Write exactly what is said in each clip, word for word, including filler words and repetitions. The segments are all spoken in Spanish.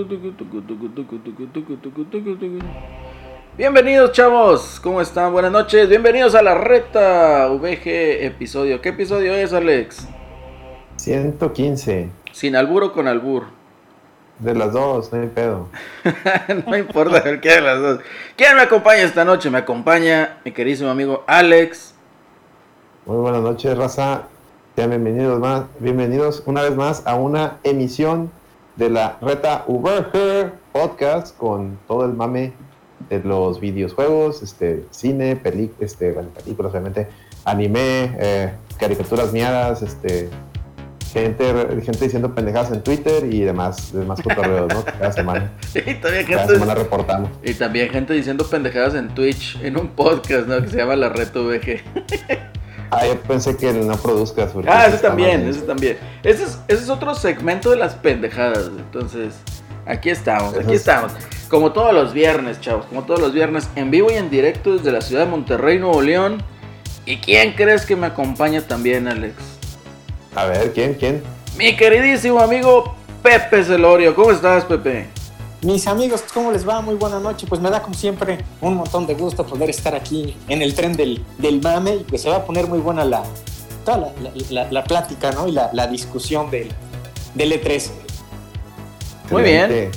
Bienvenidos, chavos, ¿cómo están? Buenas noches, bienvenidos a la Reta V G episodio. ¿Qué episodio es, Alex? ciento quince. ¿Sin albur o con albur? De las dos, no hay pedo. No importa el que de las dos. ¿Quién me acompaña esta noche? Me acompaña mi queridísimo amigo Alex. Muy buenas noches, raza. Sean bienvenidos más, bienvenidos una vez más a una emisión de la Reta V G podcast con todo el mame de los videojuegos, este, cine, peli, este, bueno, películas, obviamente, anime, eh, caricaturas miadas, este, gente, gente diciendo pendejadas en Twitter y demás, demás cotorreos, ¿no? Cada semana. Y también Cada gente, semana reportamos. y también gente diciendo pendejadas en Twitch, en un podcast, ¿no? Que se llama La Reta V G. Ah, yo pensé que no produzcas. Ah, ese también, ese también. Ese es, ese es otro segmento de las pendejadas. Entonces, aquí estamos, aquí estamos. Como todos los viernes, chavos, como todos los viernes, en vivo y en directo desde la ciudad de Monterrey, Nuevo León. ¿Y quién crees que me acompaña también, Alex? A ver, ¿quién? ¿Quién? Mi queridísimo amigo Pepe Celorio. ¿Cómo estás, Pepe? Mis amigos, ¿cómo les va? Muy buena noche. Pues me da como siempre un montón de gusto poder estar aquí en el tren del, del mame y pues se va a poner muy buena la, toda la, la, la, la plática, ¿no? Y la, la discusión del, del E tres. Muy bien.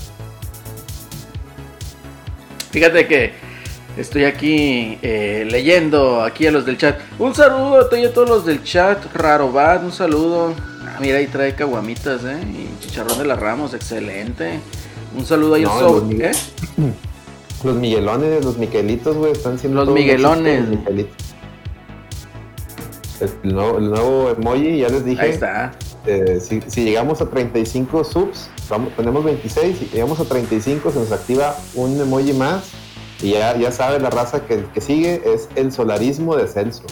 Fíjate que estoy aquí eh, leyendo aquí a los del chat. Un saludo a todos los del chat. Rarobat, un saludo. Ah, mira, ahí trae caguamitas, ¿eh? Y chicharrón de las Ramos, excelente. Un saludo ahí. No, so- los, Miguel, ¿eh? los Miguelones, los Miquelitos, güey, están siendo Los Miguelones. Los Miguelitos. El nuevo, el nuevo emoji, ya les dije. Ahí está. Eh, si, si llegamos a treinta y cinco subs, vamos, tenemos veintiséis, si llegamos a treinta y cinco se nos activa un emoji más. Y ya, ya sabe la raza que, que sigue es el solarismo de Celso.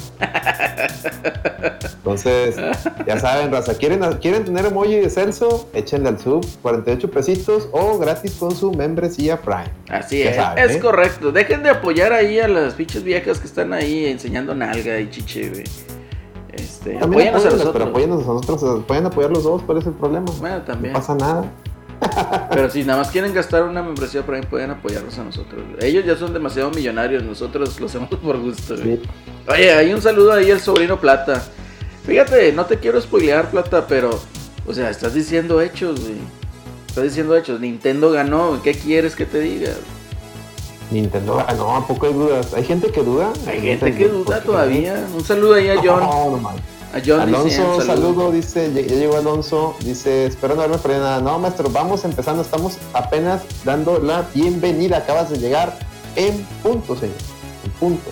Entonces, ya saben, raza, ¿quieren, quieren tener emoji de Celso? Échenle al sub, cuarenta y ocho pesitos o gratis con su membresía Prime. Así ya es, saben, es ¿eh? correcto. Dejen de apoyar ahí a las pinches viejas que están ahí enseñando nalga y chiche, güey. Este, También apóyanos a apóyenlas, nosotros. pero apóyennos a nosotros, pueden apoyar los dos, ¿cuál es el problema? Bueno, también. No pasa nada. Pero si nada más quieren gastar una membresía Prime, pueden apoyarnos a nosotros. Ellos ya son demasiado millonarios, nosotros lo hacemos por gusto, güey. Sí. Oye, hay un saludo ahí al sobrino Plata. Fíjate, no te quiero spoilear, Plata, pero, o sea, estás diciendo hechos, güey. Estás diciendo hechos. Nintendo ganó, ¿qué quieres que te diga? Nintendo ganó, ¿a poco hay dudas? ¿Hay gente que duda? Hay gente que duda todavía. Un saludo ahí a John. No, no mames. A John Alonso, diciendo, saludo, dice, ya, ya llegó Alonso, dice, espero no haberme perdido nada. No, maestro, vamos empezando, estamos apenas dando la bienvenida, acabas de llegar en punto, señor, en punto.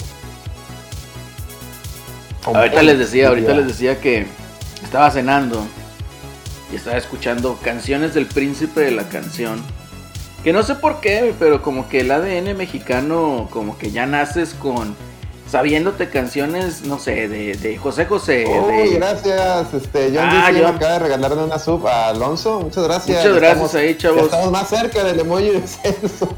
Con Ahorita punto, les decía, ahorita diría. les decía que estaba cenando y estaba escuchando canciones del príncipe de la canción. Que no sé por qué, pero como que el A D N mexicano, como que ya naces con sabiéndote canciones, no sé, de, de José José. Uy, de... gracias, este, John Ah, dice, John. acaba de regalarle una sub a Alonso, muchas gracias. Muchas gracias estamos, ahí, chavos. ya estamos más cerca del emoji de Celso.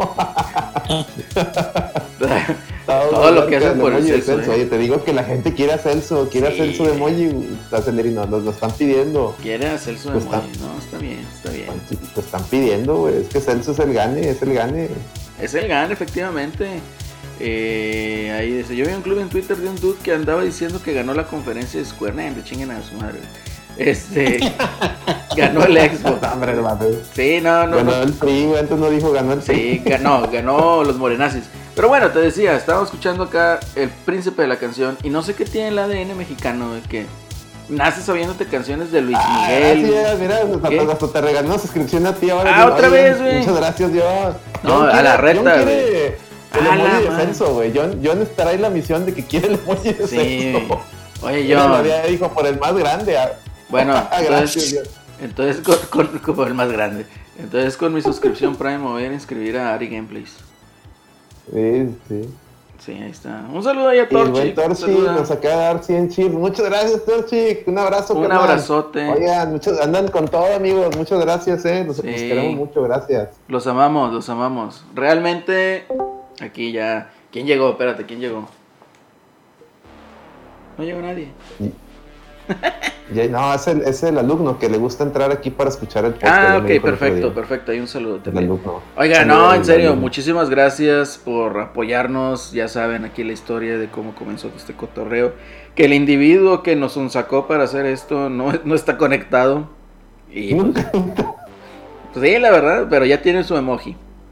Todo lo que hacen por el emoji de Celso, ¿eh? Oye, te digo que la gente quiere a Celso, quiere Sí. a Celso de emoji, Acelerino, nos lo están pidiendo. Quiere hacer su Pues memoria, está- ¿no? Está bien, está bien. Te están pidiendo, güey, es que Celso es el gane, es el gane. Es el GAN, efectivamente. Eh, ahí dice, yo vi un club en Twitter de un dude que andaba diciendo que ganó la conferencia de Square, nah, hombre, chinguen a su madre. Este, ganó el Xbox. No, hombre, hermano. Sí, no, no, Ganó no. el P R I, güey, antes no dijo ganó el P R I. Sí, ganó, ganó los morenazis. Pero bueno, te decía, estábamos escuchando acá el príncipe de la canción y no sé qué tiene el A D N mexicano, de que naces sabiéndote canciones de Luis Ah, Miguel. gracias, mira, ¿Qué? hasta, hasta te regaló una suscripción a ti ahora. Ah, Digo, otra oye, vez, güey. Muchas gracias, Dios. No, John a quiere- la reta, John güey. quiere el A emoji la de madre. Celso, güey. John, John estará en la misión de que quiere el emoji de Sí. Celso. Oye, Mira, yo. lo había dijo por el más grande. ah. Bueno, Gracias, entonces, Dios. entonces con, con, como el más grande. Entonces con mi suscripción Prime me voy a inscribir a Ari Gameplays. Sí, sí. Sí, ahí está. Un saludo ahí a Y el buen Torchic. un Torchic saludo. nos acaba de dar cien chips. Muchas gracias, Torchic. Un abrazo, Un carnal. abrazote. Oigan, muchos, andan con todo, amigos. Muchas gracias, eh. Nos, Sí. nos queremos mucho, gracias. Los amamos, los amamos. Realmente, aquí ya. ¿Quién llegó? Espérate, ¿quién llegó? No llegó nadie. Ya, no, es el, es el alumno que le gusta entrar aquí para escuchar el podcast. Ah, ok, perfecto, perfecto. Hay un saludo El también. alumno. Oiga, Saludo no, del en serio, alumno. muchísimas gracias por apoyarnos. Ya saben aquí la historia de cómo comenzó este cotorreo. Que el individuo que nos sacó para hacer esto no, no está conectado. Y pues, pues sí, la verdad, pero ya tiene su emoji.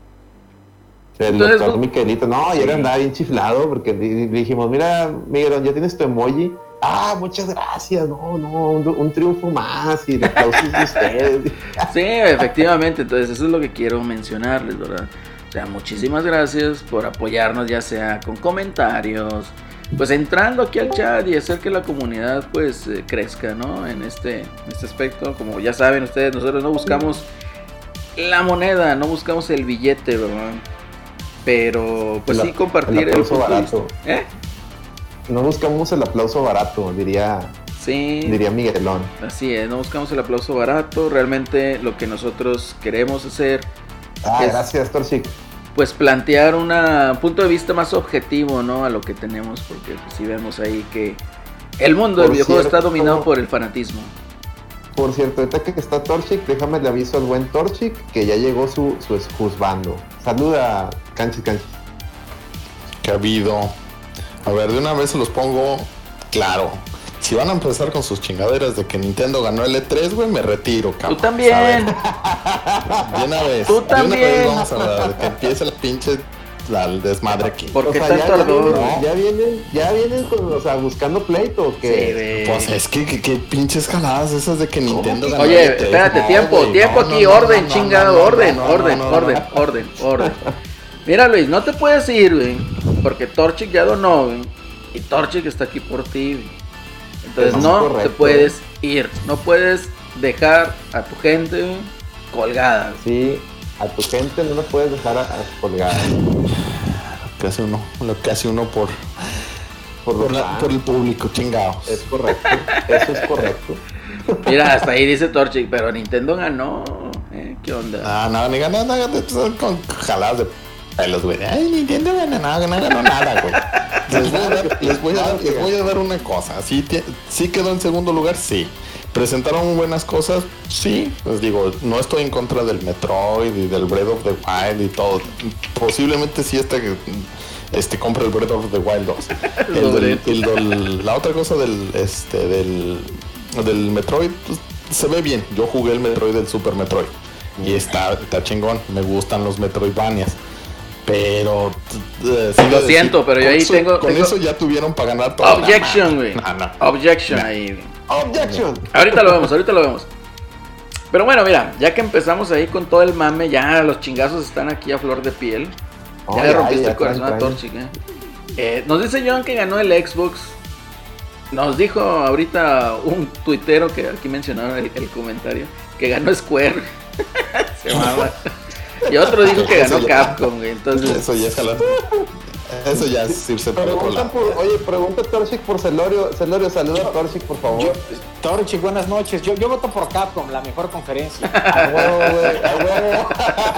El Entonces, doctor pues, Miguelito, no, y sí. él andaba bien chiflado porque di- dijimos, mira, Miguelón, ya tienes tu emoji. Ah, muchas gracias, no, no, un, un triunfo más y el aplauso de ustedes. Sí, efectivamente, entonces eso es lo que quiero mencionarles, ¿verdad? O sea, muchísimas gracias por apoyarnos, ya sea con comentarios, pues entrando aquí al chat y hacer que la comunidad pues eh, crezca, ¿no? En este, en este aspecto, como ya saben ustedes, nosotros no buscamos la moneda, no buscamos el billete, ¿verdad? Pero pues El- sí compartir el el, aplauso punto de barato. vista. ¿Eh? No buscamos el aplauso barato, diría, Sí. diría Miguelón. Así es, no buscamos el aplauso barato, realmente lo que nosotros queremos hacer Ah, Es- gracias, Torchic. pues plantear una- un punto de vista más objetivo, ¿no? A lo que tenemos, porque pues, si vemos ahí que el mundo del Por videojuego está cierto- dominado por el fanatismo. Por cierto, ahorita que está Torchic, déjame le aviso al buen Torchic que ya llegó su, su juzbando. Saluda, Canchis, Canchis. Que ha habido. A ver, de una vez se los pongo claro. Si van a empezar con sus chingaderas de que Nintendo ganó el E tres, güey, me retiro, cabrón. Tú también. ¿sabes? De una vez. Tú De una también. vez vamos a hablar de que empiece el pinche la, el desmadre aquí. ¿Por qué O sea, tanto ya, ya ardor? vienen, ¿no? ya vienen, ya vienen con, o sea, buscando pleito, Sí, que güey. Pues es que, que, que pinches jaladas esas de que Nintendo ganó Oye, el E tres. espérate, No, tiempo, güey, tiempo no, aquí, no, no, orden, no, chingado, no, no, orden, no, no, orden, no, no, orden, no. orden, orden. Mira, Luis, no te puedes ir, güey, porque Torchic ya donó, güey, y Torchic está aquí por ti, güey. Entonces Eso es no correcto. te puedes ir, no puedes dejar a tu gente, güey, colgada. güey. sí, a tu gente no la puedes dejar a, a colgar. Lo que hace uno, lo que hace uno por, Por, por, los la- fans. por el público, chingados. Es correcto, eso es correcto. Mira, hasta ahí dice Torchic, pero Nintendo ganó, ¿eh? ¿Qué onda? Ah, no, ni ganas, nada, con jaladas de pelos, güey. Ay, Nintendo gana nada, no ganó nada, güey. Les voy a dar, les voy a dar, les voy a dar una cosa. Sí, tie- sí quedó en segundo lugar, sí. Presentaron buenas cosas, sí. Les digo, no estoy en contra del Metroid y del Breath of the Wild y todo. Posiblemente sí este, este compre el Breath of the Wild dos. El del- el del- la otra cosa del, este, del, del Metroid, pues, se ve bien. Yo jugué el Metroid del Super Metroid. Y está, está chingón. Me gustan los Metroidvanias. Pero eh, sí Lo de siento, pero yo con ahí eso- tengo- Con tengo- eso ya tuvieron para ganar todo. Objection, güey. No, no. Objection No. ahí, güey. Objection. Ahorita lo vemos, ahorita lo vemos. Pero bueno, mira, ya que empezamos ahí con todo el mame, ya los chingazos están aquí a flor de piel. Oh, Ya le rompiste ya el corazón traen, a traen. Torchic, ¿eh? Eh, Nos dice John que ganó el Xbox. Nos dijo ahorita un tuitero que aquí mencionaron el, el comentario, que ganó Square. Se mama. Y otro dijo que ganó Eso ya- Capcom, güey. Entonces, Eso ya es jalar. Eso ya es irse por otro Preguntan lado. por, oye, pregunta Torchic por Celorio. Celorio, saluda a Torchic, por favor. Yo, Torchic, buenas noches. Yo, yo voto por Capcom, la mejor conferencia. A huevo, güey, a huevo.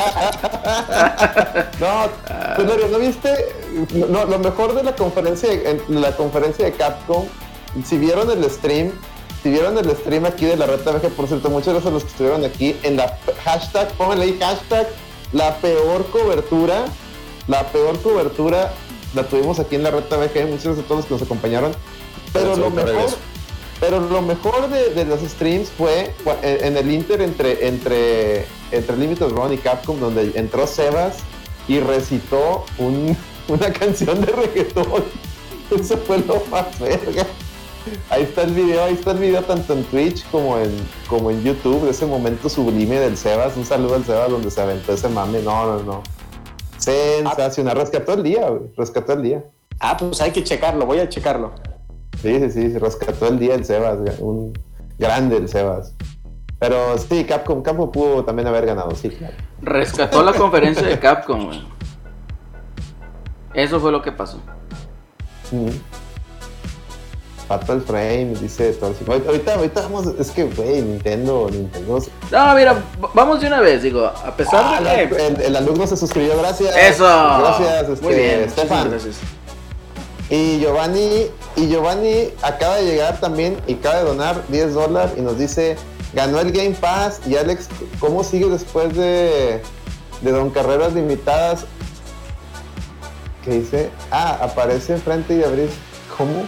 No, Celorio, ¿no viste? No, lo mejor de la conferencia, en la conferencia de Capcom, si vieron el stream, si vieron el stream aquí de la Reta V G, por cierto, muchas gracias a los que estuvieron aquí, en la hashtag, pónganle ahí hashtag, la peor cobertura, la peor cobertura la tuvimos aquí en la Reta V G, muchas gracias a todos los que nos acompañaron, pero Eso, lo ahorita mejor, regreso. pero lo mejor de, de los streams fue cua- en en el Inter entre, entre, entre Limited Run y Capcom, donde entró Sebas y recitó un, una canción de reggaetón. Eso fue lo más verga. Ahí está el video, ahí está el video tanto en Twitch como en, como en YouTube, de ese momento sublime del Sebas. Un saludo al Sebas donde se aventó ese mame. No, no, no. Sensacional. Rescató el día, güey. Rescató el día. Ah, pues hay que checarlo, voy a checarlo. Sí, sí, sí, se rescató el día el Sebas. Un grande el Sebas. Pero sí, Capcom, Capcom pudo también haber ganado, sí, claro. rescató la conferencia de Capcom, güey. Eso fue lo que pasó. Mm. Fatal Frame, dice Torchic. Ahorita, ahorita, ahorita vamos, es que, güey, Nintendo, Nintendo. No, mira, v- vamos de una vez, digo, a pesar Ah, de que... la- el, el alumno se suscribió, gracias. Eso. Gracias, este, Muy bien, Stefan. muchísimas gracias. Y Giovanni, y Giovanni acaba de llegar también y acaba de donar diez dólares y nos dice, ganó el Game Pass. Y Alex, ¿cómo sigue después de, de Don Carreras Limitadas? ¿Qué dice? Ah, aparece enfrente y abrís. ¿Cómo?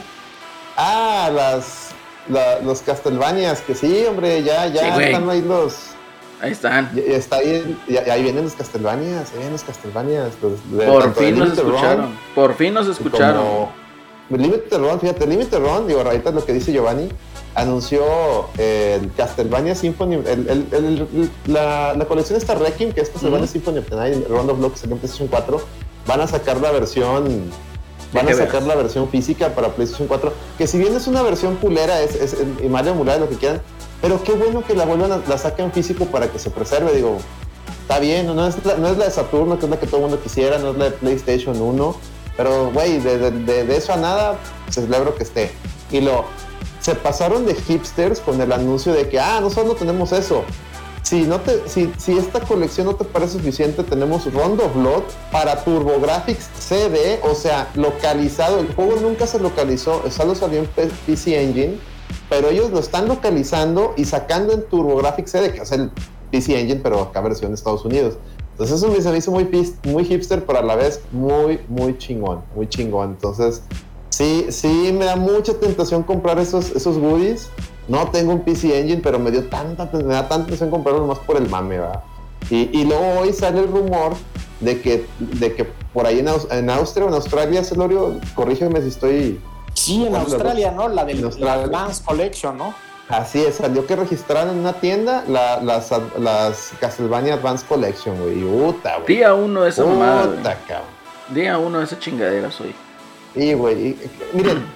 Ah, las, la, los Castlevanias, que sí, hombre, ya, ya sí, están ahí los... Ahí están. Ya, ya está ahí, ya, ya ahí vienen los Castlevanias, ahí vienen los Castlevanias. Los, de, Por fin nos escucharon, Run, por fin nos escucharon. Limited Run, fíjate, Limited Run, digo, ahorita lo que dice Giovanni, anunció eh, el Castlevania Symphony, el, el, el, el, la, la colección esta Requiem, que es Castlevania uh-huh. Symphony of the Night, Round of Blood, que salió en PlayStation cuatro, van a sacar la versión... Van a sacar la versión física para PlayStation cuatro, que si bien es una versión culera, es, es, es mal emulada, lo que quieran, pero qué bueno que la vuelvan a, la saquen físico para que se preserve, digo, está bien, no es la, no es la de Saturno, que es la que todo el mundo quisiera, no es la de PlayStation uno, pero güey, de, de, de, de eso a nada, celebro que esté. Y lo, se pasaron de hipsters con el anuncio de que, ah, nosotros no tenemos eso. Si, no te, si, si esta colección no te parece suficiente, tenemos Round of Blood para TurboGrafx C D, o sea, localizado. El juego nunca se localizó, solo salió en P C Engine, pero ellos lo están localizando y sacando en TurboGrafx C D, que es el P C Engine, pero acá versión de Estados Unidos. Entonces eso me, se me hizo muy, muy hipster, pero a la vez muy, muy chingón, muy chingón. Entonces, sí, sí me da mucha tentación comprar esos, esos goodies. No tengo un P C Engine, pero me dio tanta, me da tanta tentación comprarlo más por el mame, ¿verdad? Y, y luego hoy sale el rumor de que, de que por ahí en, Aus, en Austria o en Australia, Celorio, corrígeme si estoy... Sí, en Australia, ¿no? La del Advance Collection, ¿no? Así es, salió que registraron en una tienda la, las, las Castlevania Advance Collection, güey. Y puta, güey. Día uno de esa mamada. Puta, cabrón. Día uno de esa chingadera soy. Y, güey, miren...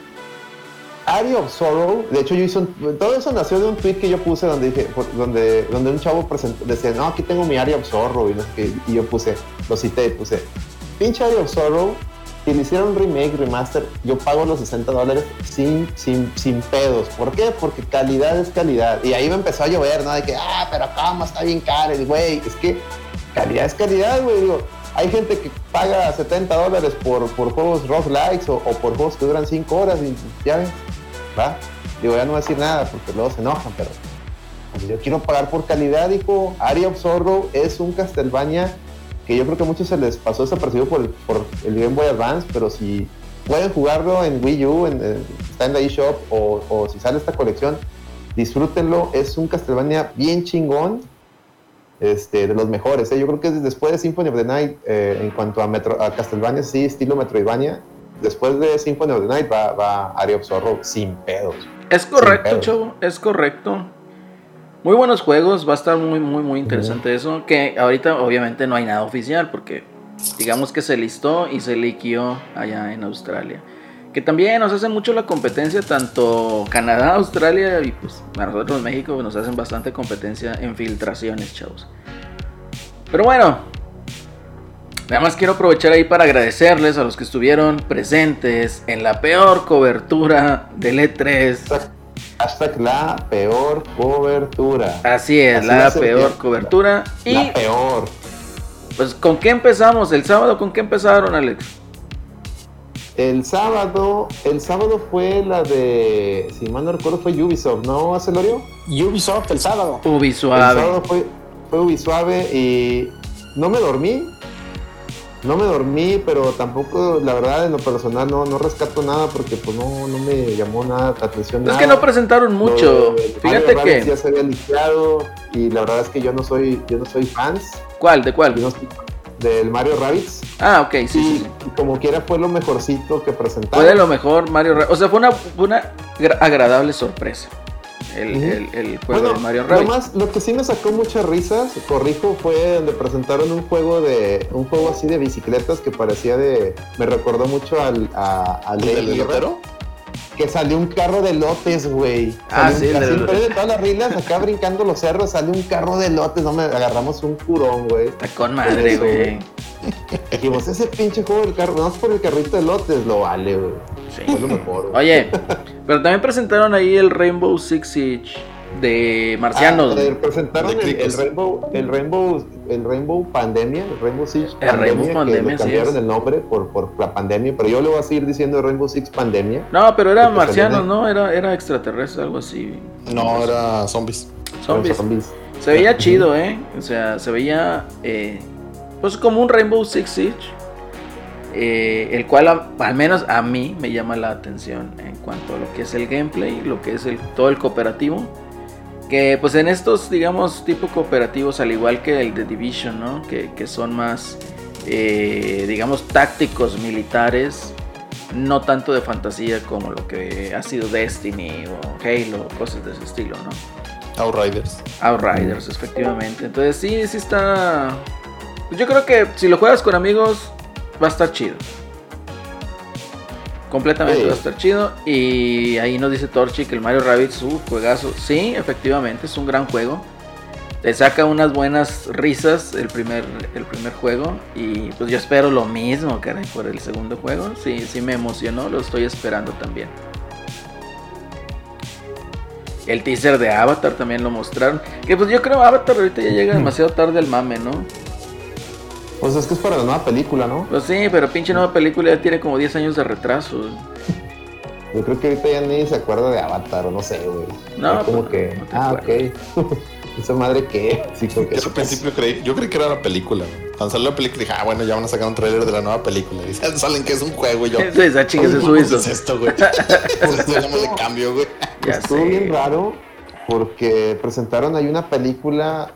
Area of Sorrow, de hecho yo hice un, todo eso nació de un tweet que yo puse donde dije, donde, donde un chavo presentó, decía, no, aquí tengo mi Area of Sorrow, y, no sé qué, y yo puse, lo cité, puse, pinche Area of Sorrow, si le hicieron un remake, remaster, yo pago los sesenta dólares sin, sin, sin pedos. ¿Por qué? Porque calidad es calidad. Y ahí me empezó a llover, ¿no? De que, ah, pero cómo está bien caro, y güey, es que calidad es calidad, güey, digo. Hay gente que paga setenta dólares por, por juegos roguelikes o, o por juegos que duran cinco horas y ya ven, ¿va? Digo, ya no voy a decir nada porque luego se enojan, pero pues, yo quiero pagar por calidad, hijo. Area of Sorrow es un Castlevania que yo creo que a muchos se les pasó desapercibido por el, por el Game Boy Advance, pero si pueden jugarlo en Wii U, en, en, está en la eShop, o, o si sale esta colección, disfrútenlo. Es un Castlevania bien chingón. Este, de los mejores, ¿eh? Yo creo que es después de Symphony of the Night, eh, en cuanto a, Metro, a Castlevania, sí, estilo Metroidvania, después de Symphony of the Night va, va Area of Sorrow sin pedos. Es correcto, pedos. Chavo, es correcto. Muy buenos juegos, va a estar muy, muy, muy interesante uh-huh. eso, que ahorita obviamente no hay nada oficial, porque digamos que se listó y se liquió allá en Australia. Que también nos hacen mucho la competencia, tanto Canadá, Australia y pues a nosotros México nos hacen bastante competencia en filtraciones, chavos. Pero bueno, nada más quiero aprovechar ahí para agradecerles a los que estuvieron presentes en la peor cobertura del E tres. Hashtag la peor cobertura. Así es, Así la peor bien. cobertura. La, y la peor. Pues, ¿con qué empezamos? ¿El sábado con qué empezaron, Alex? El sábado, el sábado fue la de, si mal no recuerdo, fue Ubisoft, ¿no, Celorio? Ubisoft el sábado. Ubisuave. El sábado fue, fue Ubisuave y no me dormí, no me dormí, pero tampoco, la verdad, en lo personal no, no rescato nada porque pues no, no me llamó nada la atención. Es nada. que no presentaron mucho, Lo, fíjate que... ya se había liqueado y la verdad es que yo no soy, yo no soy fans. ¿Cuál? ¿De cuál? Yo no soy, del Mario Rabbids. Ah, ok, sí, y, sí, sí. Y como quiera fue lo mejorcito que presentaron. Fue de lo mejor Mario Rabbids. O sea, fue una, una agradable sorpresa el, uh-huh. el, el juego bueno, de Mario Rabbids. Además, lo que sí me sacó muchas risas, corrijo, fue donde presentaron un juego de un juego así de bicicletas que parecía de... Me recordó mucho al a, a ¿El lotero? Que salió un carro de lotes, güey. Ah, sí, un, de, de, de todas las rilas, acá brincando los cerros, sale un carro de lotes. No me agarramos un curón, güey. Está con madre, güey. Dijimos, ese pinche juego del carro, no es por el carrito de lotes, lo vale, güey. Sí. Fue lo mejor, güey. Oye, pero también presentaron ahí el Rainbow Six Siege de marcianos. Ah, eh, presentaron el, el Rainbow, el Rainbow el Rainbow Pandemia, el Rainbow Six el Rainbow Pandemia, que le cambiaron sí el nombre por, por la pandemia, pero yo le voy a seguir diciendo Rainbow Six Pandemia. No, pero era marcianos, ¿no? Era, era extraterrestre, algo así. No, era zombies. Zombies. zombies. Se veía chido, ¿eh? O sea, se veía eh, pues como un Rainbow Six Siege, eh, el cual a, al menos a mí me llama la atención en cuanto a lo que es el gameplay, lo que es el, todo el cooperativo. Que pues en estos, digamos, tipo cooperativos, al igual que el de Division, ¿no? Que, que son más, eh, digamos, tácticos militares, no tanto de fantasía como lo que ha sido Destiny o Halo, cosas de ese estilo, ¿no? Outriders. Outriders, efectivamente. Entonces sí, sí está... Yo creo que si lo juegas con amigos va a estar chido. Completamente sí. Va a estar chido. Y ahí nos dice Torchi que el Mario Rabbids, uh, juegazo. Sí, efectivamente, es un gran juego. Te saca unas buenas risas el primer, el primer juego. Y pues yo espero lo mismo, caray, por el segundo juego. Sí, sí me emocionó, lo estoy esperando también. El teaser de Avatar también lo mostraron. Que pues yo creo Avatar ahorita ya llega demasiado tarde al mame, ¿no? Pues es que es para la nueva película, ¿no? Pues sí, pero pinche nueva película ya tiene como diez años de retraso. Yo creo que ahorita ya ni se acuerda de Avatar, o no sé, güey. No, es como pues, que... no te ah, acuerdas. ok. ¿Esa madre qué? Sí, creo que yo al principio creí, yo creí que era la película. Cuando salió la película dije, ah, bueno, ya van a sacar un tráiler de la nueva película. Y dicen, salen que es un juego y yo. Sí, esa chica se suizo. ¿Qué es esto, güey? Ya me le cambio, güey. Ya Estuvo sé. bien raro porque presentaron ahí una película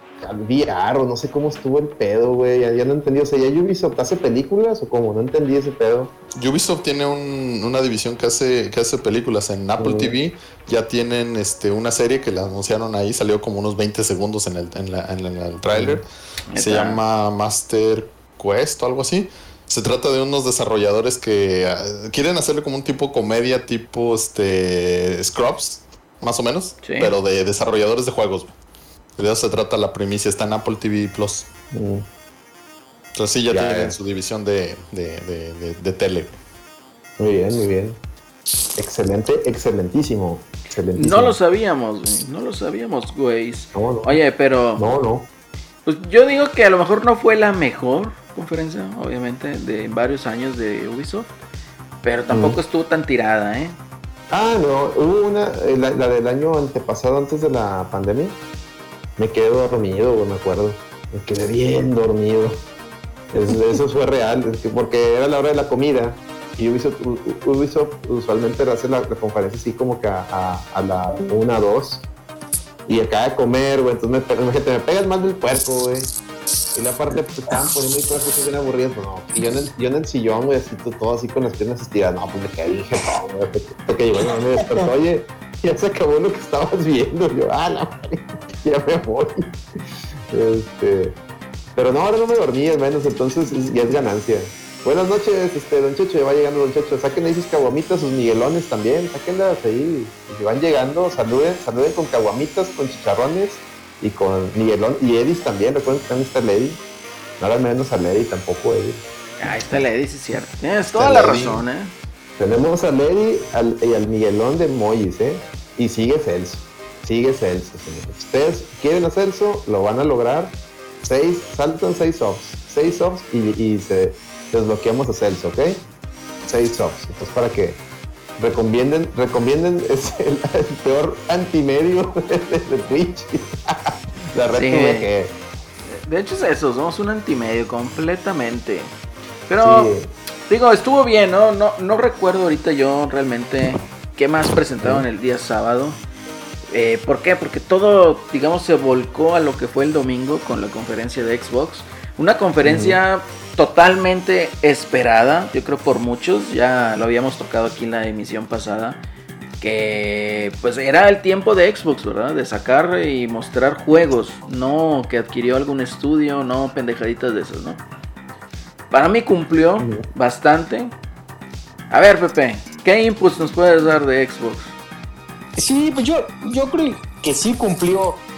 V R o no sé cómo estuvo el pedo, güey. Ya, ya no entendí. O sea, ¿ya Ubisoft hace películas o cómo? No entendí ese pedo. Ubisoft tiene un, una división que hace, que hace películas en Apple Mm. T V. Ya tienen este, una serie que la anunciaron ahí. Salió como unos veinte segundos en el, en la, en el, en el tráiler. Mm. Se Neta. llama Master Quest o algo así. Se trata de unos desarrolladores que uh, quieren hacerle como un tipo comedia, tipo este Scrubs, más o menos. Sí. Pero de desarrolladores de juegos. De eso se trata la primicia. Está en Apple T V Plus. Mm. Entonces sí, ya, Ya, tienen ya. su división de, de, de, de, de tele. Muy bien, muy bien. Excelente, excelentísimo. Excelentísimo. No lo sabíamos, güey. No lo sabíamos, güey. No, no. Oye, pero No, no. pues yo digo que a lo mejor no fue la mejor conferencia, obviamente, de varios años de Ubisoft. Pero tampoco Mm. estuvo tan tirada, ¿eh? Ah, no. Hubo una, eh, la, la del año antepasado, antes de la pandemia. Me quedé dormido, güey, me acuerdo. Me quedé bien dormido. Es- eso fue real, es que porque era la hora de la comida. Y Ubisoft, U- U- Ubisoft usualmente hace la, la conferencia así como que a, a, a la una, dos. Y acaba de comer, güey. Entonces me, pe- imagínate, me pegas más del puerco, güey. Y la parte, pues estaban poniendo ahí todas cosas bien aburridas, pues no. Y yo en el, yo en el sillón, güey, así to- todo así con las piernas estiradas. No, pues me quedé, dije, no, güey. Hasta que llegó mi mamá y me despertó, oye, ya se acabó lo que estabas viendo. Y yo, ah, la madre, ya me voy. Este, pero no, ahora no me dormí, al menos, entonces es- ya es ganancia. Buenas noches, este, don Checho, ya va llegando don Checho. Saquen ahí sus caguamitas, sus miguelones también, sáquenlas ahí. Si van llegando, saluden, saluden con caguamitas, con chicharrones y con miguelón. Y Edis también, recuerden que también está Lady. No al menos a Lady tampoco, Edis. Ahí está la Edith, sí es cierto. Tienes toda Está la Lady. razón, ¿eh? Tenemos a Lady al, y al Miguelón de Moyes, ¿eh? Y sigue Celso. Sigue Celso, señores. Si ustedes quieren a Celso, lo van a lograr. Seis, saltan seis offs. Seis offs y, y se desbloqueamos a Celso, ¿ok? Seis offs. Entonces, para que recomienden, recomienden es el, el peor antimedio de, de Twitch. La red Sí. V G. De hecho es eso, somos un antimedio completamente. Pero, Sí. digo, estuvo bien, ¿no? No, no recuerdo ahorita yo realmente qué más presentaron el día sábado. Eh, ¿Por qué? Porque todo, digamos, se volcó a lo que fue el domingo con la conferencia de Xbox. Una conferencia totalmente esperada, yo creo por muchos, ya lo habíamos tocado aquí en la emisión pasada, que pues era el tiempo de Xbox, ¿verdad? De sacar y mostrar juegos, no que adquirió algún estudio, no pendejaditas de esas, ¿no? Para mí cumplió Ujú. bastante. A ver, Pepe, ¿qué inputs nos puedes dar de Xbox? Sí, pues yo, yo creo que sí cumplió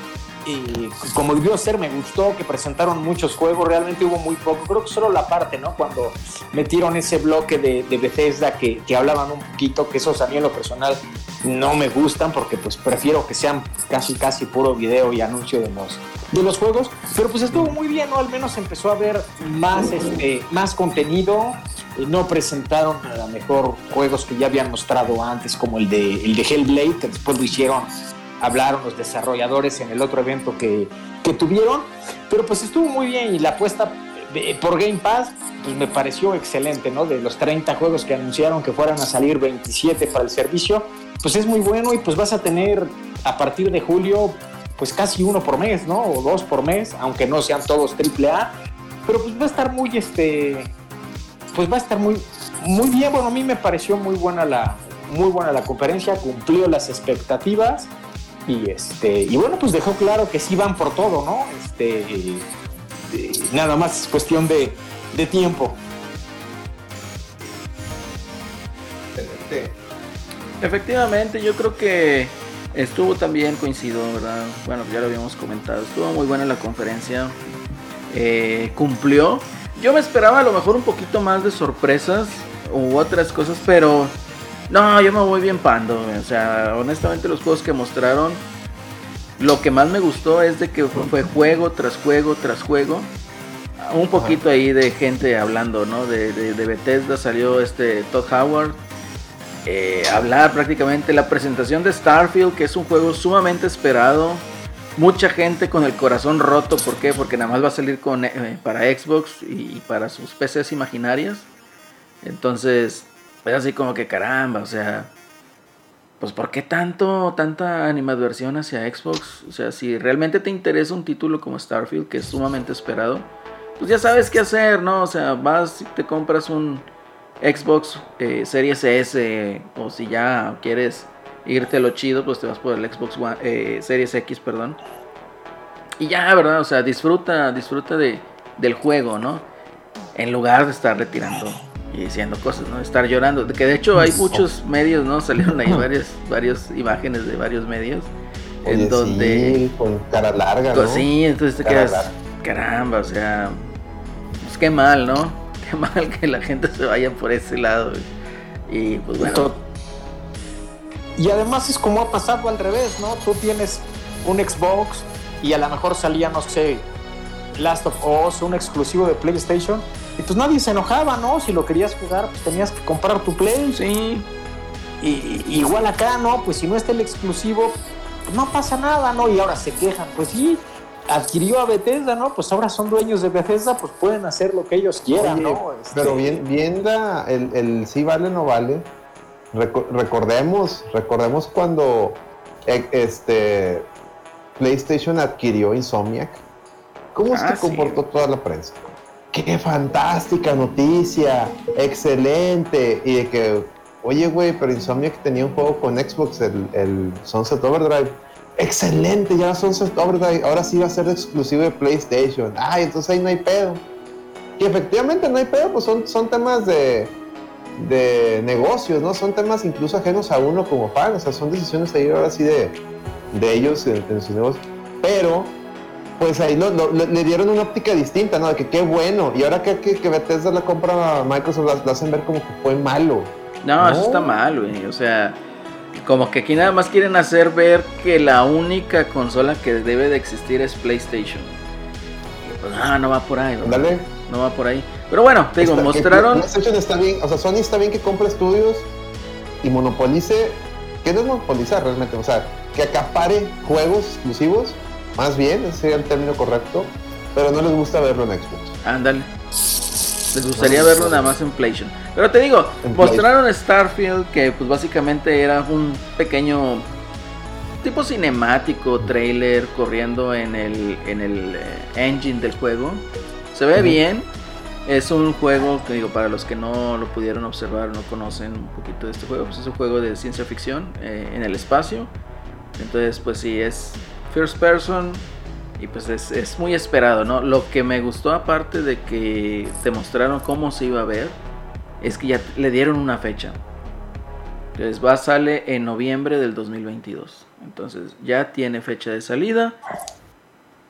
eh, como debió ser, me gustó que presentaron muchos juegos, realmente hubo muy poco, creo que solo la parte, ¿no? Cuando metieron ese bloque de, de Bethesda que, que hablaban un poquito, que esos a mí en lo personal no me gustan porque pues prefiero que sean casi casi puro video y anuncio de los, de los juegos, pero pues estuvo muy bien, ¿no? Al menos empezó a haber más, este, más contenido, eh, no presentaron a lo mejor juegos que ya habían mostrado antes como el de, el de Hellblade, que después lo hicieron, hablaron los desarrolladores en el otro evento que, que tuvieron, pero pues estuvo muy bien y la apuesta por Game Pass pues me pareció excelente, ¿no? De los treinta juegos que anunciaron que fueran a salir veintisiete para el servicio, pues es muy bueno y pues vas a tener a partir de julio pues casi uno por mes, ¿no? O dos por mes, aunque no sean todos triple A, pero pues va a estar muy, este, pues va a estar muy, muy bien. Bueno, a mí me pareció muy buena la, muy buena la conferencia, cumplió las expectativas y este, y bueno, pues dejó claro que sí van por todo, ¿no? Este, eh, nada más es cuestión de, de tiempo. Excelente. Efectivamente, yo creo que estuvo también, coincido, ¿verdad? Bueno, ya lo habíamos comentado, estuvo muy buena la conferencia, eh, cumplió. Yo me esperaba a lo mejor un poquito más de sorpresas u otras cosas, pero no, yo me voy bien pando, o sea, honestamente los juegos que mostraron, lo que más me gustó es de que fue juego tras juego tras juego, un poquito ahí de gente hablando, ¿no? De, de, de Bethesda salió este Todd Howard, Eh, hablar prácticamente la presentación de Starfield, que es un juego sumamente esperado, mucha gente con el corazón roto. ¿Por qué? Porque nada más va a salir con, eh, para Xbox y, y para sus P Cs imaginarias. Entonces es así como que caramba, o sea, pues ¿por qué tanto, tanta animadversión hacia Xbox? O sea, si realmente te interesa un título como Starfield, que es sumamente esperado, pues ya sabes qué hacer, ¿no? O sea, vas y te compras un Xbox eh, Series S, o si ya quieres irte lo chido, pues te vas por el Xbox One, eh, Series X, perdón. Y ya, ¿verdad? O sea, disfruta, disfruta de, del juego, ¿no? En lugar de estar retirando y diciendo cosas, ¿no? Estar llorando. Que de hecho hay muchos medios, ¿no? Salieron ahí varias, varias imágenes de varios medios. Oye, en donde... sí, con cara larga, ¿no? Sí, entonces te cara quedas... larga. Caramba, o sea... Pues qué mal, ¿no? Qué mal que la gente se vaya por ese lado. Y pues bueno. Y además es como ha pasado al revés, ¿no? Tú tienes un Xbox y a lo mejor salía, no sé, Last of Us, un exclusivo de PlayStation, y pues nadie se enojaba, ¿no? Si lo querías jugar, pues tenías que comprar tu Play. Sí. Y, y igual acá, ¿no? Pues si no está el exclusivo, pues no pasa nada, ¿no? Y ahora se quejan, pues sí, adquirió a Bethesda, ¿no? Pues ahora son dueños de Bethesda, pues pueden hacer lo que ellos quieran, Oye, ¿no? Este... Pero bien, bien la, el, el sí vale no vale. Reco- recordemos, recordemos cuando eh, este PlayStation adquirió Insomniac. ¿Cómo Ah, se comportó sí. toda la prensa? ¡Qué fantástica noticia! ¡Excelente! Y de que, oye, güey, pero Insomniac tenía un juego con Xbox, el, el Sunset Overdrive. ¡Excelente! Ya Sunset Overdrive ahora sí va a ser exclusivo de PlayStation. ¡Ay, entonces ahí no hay pedo! Y efectivamente no hay pedo, pues son, son temas de, de negocios, ¿no? Son temas incluso ajenos a uno como fan. O sea, son decisiones ahí ahora sí de, de ellos en, en sus negocios. Pero... pues ahí lo, lo, le dieron una óptica distinta, ¿no? De que qué bueno. Y ahora que, que, que Bethesda la compra a Microsoft, la, la hacen ver como que fue malo. No, no, eso está mal, güey. O sea, como que aquí nada más quieren hacer ver que la única consola que debe de existir es PlayStation. Pues no, no va por ahí, ¿no? Dale. No va por ahí. Pero bueno, te digo, Está, mostraron... Que, que PlayStation está bien, o sea, Sony está bien que compre estudios y monopolice, que no es monopolizar realmente, o sea, que acapare juegos exclusivos. Más bien, ese sería el término correcto, pero no les gusta verlo en Xbox. Ándale. Les gustaría no, verlo no, nada más en PlayStation. Pero te digo, en mostraron Play. Starfield, que pues básicamente era un pequeño tipo cinemático, trailer, corriendo en el, en el eh, engine del juego. Se ve uh-huh. bien. Es un juego que digo, para los que no lo pudieron observar, no conocen un poquito de este juego, pues es un juego de ciencia ficción eh, en el espacio. Entonces pues sí, es... first person y pues es, es muy esperado, ¿no? Lo que me gustó, aparte de que te mostraron cómo se iba a ver, es que ya le dieron una fecha. Entonces va, sale en noviembre del dos mil veintidós. Entonces ya tiene fecha de salida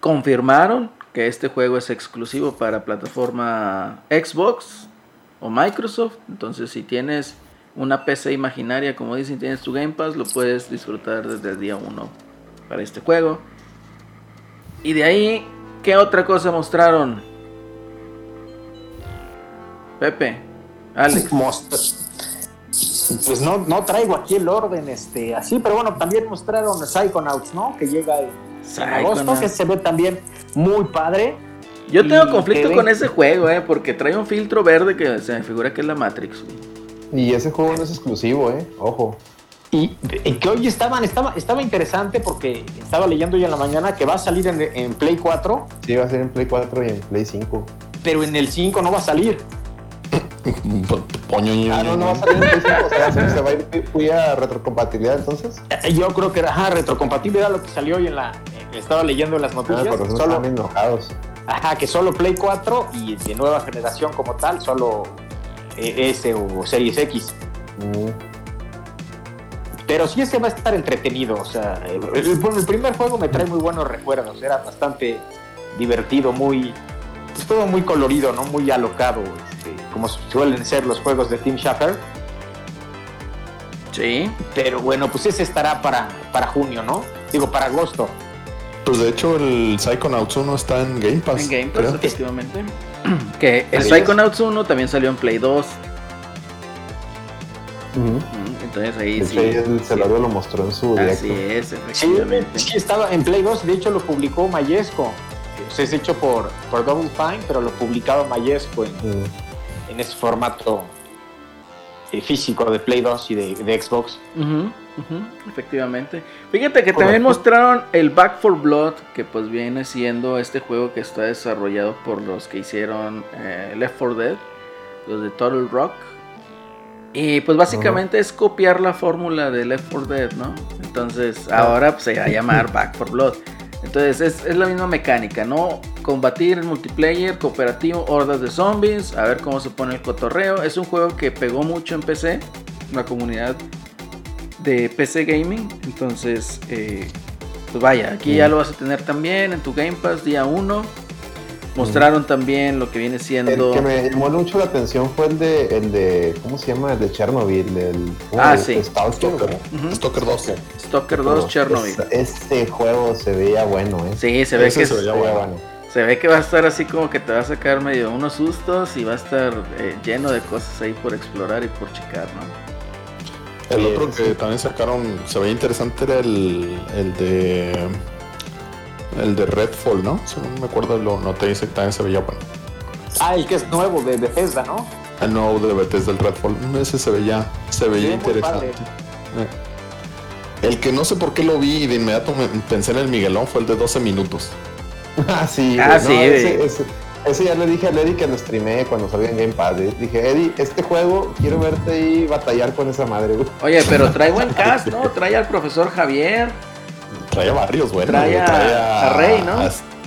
confirmaron que este juego es exclusivo para plataforma Xbox o Microsoft. Entonces, si tienes una P C imaginaria, como dicen, tienes tu Game Pass, lo puedes disfrutar desde el día uno para este juego. Y de ahí, ¿qué otra cosa mostraron? Pepe, Alex. Pues no, no traigo aquí el orden este así, pero bueno, también mostraron Psychonauts, ¿no? Que llega en, en agosto, que se ve también muy padre. Yo tengo conflicto con ese juego, eh, porque trae un filtro verde que se me figura que es la Matrix. Y ese juego no es exclusivo, eh, ojo. Y, y que hoy estaban, estaba, estaba interesante porque estaba leyendo ya en la mañana que va a salir en, en Play cuatro. Sí, va a salir en Play cuatro y en Play cinco. Pero en el cinco no va a salir. Poño, ah, no, no va a salir en Play cinco. O sea, ¿se va a ir fui a retrocompatibilidad entonces? Yo creo que era ajá, retrocompatibilidad lo que salió hoy en la... Eh, estaba leyendo en las noticias. Ah, por eso solo, están enojados. Ajá, que solo Play cuatro y de nueva generación como tal, solo eh, S o Series X. Mm. Pero sí es que va a estar entretenido, o sea, el, el, el primer juego me trae muy buenos recuerdos, era bastante divertido, muy, pues todo muy colorido, ¿no? Muy alocado, este, como suelen ser los juegos de Tim Schafer. Sí. Pero bueno, pues ese estará para, para junio, ¿no? Digo, para agosto. Pues de hecho el Psychonauts uno está en Game Pass. En Game Pass, creo. Efectivamente. Que el Psychonauts uno también salió en Play dos. Uh-huh. Entonces ahí de sí. El Celador lo mostró en su directo. Así es, efectivamente. Sí, sí, estaba en Play dos, de hecho lo publicó Mayesco. O sea, es hecho por, por Double Fine, pero lo publicaba Mayesco en, uh-huh. en ese formato eh, físico de Play dos y de, de Xbox. Uh-huh, uh-huh, efectivamente. Fíjate que también mostraron el Back four Blood, que pues viene siendo este juego que está desarrollado por los que hicieron eh, Left four Dead, los de Total Rock. Y pues básicamente uh-huh. es copiar la fórmula de Left four Dead, ¿no? Entonces ahora pues, se va a llamar Back four Blood. Entonces es, es la misma mecánica, ¿no? Combatir en multiplayer, cooperativo, hordas de zombies, a ver cómo se pone el cotorreo. Es un juego que pegó mucho en P C, una comunidad de P C Gaming. Entonces, eh, pues vaya, aquí uh-huh. ya lo vas a tener también en tu Game Pass día uno. Mostraron uh-huh. también lo que viene siendo... El que me llamó mucho la atención fue el de, el de ¿cómo se llama? El de Chernobyl. El, ah, sí. Stalker, Stalker, uh-huh. Stalker dos. Stalker dos, Chernobyl. Este juego se veía bueno, ¿eh? Sí, se ve Ese que se veía bueno. bueno. Se ve que va a estar así como que te va a sacar medio unos sustos y va a estar eh, lleno de cosas ahí por explorar y por checar, ¿no? El sí, otro que sí. también sacaron, se veía interesante, era el, el de... El de Redfall, ¿no? Si no me acuerdo, lo noté y también se veía bueno. Ah, el que es nuevo de Bethesda, ¿no? El nuevo de Bethesda, el Redfall. Ese se veía, se veía sí, interesante. Eh. El que no sé por qué lo vi y de inmediato me pensé en el Miguelón fue el de doce minutos. Ah, sí. Ah, no, sí. Ese, ese, ese ya le dije a Eddie que lo streamé cuando salía en Game Pass. Dije, Eddie, este juego, quiero verte ahí batallar con esa madre. Oye, pero trae buen cast, ¿no? Trae al profesor Javier. Trae a varios, bueno. Trae a, trae a, a Rey, ¿no? A,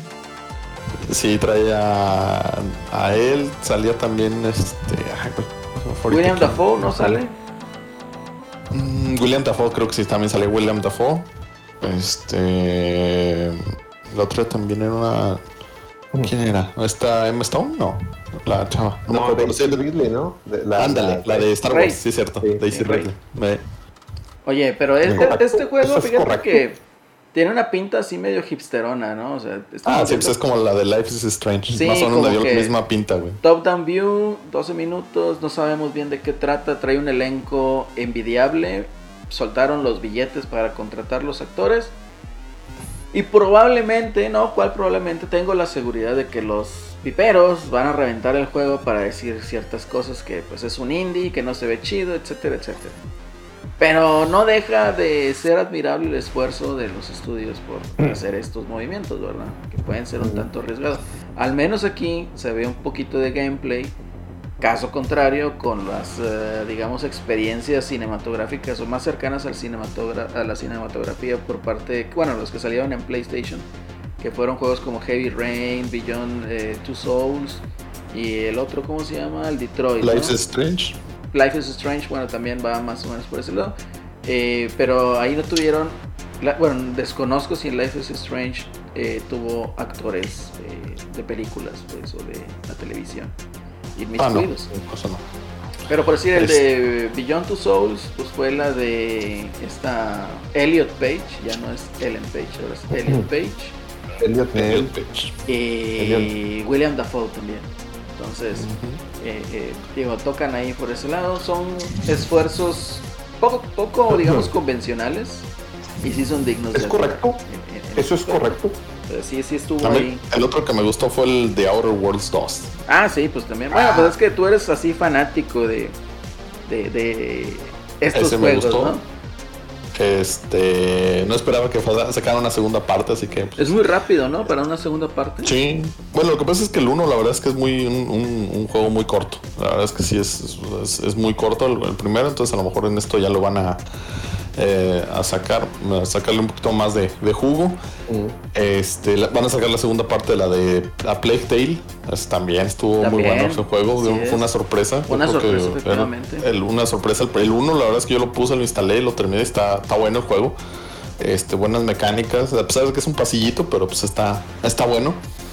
sí, trae a, a él. Salía también este... William Dafoe, ¿no sale? Mm, William Dafoe, creo que sí, también sale William Dafoe. Este... La otra también era una... ¿Quién era? ¿Esta Emma Stone? No, la chava. No, no Daisy Ridley, ¿no? De, la, Ándale, la, la de Star Wars, sí, cierto. Sí, Daisy Ridley. Me... Oye, pero este, este juego, fíjate que... Tiene una pinta así medio hipsterona, ¿no? O sea, ah, sí, pues es como la de Life is Strange. Sí, más o menos dio la misma pinta, güey. Top down view, doce minutos, no sabemos bien de qué trata. Trae un elenco envidiable. Soltaron los billetes para contratar los actores. Y probablemente, ¿no? ¿Cuál probablemente? Tengo la seguridad de que los piperos van a reventar el juego para decir ciertas cosas que pues es un indie, que no se ve chido, etcétera, etcétera. Pero no deja de ser admirable el esfuerzo de los estudios por hacer estos movimientos, ¿verdad? Que pueden ser un tanto arriesgados. Al menos aquí se ve un poquito de gameplay. Caso contrario, con las, uh, digamos, experiencias cinematográficas o más cercanas al cinematogra- a la cinematografía por parte, bueno, los que salieron en PlayStation, que fueron juegos como Heavy Rain, Beyond eh, Two Souls y el otro, ¿cómo se llama? El Detroit, ¿no? Life is Strange. Life is Strange, bueno, también va más o menos por ese lado. Eh, pero ahí no tuvieron la, bueno, desconozco si Life is Strange eh, tuvo actores eh, de películas, pues, o de la televisión. Ah, no, Inmiscuidos. eso no. Pero por decir, el Es- de Beyond Two Souls, pues fue la de esta Elliot Page, ya no es Ellen Page, ahora es Elliot Page. Elliot Nell. Elliot Page. Y William Dafoe también. Entonces, eh, eh, digo, tocan ahí por ese lado. Son esfuerzos poco, poco digamos, convencionales. Y sí son dignos ¿Es de correcto? en- en- en- Eso es correcto. Pero sí, sí estuvo A mí, ahí. el otro que me gustó fue el de Outer Worlds dos. Ah, sí, pues también. Bueno, pues es que tú eres así fanático de, de, de estos Ese me juegos, gustó. ¿no? Este, no esperaba que fuera- sacaran una segunda parte, así que pues, Es muy rápido, ¿no? Para una segunda parte. sí. Bueno, lo que pasa es que el uno, la verdad es que es muy un, un- un juego muy corto. La verdad es que sí es, es, es muy corto el, el primero, entonces a lo mejor en esto ya lo van a, eh, a sacar, a sacarle un poquito más de, de jugo. Mm. Este, la- van a sacar la segunda parte de la de A Plague Tale. Es- también estuvo muy También, bueno ese juego. así fue es. una sorpresa. Yo Una creo que sorpresa, era efectivamente. El, una sorpresa. El, el uno, la verdad es que yo lo puse, lo instalé, lo terminé. Está, está bueno el juego. Este, buenas mecánicas. A pesar de que es un pasillito, pero pues está, está bueno.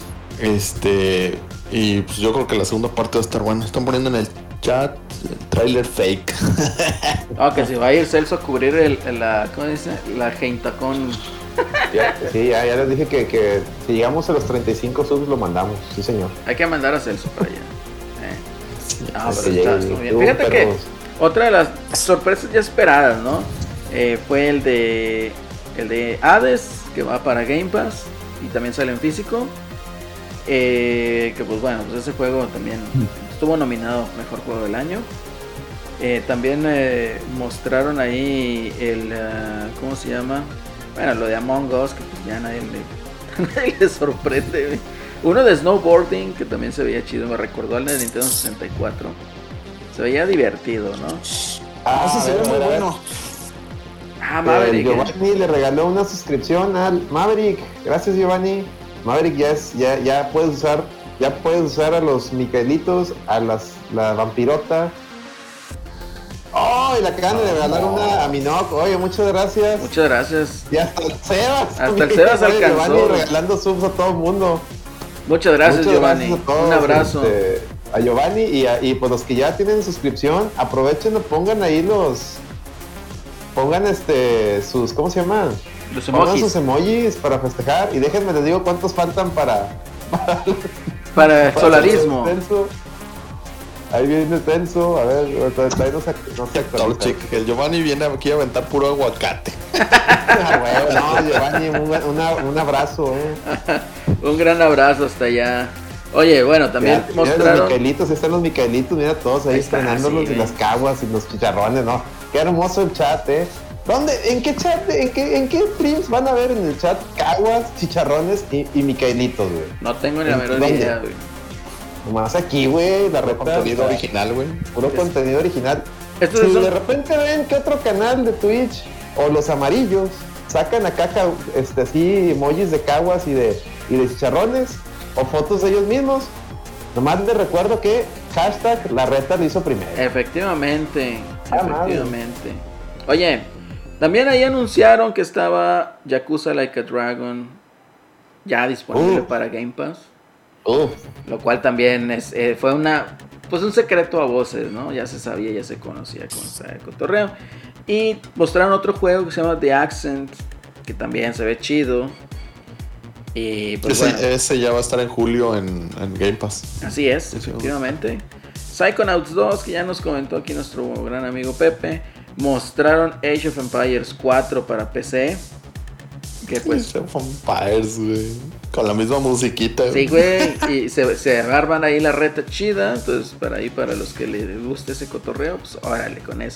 Este, y pues yo creo que la segunda parte va a estar buena. Están poniendo en el chat el trailer fake. Ah, que si va a ir Celso a cubrir el, el- la, ¿cómo dice? La Geintacón. Ya, sí, ya, ya les dije que, que si llegamos a los treinta y cinco subs lo mandamos. Sí, señor. Hay que mandar a Celso para allá. Eh. Ah, Que pero llegue, está estuvo bien. tú, Fíjate que perros. otra de las sorpresas ya esperadas, ¿no? Eh, fue el de el de Hades, que va para Game Pass y también sale en físico. Eh, que pues bueno, pues ese juego también estuvo nominado Mejor Juego del Año. Eh, también eh, mostraron ahí el, uh, ¿cómo se llama? Bueno, lo de Among Us, que pues ya nadie le, nadie le sorprende. Güey. Uno de snowboarding, que también se veía chido, me recordó al de Nintendo sesenta y cuatro. Se veía divertido, ¿no? Ah, ese se ve a ver, muy a ver. bueno. Ah, El Maverick. ¿eh? Giovanni le regaló una suscripción al Maverick. Gracias, Giovanni. Maverick ya es, ya, ya puedes usar, ya puedes usar a los Micaelitos, a las la vampirota. Oh, y le acaban de regalar una a Minoc. Oye, muchas gracias. Muchas gracias. Y hasta el Sebas. Hasta el Sebas Oye, alcanzó. Giovanni regalando subs a todo el mundo. Muchas gracias, Muchas Giovanni. gracias a todos, Un abrazo. este, a Giovanni y, a, y pues los que ya tienen suscripción, aprovechen, pongan ahí los, pongan este sus, ¿cómo se llaman? Los Pongan emojis. sus emojis para festejar y déjenme les digo cuántos faltan para, para, Para el para solarismo. el censo. Ahí viene el censo, a ver, ahí no se, no se actualiza. Torchic, el Giovanni viene aquí a aventar puro aguacate. Ah, bueno, no, Giovanni, un, una- un abrazo, eh. Un gran abrazo hasta allá. Oye, bueno, también Mira, mira los mostraron. Micaelitos, ahí están los Micaelitos, mira todos ahí Ahí está, estrenándolos sí, y güey. las caguas y los chicharrones, ¿no? Qué hermoso el chat, ¿eh? ¿Dónde? ¿En qué chat? ¿En qué, en qué streams van a ver en el chat caguas, chicharrones y, y Micaelitos, güey? No tengo ni la menor ¿Dónde? idea, güey. Nomás aquí, güey, la Puro reta. contenido o sea, original, güey. Puro contenido original. Estos Si son- de repente ven que otro canal de Twitch o los amarillos sacan acá ca- este, así emojis de caguas y de, y de chicharrones o fotos de ellos mismos, nomás les recuerdo que hashtag la reta lo hizo primero. Efectivamente, Ah, madre. efectivamente. Oye, también ahí anunciaron que estaba Yakuza Like a Dragon ya disponible Uh. para Game Pass, Uf, lo cual también es, eh, fue una, pues un secreto a voces, ¿no? Ya se sabía, ya se conocía con ese cotorreo. Y mostraron otro juego que se llama The Accent, que también se ve chido. Y pues ese, bueno. ese ya va a estar en julio en, en Game Pass. Así es, Sí, sí, efectivamente. Psychonauts dos, que ya nos comentó aquí nuestro gran amigo Pepe. Mostraron Age of Empires cuatro para P C. Que pues, Pues, Vampires, güey. Con la misma musiquita. sí, güey. Y se, se agarran ahí la reta chida. Entonces, para ahí, para los que les guste ese cotorreo, pues órale con eso.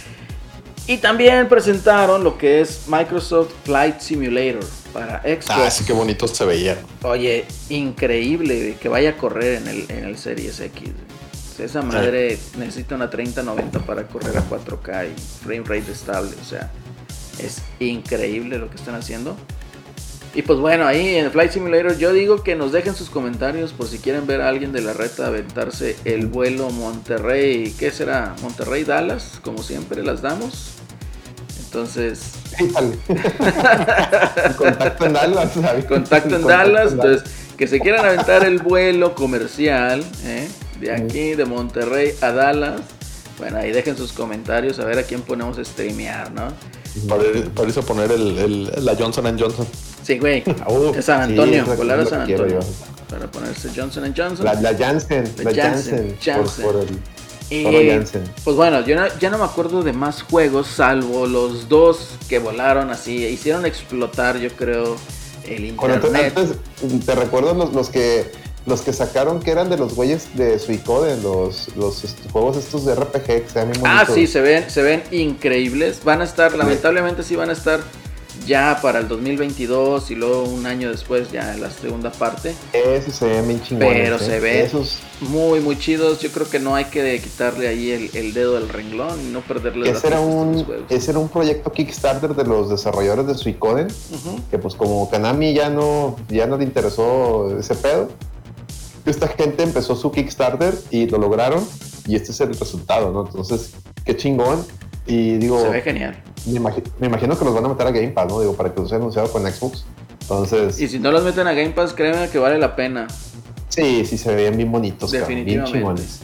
Y también presentaron lo que es Microsoft Flight Simulator para Xbox. Ah, sí, qué bonito se veía. Oye, increíble güey, que vaya a correr en el, en el Series X. güey. O sea, esa madre necesita una treinta noventa para correr a cuatro K y frame rate estable. O sea, es increíble lo que están haciendo. Y pues bueno, ahí en Flight Simulator yo digo que nos dejen sus comentarios por si quieren ver a alguien de la reta aventarse el vuelo Monterrey. ¿Qué será? Monterrey-Dallas, como siempre las damos. Entonces... Híjale. Contacto en Dallas, ¿sabes? Contacto en Contacto Dallas, en entonces que se quieran aventar el vuelo comercial, ¿eh? De aquí, de Monterrey a Dallas. Bueno, ahí dejen sus comentarios a ver a quién ponemos a streamear, ¿no? Para, para eso poner el, el, la Johnson and Johnson. Sí, güey. Uh, Es San Antonio, sí, es volar a lo San que quiero Antonio. yo. Para ponerse Johnson and Johnson. La, la Janssen, La la Janssen, Janssen, Janssen. Por, por el Y, Toro Janssen. pues bueno, yo no, ya no me acuerdo de más juegos, salvo los dos que volaron así, hicieron explotar, yo creo, el Bueno, internet. antes, te recuerdo los, los que los que sacaron que eran de los güeyes de Suicoden, los, los est- juegos estos de R P G que se ven muy Ah, bonitos. sí, se ven, se ven increíbles. Van a estar, lamentablemente sí van a estar ya para el dos mil veintidós y luego un año después ya la segunda parte. Esos se ven bien chingones. Pero ¿eh? se ven Esos, muy, muy chidos. Yo creo que no hay que quitarle ahí el, el dedo del renglón y no perderle la ese, era fiesta a estos un, juegos. ese era un proyecto Kickstarter de los desarrolladores de Suicoden, Ujú. que pues como Konami ya no, ya no le interesó ese pedo, esta gente empezó su Kickstarter y lo lograron y este es el resultado, ¿no? Entonces, qué chingón. Y digo, Se ve genial. me, imagi- me imagino que los van a meter a Game Pass, ¿no? Digo, para que los haya anunciado con Xbox. Entonces, Y si no los meten a Game Pass, créeme que vale la pena. sí, sí se veían bien bonitos, cabrón, bien Definitivamente. chingones.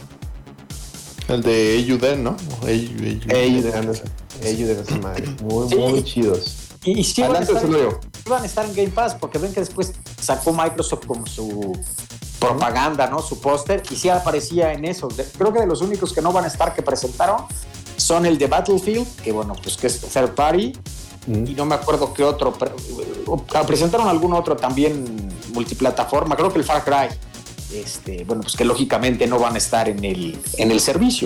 El de Ayuden, ¿no? Ayuden. Ellos de ellos de esa madre, muy, Sí. muy chidos. Y, y sí van a, Adelante, estar, se lo digo. van a estar en Game Pass, porque ven que después sacó Microsoft como su propaganda, ¿no? Su póster, y sí aparecía en esos. De- creo que de los únicos que no van a estar que presentaron son el de Battlefield, que bueno, pues que es third party, Mm. y no me acuerdo qué otro. Pre- o- presentaron algún otro también multiplataforma, creo que el Far Cry. Este, bueno, pues que lógicamente no van a estar en el, en el servicio.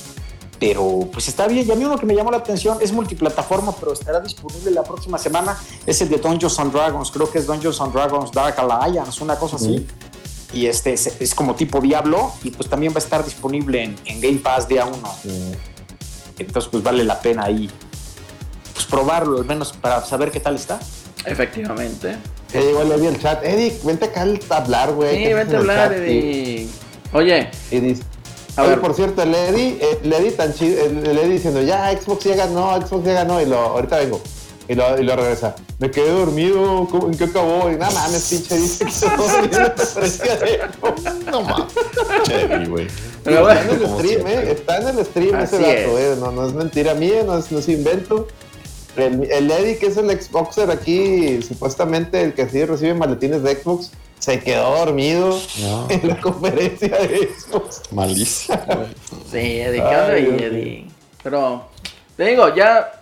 Pero pues está bien. Y a mí uno que me llamó la atención es multiplataforma, pero estará disponible la próxima semana. Es el de Dungeons and Dragons. Creo que es Dungeons and Dragons Dark Alliance, una cosa así. Mm. Y este es, es como tipo Diablo. Y pues también va a estar disponible en, en Game Pass día uno. Mm. Entonces pues vale la pena ahí pues probarlo, al menos para saber qué tal está. Efectivamente. Ya llegó el Eddie al chat. Eddie, vente acá a hablar, güey. Sí, ¿Qué vente a haces en el hablar, chat? Eddie. Oye, Y, y dice, A oye, ver. por cierto, el Eddie, el Eddie tan chido, el, el Eddie diciendo, ya, Xbox ya ganó, Xbox ya ganó, y lo, ahorita vengo. Y lo, y lo regresa. Me quedé dormido, ¿cómo- ¿en qué acabó? Y nada mames, pinche, dice que se dormido en la conferencia de Xbox. No mames. Chévere, güey. Pero Está en el Como stream, siempre. eh, está en el stream Así ese dato, es. eh. No, no es mentira mía, no es, no es invento. El, el Eddie, que es el Xboxer aquí, supuestamente el que sí recibe maletines de Xbox, se quedó dormido No. en la conferencia de Xbox. Malísimo, güey. sí, Eddie, ¿qué onda Ay, ahí, Dios Eddie? Pero, te digo, ya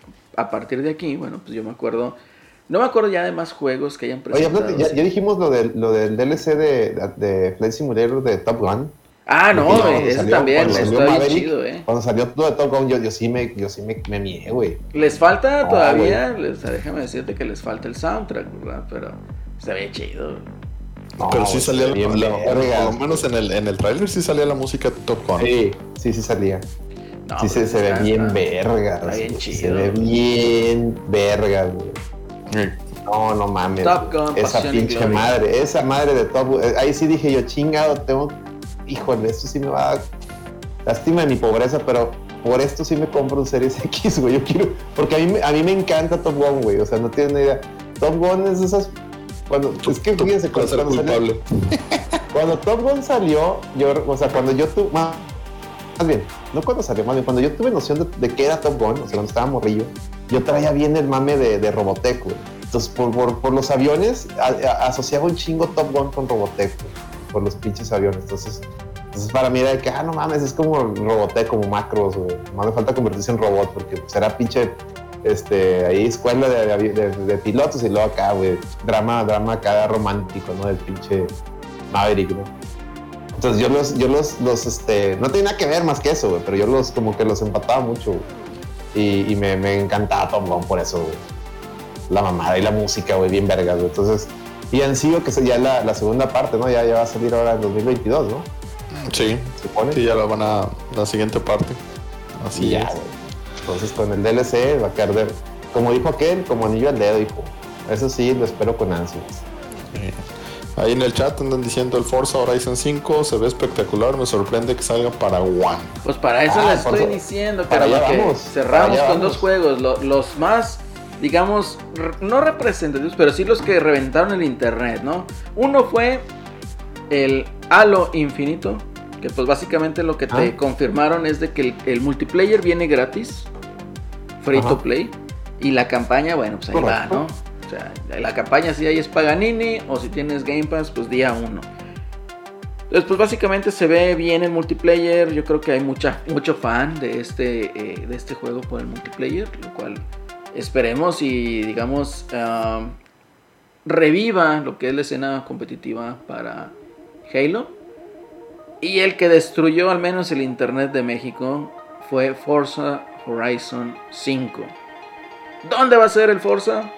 a partir de aquí, bueno, pues yo me acuerdo. No me acuerdo ya de más juegos que hayan Oye, presentado. aparte, ya, sí. ya dijimos lo del, lo del D L C de, de Flight Simulator de Top Gun. Ah, no, Cuando güey, ese salió- también cuando está salió bien Maverick, chido, eh. Cuando salió todo de Top Gun, yo, yo sí me, yo sí me, me mié, güey. Les falta Ah, todavía, les, déjame decirte que les falta el soundtrack, ¿verdad? Pero se ve chido. No, Pero sí güey, salía, la, bien la- verga. por lo menos en el, en el trailer sí salía la música de Top Gun. Sí, sí, sí salía. No, sí, se, pues se ve está- bien está- verga. está bien sí, chido. Se ve bien verga, güey. Sí. No, no mames. Top güey. Gun, Esa Pasión y pinche Gloria. madre, esa madre de Top Gun. eh, Ahí sí dije yo, chingado, tengo. Híjole, esto sí me va a. Lástima de mi pobreza, pero por esto sí me compro un Series X, güey. Yo quiero. Porque a mí, me- a mí me encanta Top Gun, güey. O sea, no tienen ni idea. Top Gun es de esas. Cuando, es que fíjense, Para cuando, ser cuando salió- culpable. cuando Top Gun salió, yo, o sea, cuando yo tuve, más, más bien, no cuando salió, más bien, cuando yo tuve noción de, de qué era Top Gun, o sea, cuando estaba morrillo, yo traía bien el mame de, de Robotech, güey. Entonces, por, por, por los aviones, a- a- asociaba un chingo Top Gun con Robotech, güey, por los pinches aviones. Entonces, entonces para mí era de que, ah, no mames, es como Robotech, como macros, güey. Más me falta convertirse en robot, porque pues, era pinche, este, ahí escuela de, de, de- de pilotos y luego acá, güey, drama, drama acá romántico, ¿no? Del pinche Maverick, ¿no? Entonces yo los, yo los, los, este, no tenía nada que ver más que eso, güey, pero yo los, como que los empataba mucho, güey. Y, y me, me encantaba Top Gun por eso, güey. La mamada y la música, güey, bien vergas, güey. Entonces, y han sido que ya la, la segunda parte, ¿no? Ya, ya va a salir ahora en dos mil veintidós, ¿no? Sí, Se supone. sí, ya la van a la siguiente parte. Así Y ya, es. güey. Entonces con el D L C va a quedar de, como dijo aquel, como anillo al dedo, hijo. Eso sí, lo espero con ansias. Sí. Ahí en el chat andan diciendo el Forza Horizon cinco se ve espectacular, me sorprende que salga para One. Pues para eso Ah, les estoy Forza. diciendo, Para caramba, allá que vamos, cerramos para allá con vamos. dos juegos, lo- los más, digamos, r- no representativos, pero sí los que reventaron el internet, ¿no? Uno fue el Halo Infinito, que pues básicamente lo que te Ah. confirmaron es de que el, el multiplayer viene gratis, free Ajá. to play, y la campaña, bueno, pues ahí va, Correcto. ¿no? O sea, la campaña si hay es Paganini, o si tienes Game Pass, pues día uno. Entonces, pues básicamente se ve bien el multiplayer. Yo creo que hay mucha, mucho fan de este, eh, de este juego por el multiplayer, lo cual esperemos y, digamos, um, reviva lo que es la escena competitiva para Halo. Y el que destruyó al menos el internet de México fue Forza Horizon cinco. ¿Dónde va a ser el Forza?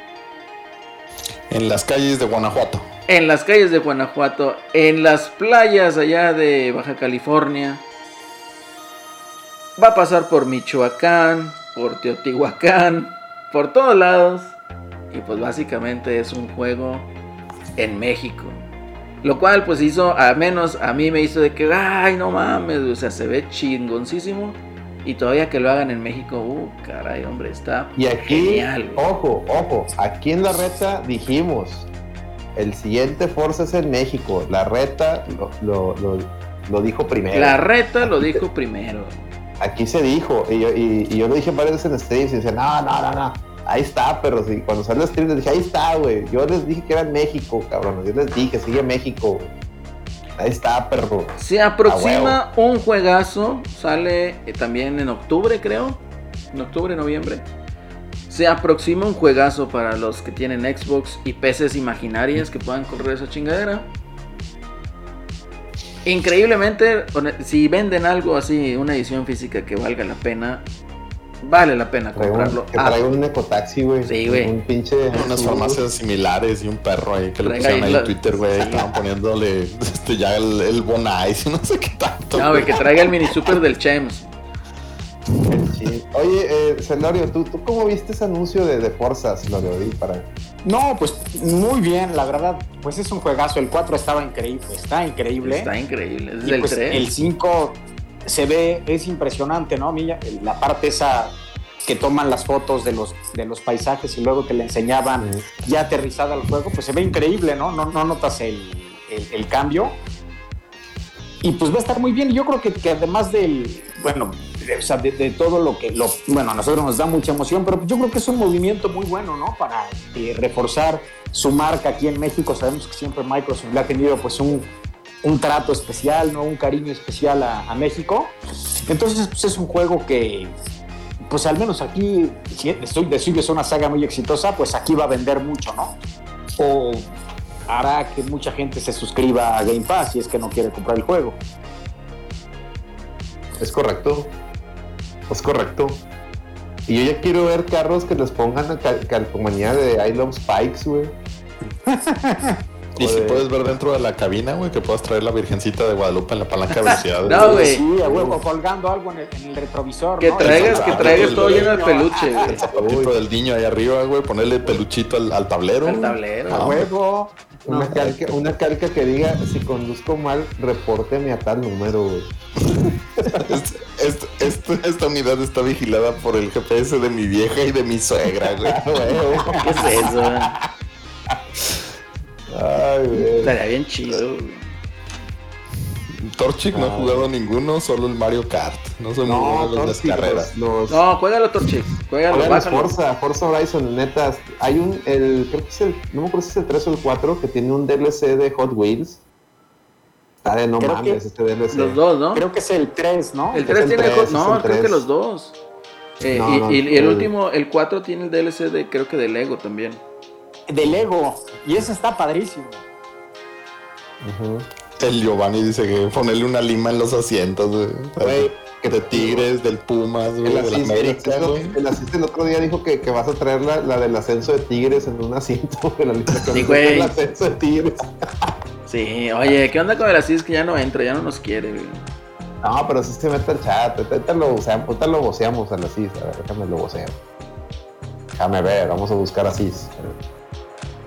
En las calles de Guanajuato. En las calles de Guanajuato, en las playas allá de Baja California. Va a pasar por Michoacán, por Teotihuacán, por todos lados. Y pues básicamente es un juego en México. Lo cual pues hizo, al menos a mí me hizo de que, ay no mames, o sea, se ve chingoncísimo. Y todavía que lo hagan en México, uh, caray, hombre, está Y aquí, genial. güey. ojo, ojo, aquí en la reta dijimos, el siguiente Forza es en México. La reta lo, lo, lo, lo dijo primero. La reta lo dijo primero. Aquí se dijo, y yo, y, y yo lo dije varias veces en streams, y decía, no, no, no, no, ahí está, pero sí, cuando salió el stream les dije, ahí está, güey. Yo les dije que era en México, cabrón. Yo les dije, sigue México, güey. Ahí está, perro. Se aproxima un juegazo, sale eh, también en octubre, creo. En octubre, noviembre. Se aproxima un juegazo para los que tienen Xbox y P Cs imaginarias que puedan correr esa chingadera. Increíblemente, si venden algo así, una edición física que valga la pena, vale la pena Traigo comprarlo. un, que Ah, traiga un ecotaxi, güey. Sí, güey. Un pinche... Unas farmacias similares y un perro ahí que le Traiga pusieron ahí ahí la- en Twitter, güey. sí. Estaban poniéndole este, ya el, el Bonais y no sé qué tanto. no, güey, que traiga el mini super del Chems. Sí. Oye, eh, Celorio, ¿tú, ¿tú cómo viste ese anuncio de, de Forza, Celorio? Di, para... No, pues muy bien, la verdad, pues es un juegazo. El cuatro estaba increíble, está increíble. Está increíble. Es Y del pues tres. el cinco se ve, es impresionante, ¿no? Milla? La parte esa que toman las fotos de los, de los paisajes y luego te le enseñaban Sí. ya aterrizada al juego, pues se ve increíble, ¿no? No, no notas el, el, el cambio. Y pues va a estar muy bien. Y yo creo que, que además del, bueno, de, o sea, de, de todo lo que, lo, bueno, a nosotros nos da mucha emoción, pero yo creo que es un movimiento muy bueno, ¿no? Para eh, reforzar su marca aquí en México. Sabemos que siempre Microsoft le ha tenido pues un, un trato especial, ¿no? Un cariño especial a, a México. Entonces, pues es un juego que, pues al menos aquí, si de suyo es una saga muy exitosa, pues aquí va a vender mucho, ¿no? O hará que mucha gente se suscriba a Game Pass si es que no quiere comprar el juego. Es correcto. Es correcto. Y yo ya quiero ver carros que les pongan a cal- calcomanía de I Love Spikes, güey. Y si Joder. puedes ver dentro de la cabina, güey, que puedas traer la Virgencita de Guadalupe en la palanca de velocidad. No, güey. Sí, a huevo, colgando algo en el, en el retrovisor, Que ¿no? traigas, que Ah, traigas el todo bebé. lleno de peluche, güey. El zapatito del niño ahí arriba, güey, ponerle peluchito al, al tablero. Al güey. tablero. A Ah, huevo. Una, No, calca, una calca que diga, si conduzco mal, repórteme a tal número, güey. Este- este- este- esta unidad está vigilada por el G P S de mi vieja y de mi suegra, güey. ¿Qué es eso? güey? Ay, güey. Estaría bien chido, güey. Torchic no ha Ah. jugado ninguno, solo el Mario Kart. No soy muy No, bueno en las Torchic, carreras. los, los, No, juégalo, Torchic. Juégalo, Oigan, bájalo. Forza, Forza Horizon, neta, hay un, el, creo que es el, no me acuerdo si es el tres o el cuatro, que tiene un D L C de Hot Wheels. Está de no Creo mames que este D L C. Los dos, ¿no? creo que es el tres, ¿no? El es tres el tiene... tres, co- es No, el creo que tres. los dos. Eh, No, y, no, y- y el el- último, el cuatro tiene el D L C de, creo que de Lego también. De Lego. Y ese está padrísimo. Ujú. El Giovanni dice que ponerle una lima en los asientos, güey. Güey, que De Tigres, del Pumas, güey, El de la Asís, América, el, güey. Asís, el Asís el otro día dijo que, que vas a traer la, la del ascenso de Tigres en un asiento. De la lista Sí, güey. El ascenso de Tigres. Sí, oye, ¿qué onda con el Asís que ya no entra? Ya no nos quiere, güey. No, pero sí se mete al chat. Ahorita lo, voceamos, ahorita lo voceamos al Asís. A ver, déjame lo voceo. Déjame ver, vamos a buscar Asís.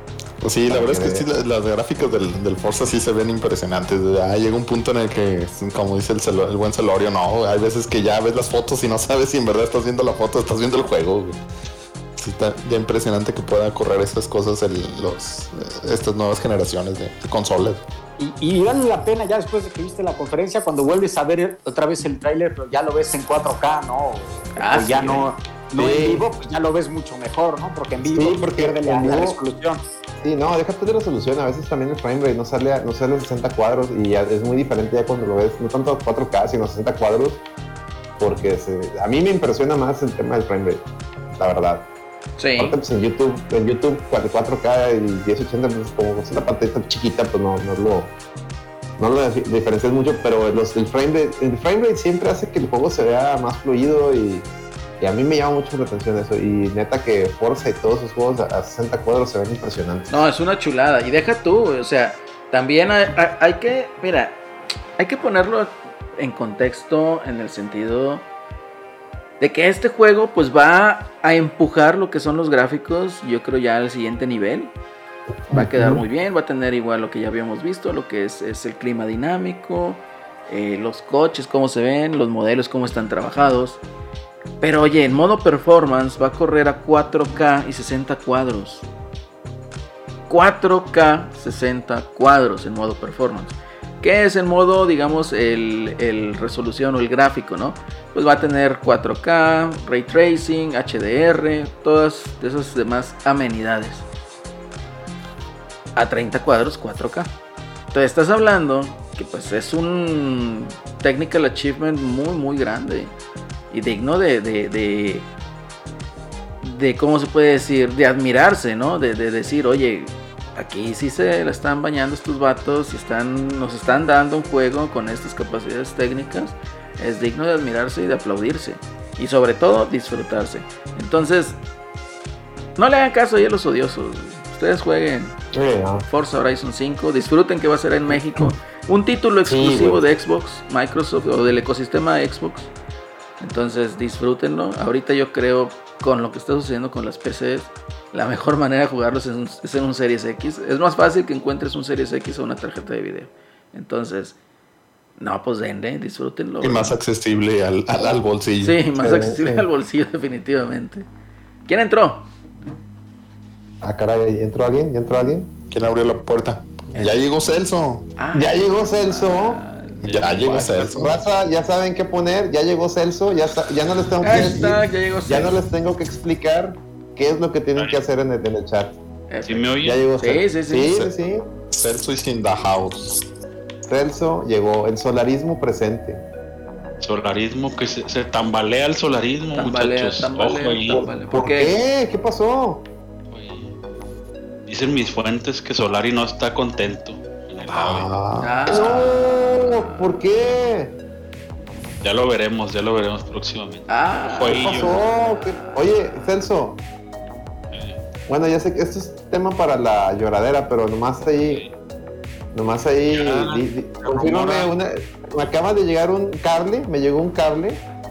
Sí, la verdad es que sí, las, las gráficas del, del Forza sí se ven impresionantes. Ah, llega un punto en el que, como dice el, celo, el buen Celorio, no, hay veces que ya ves las fotos y no sabes si en verdad estás viendo la foto o estás viendo el juego. Güey. Sí, está ya impresionante que pueda correr estas cosas en los, estas nuevas generaciones de consolas. Y, y vale la pena ya después de que viste la conferencia, cuando vuelves a ver otra vez el tráiler, pero ya lo ves en cuatro K, ¿no? Ah, pues ya sí, no, no sí. en vivo, pues ya lo ves mucho mejor, ¿no? Porque en vivo Sí, porque pierde la, en la vivo- resolución. Sí, no, déjate de resolución. A veces también el frame rate no sale a, no sale a sesenta cuadros y ya es muy diferente ya cuando lo ves, no tanto a cuatro K, sino a sesenta cuadros. Porque se, a mí me impresiona más el tema del frame rate, la verdad. Sí. Aparte, pues en YouTube, en YouTube cuatro K y diez ochenta, pues como es una pantalla chiquita, pues no, no lo, no lo dif- diferencias mucho, pero los, el, frame rate, el frame rate siempre hace que el juego se vea más fluido y, y a mí me llama mucho la atención eso. Y neta que Forza y todos sus juegos a, a sesenta cuadros se ven impresionantes. No, es una chulada. Y deja tú, o sea, también hay, hay, hay que, mira, hay que ponerlo en contexto en el sentido de que este juego pues va a empujar lo que son los gráficos, yo creo ya al siguiente nivel. Va a quedar Ujú. muy bien, va a tener igual lo que ya habíamos visto, lo que es, es el clima dinámico, eh, los coches, cómo se ven, los modelos, cómo están trabajados. Pero oye, en modo performance va a correr a cuatro K y sesenta cuadros. cuatro K sesenta cuadros en modo performance. ¿Qué es el modo, digamos, el, el resolución o el gráfico, no? Pues va a tener cuatro K, Ray Tracing, H D R, todas esas demás amenidades. A treinta cuadros, cuatro K. Entonces estás hablando que pues es un technical achievement muy muy grande y digno de, de, de, de ¿cómo se puede decir? De admirarse, ¿no? De, de decir, oye, aquí sí se la están bañando estos vatos y están, nos están dando un juego con estas capacidades técnicas. Es digno de admirarse y de aplaudirse. Y sobre todo, disfrutarse. Entonces, no le hagan caso ahí a los odiosos. Ustedes jueguen Sí, no. Forza Horizon cinco, disfruten que va a ser en México. Un título exclusivo Sí, de Xbox, Microsoft o del ecosistema Xbox. Entonces disfrútenlo. Ahorita yo creo con lo que está sucediendo con las P Cs, la mejor manera de jugarlos es, un, es en un Series X. Es más fácil que encuentres un Series X o una tarjeta de video. Entonces, no, pues denle, disfrútenlo. Y más accesible al, al, al bolsillo. Sí, más Sí, accesible sí. al bolsillo definitivamente. ¿Quién entró? Ah, caray, ¿ya entró alguien? ¿Ya entró alguien? ¿Quién abrió la puerta? Ya llegó Celso. Ah, Ya llegó Celso. Ya llegó Celso. Raza, ya saben qué poner, ya llegó Celso, ya, sa- ya no les tengo que decir, hashtag, ya llegó ya no Celso. les tengo que explicar qué es lo que tienen que hacer en el, en el chat. ¿Sí me oye? Ya llegó Sí, Celso. sí, sí. sí, sí. Celso is in the house. Celso llegó, el solarismo presente. Solarismo, que se, se tambalea el solarismo, Tambalea, muchachos. tambalea, Ojo ahí. tambalea. ¿Por ¿Por qué? qué? ¿Qué pasó? Oye, dicen mis fuentes que Solari no está contento en el AVE. Ah, Ah. no, ¿por qué? Ya lo veremos, ya lo veremos próximamente. Ah, Ojo ¿Qué ahí, pasó? ¿Qué- Oye, Celso, eh, bueno, ya sé que esto es tema para la lloradera, pero nomás ahí, nomás ahí, Ya, di- di- se confírmame rumora. una, me acaba de llegar un cable, me llegó un cable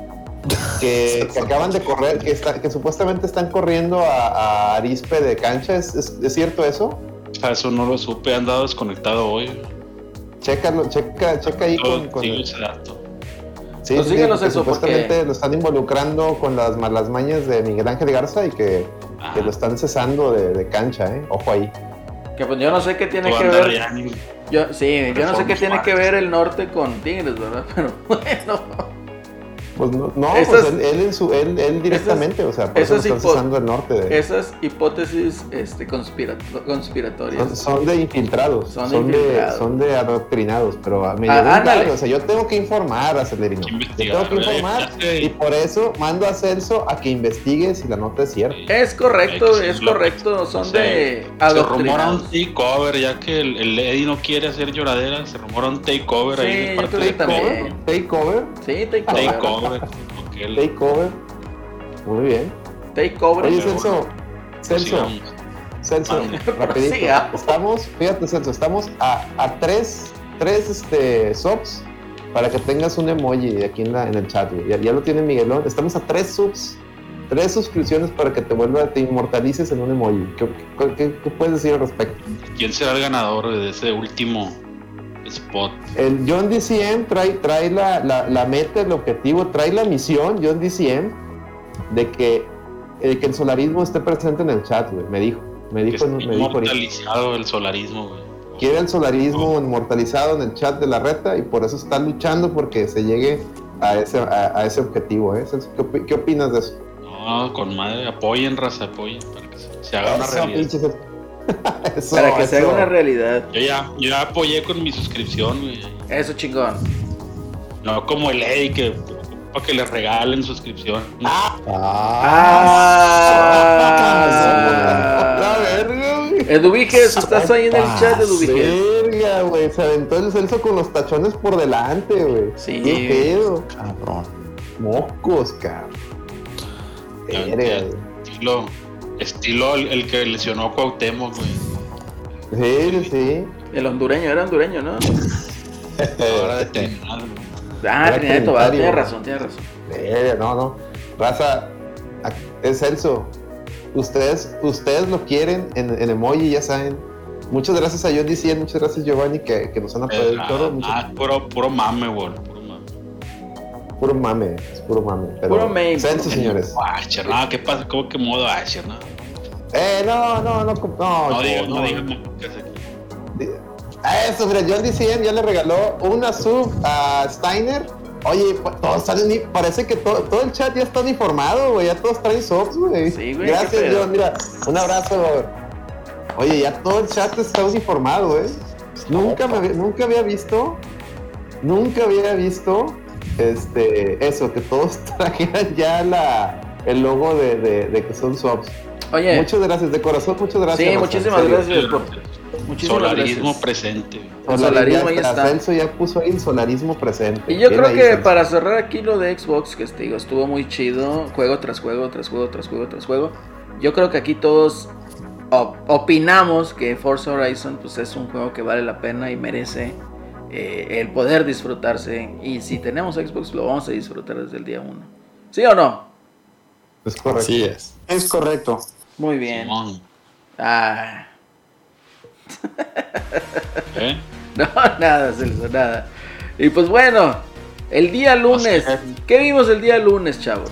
que, que acaban de correr, que, está, que supuestamente están corriendo a, a Arispe de cancha, ¿es, es, es cierto eso? ah, eso no lo supe, he andado desconectado hoy. Chécalo, checa, checa ahí con, Todo, con sigo el- ese dato. sí, Pues sí, síguelo, que Celso, supuestamente porque- lo están involucrando con las malas mañas de Miguel Ángel Garza y que, Ah, que lo están cesando de, de cancha, ¿eh? Ojo ahí. que pues yo no sé qué tiene tú que andas ver. ya en- Yo, sí, yo no sé qué Reformas tiene que Parks. ver el norte con Tigres, ¿verdad? Pero bueno. Pues no, no Esas- pues él, él, en su, él, él directamente, o sea, por eso esas lo están hipo- cesando el norte. De, Esas hipótesis este, conspira- conspiratorias. son, son de infiltrados, Son son de de, infiltrados. son de adoctrinados, pero me Ah, llegó un ándale. cable, o sea, yo tengo que informar a Celerino. Hay que Yo investigar, tengo que ya- informar ya sé. y por eso mando a Celso a que investigue si la nota es cierta. Es correcto, Hay que es seguirlo. correcto. Son Se- de Se rumora un adoctrinados. takeover, ya que el, el Eddie no quiere hacer lloradera, se rumora un takeover Sí, ahí de yo parte creo que de también. Takeover, Sí, takeover. Takeover. porque él- takeover. Muy bien. Takeover. Oye, pero Celso, Celso, sigamos. Celso, Vale. rapidito. Sigamos. Estamos, fíjate, Celso, estamos a, a tres, tres este, subs para que tengas un emoji aquí en, la, en el chat, güey. Ya, ya lo tiene Miguelón. Estamos a tres subs Tres suscripciones para que te vuelva, te inmortalices en un emoji. ¿Qué, qué, qué puedes decir al respecto? ¿Quién será el ganador de ese último spot? El John D C M trae, trae la, la, la meta, el objetivo, trae la misión, John D C M, de que, eh, que el solarismo esté presente en el chat, güey. Me dijo. Me dijo, me dijo inmortalizado el solarismo, güey. Quiere el solarismo Oh. inmortalizado en el chat de la reta y por eso está luchando porque se llegue a ese, a, a ese objetivo, ¿eh? ¿Qué, op- ¿Qué opinas de eso? No, con madre, apoyen, raza, apoyen para que se, se haga una Eso, realidad. pinches. Eso, Para que se haga eso. una realidad. Yo ya, yo ya apoyé con mi suscripción, güey. Eso chingón. No como el Eddie que para que le regalen suscripción. Ah, Ah. la verga, güey. Eduviges, estás ahí en el chat, Eduviges. Verga, güey. Se aventó el Celso con los tachones por delante, güey. Sí. Qué pedo. Cabrón. Mocos, cabrón. Ya, Verga, ya, güey. Estilo, estilo el, el que lesionó a Cuauhtémoc, güey. Sí, sí. El hondureño, era hondureño, ¿no? Ahora de Trinidad, güey. Ah, Era Trinidad y Tobago, Trinitario. tienes razón, tienes razón. Verga, no, no. Raza, es Celso. Ustedes, ustedes lo quieren en, en emoji, ya saben. Muchas gracias a John D C, muchas gracias Giovanni que, que nos han apoyado Eh, un chorro. ah, mucho- ah, puro, puro mame, güey. Puro mame. Puro mame, es puro mame. Pero Puro mame, Celso, puro señores. Asher, no, ¿qué pasa? ¿Cómo que modo Asher, no? Eh, no, no, no, no. No, No, digas, no, no. digas marcas aquí. A eso, mira, John D C ya le regaló una sub a Steiner. Oye, pues, todos están uni- parece que todo, todo el chat ya está uniformado, güey. Ya todos traen subs, güey. Sí, güey, Gracias, qué pedo. John. Mira, un abrazo, güey. Oye, ya todo el chat está uniformado, güey. Nunca, me, había- nunca había visto, nunca había visto, este, eso, que todos trajeran ya la, el logo de, de, de que son subs. Oye, Muchas gracias, de corazón, muchas gracias. sí, Raza, muchísimas en serio. gracias por. Muchísimas Solarismo gracias. presente, güey. El solarismo ahí ya está. Celso ya puso ahí el solarismo presente. Y yo Bien creo ahí, que Celso. para cerrar aquí lo de Xbox, que te digo, estuvo muy chido, juego tras juego, tras juego, tras juego, tras juego. Yo creo que aquí todos op- opinamos que Forza Horizon pues es un juego que vale la pena y merece eh, el poder disfrutarse. Y si tenemos Xbox lo vamos a disfrutar desde el día uno. ¿Sí o no? Es correcto. Así es. Es correcto. Muy bien. Simón. Ah. ¿Eh? No, nada, Celso, nada. Y pues bueno, el día lunes. ¿Qué vimos el día lunes, chavos?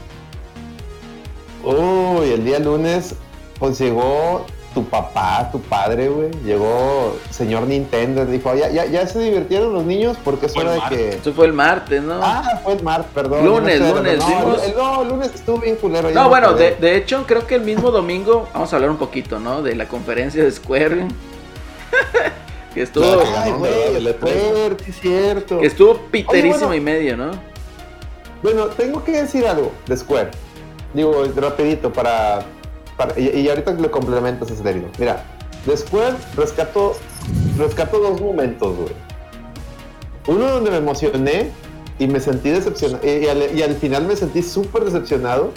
Uy, el día lunes, pues llegó tu papá, tu padre, güey. Llegó señor Nintendo, dijo, ya, ya, ya se divirtieron los niños porque es Fue hora el de martes. que. Eso fue el martes, ¿no? Ah, fue el martes, perdón. Lunes, yo no estoy- lunes, No, vimos- el, no, el lunes estuvo bien culero. ya No, me bueno, acordé. de, de hecho creo que el mismo domingo vamos a hablar un poquito, ¿no? De la conferencia de Square. que estuvo, La que Ay, ganó, güey, ¿verdad? Del E tres. Square, sí, cierto. que estuvo piterísimo Oye, bueno. y medio, ¿no? Bueno, tengo que decir algo de Square. Digo, rapidito para... para- y, y ahorita lo complementas, Celerino. Mira, de Square rescato, rescato dos momentos, güey. Uno donde me emocioné y me sentí decepcionado. Y, y al, y al final me sentí súper decepcionado.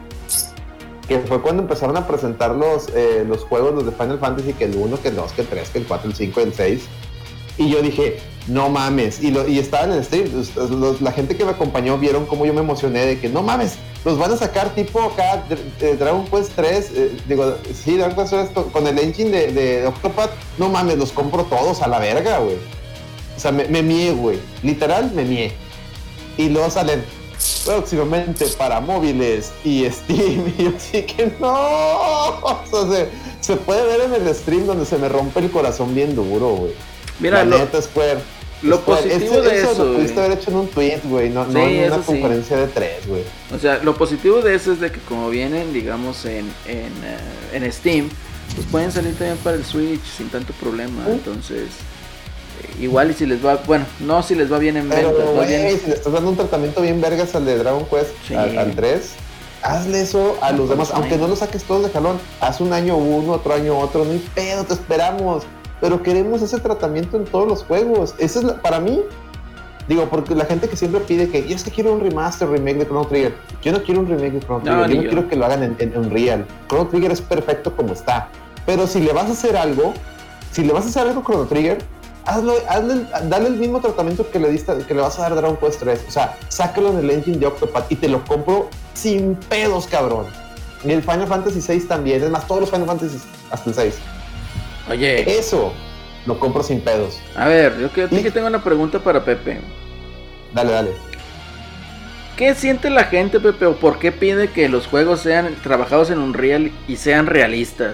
Que fue cuando empezaron a presentar los, eh, los juegos, los de Final Fantasy, que el uno, que el dos, que el tres, que el cuatro, el cinco, el seis. Y yo dije, no mames. Y, lo, y estaba en el stream. Los- los- la gente que me acompañó vieron cómo yo me emocioné de que no mames, los van a sacar tipo acá eh, Dragon Quest tres. eh, digo, sí, Dragon Quest tres con- con el engine de, de Octopath. No mames, los compro todos a la verga, güey. O sea, me, me mié, güey. Literal, me mié. Y luego salen próximamente para móviles y Steam. Y yo así que no. O sea, se, se puede ver en el stream donde se me rompe el corazón bien duro, güey. Mira, La lo, neta, Square. lo Square, positivo ese- de eso, lo pudiste güey. haber hecho en un tweet, güey, no, no Sí, en una eso sí. conferencia de tres, güey. o sea, lo positivo de eso es de que como vienen, digamos, en, en, eh, en Steam, pues pueden salir también para el Switch sin tanto problema. ¿Mm? Entonces, eh, igual y si les va, bueno, no si les va bien en Pero, ventas, más bien- güey, si le estás dando un tratamiento bien vergas al de Dragon Quest, Sí. al, al tres, hazle eso a los demás, Sí. aunque no lo saques todos de jalón. Haz un año uno, otro año otro, no hay pedo, te esperamos. Pero queremos ese tratamiento en todos los juegos. Esa es la- para mí, digo, porque la gente que siempre pide que yo es que quiero un remaster, remake de Chrono Trigger. Yo no quiero un remake de Chrono No, Trigger, ni yo no yo. quiero que lo hagan en, en Unreal. Chrono Trigger es perfecto como está. Pero si le vas a hacer algo, si le vas a hacer algo a Chrono Trigger, hazlo, hazle, dale el mismo tratamiento que le diste, que le vas a dar a Dragon Quest tres. O sea, sácalo en el engine de Octopath y te lo compro sin pedos, cabrón. Y el Final Fantasy seis también. Es más, todos los Final Fantasy hasta el seis. Oye. Eso lo compro sin pedos. A ver, yo que, ¿Y? que tengo una pregunta para Pepe. Dale, dale. ¿Qué siente la gente, Pepe, o por qué pide que los juegos sean trabajados en Unreal y sean realistas?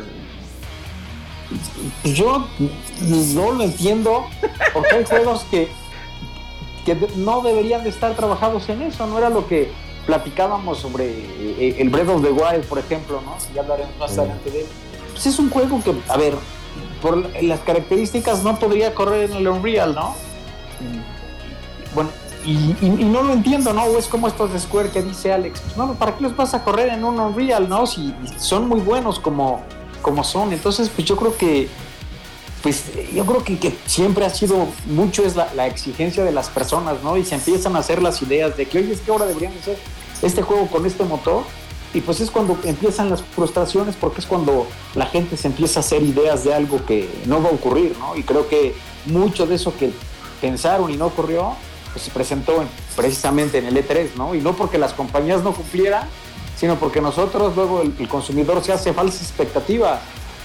Yo no lo entiendo, porque hay juegos que, que no deberían de estar trabajados en eso. No era lo que platicábamos sobre el Breath of the Wild, por ejemplo, ¿no? Ya hablaremos más adelante de él. Pues es un juego que, a ver, por las características no podría correr en el Unreal, ¿no? Bueno, y, y, y no lo entiendo, ¿no? O es como estos de Square que dice Alex, pues no, ¿para qué los vas a correr en un Unreal, no? Si son muy buenos como, como son. Entonces, pues yo creo que pues yo creo que, que siempre ha sido mucho es la, la exigencia de las personas, ¿no? Y se empiezan a hacer las ideas de que, oye, es que ahora deberían hacer este juego con este motor. Y pues es cuando empiezan las frustraciones, porque es cuando la gente se empieza a hacer ideas de algo que no va a ocurrir, ¿no? Y creo que mucho de eso que pensaron y no ocurrió, pues se presentó en, precisamente en el E tres, ¿no? Y no porque las compañías no cumplieran, sino porque nosotros, luego el, el consumidor se hace falsas expectativas.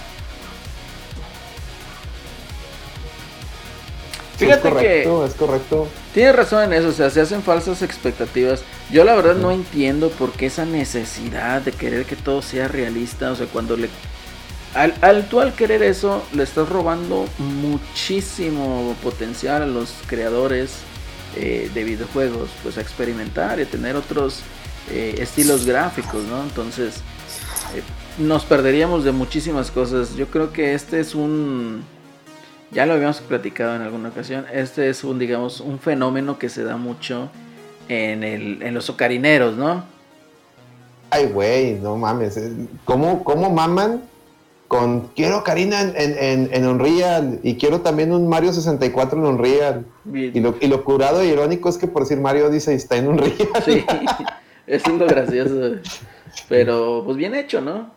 Fíjate es correcto, que es correcto. Tienes razón en eso, o sea, se hacen falsas expectativas. Yo la verdad no entiendo por qué esa necesidad de querer que todo sea realista, o sea, cuando le... Al, al tú al querer eso, le estás robando muchísimo potencial a los creadores eh, de videojuegos, pues a experimentar y a tener otros eh, estilos gráficos, ¿no? Entonces, eh, nos perderíamos de muchísimas cosas. Yo creo que este es un... Ya lo habíamos platicado en alguna ocasión. Este es un, digamos, un fenómeno que se da mucho en, el, en los ocarineros, ¿no? Ay, güey, no mames. ¿Cómo, cómo maman con quiero Ocarina en, en, en Unreal y quiero también un Mario sesenta y cuatro en Unreal? Y lo, y lo curado e irónico es que por decir Mario Odyssey está en Unreal. Sí, eso es lo gracioso. Pero, pues bien hecho, ¿no?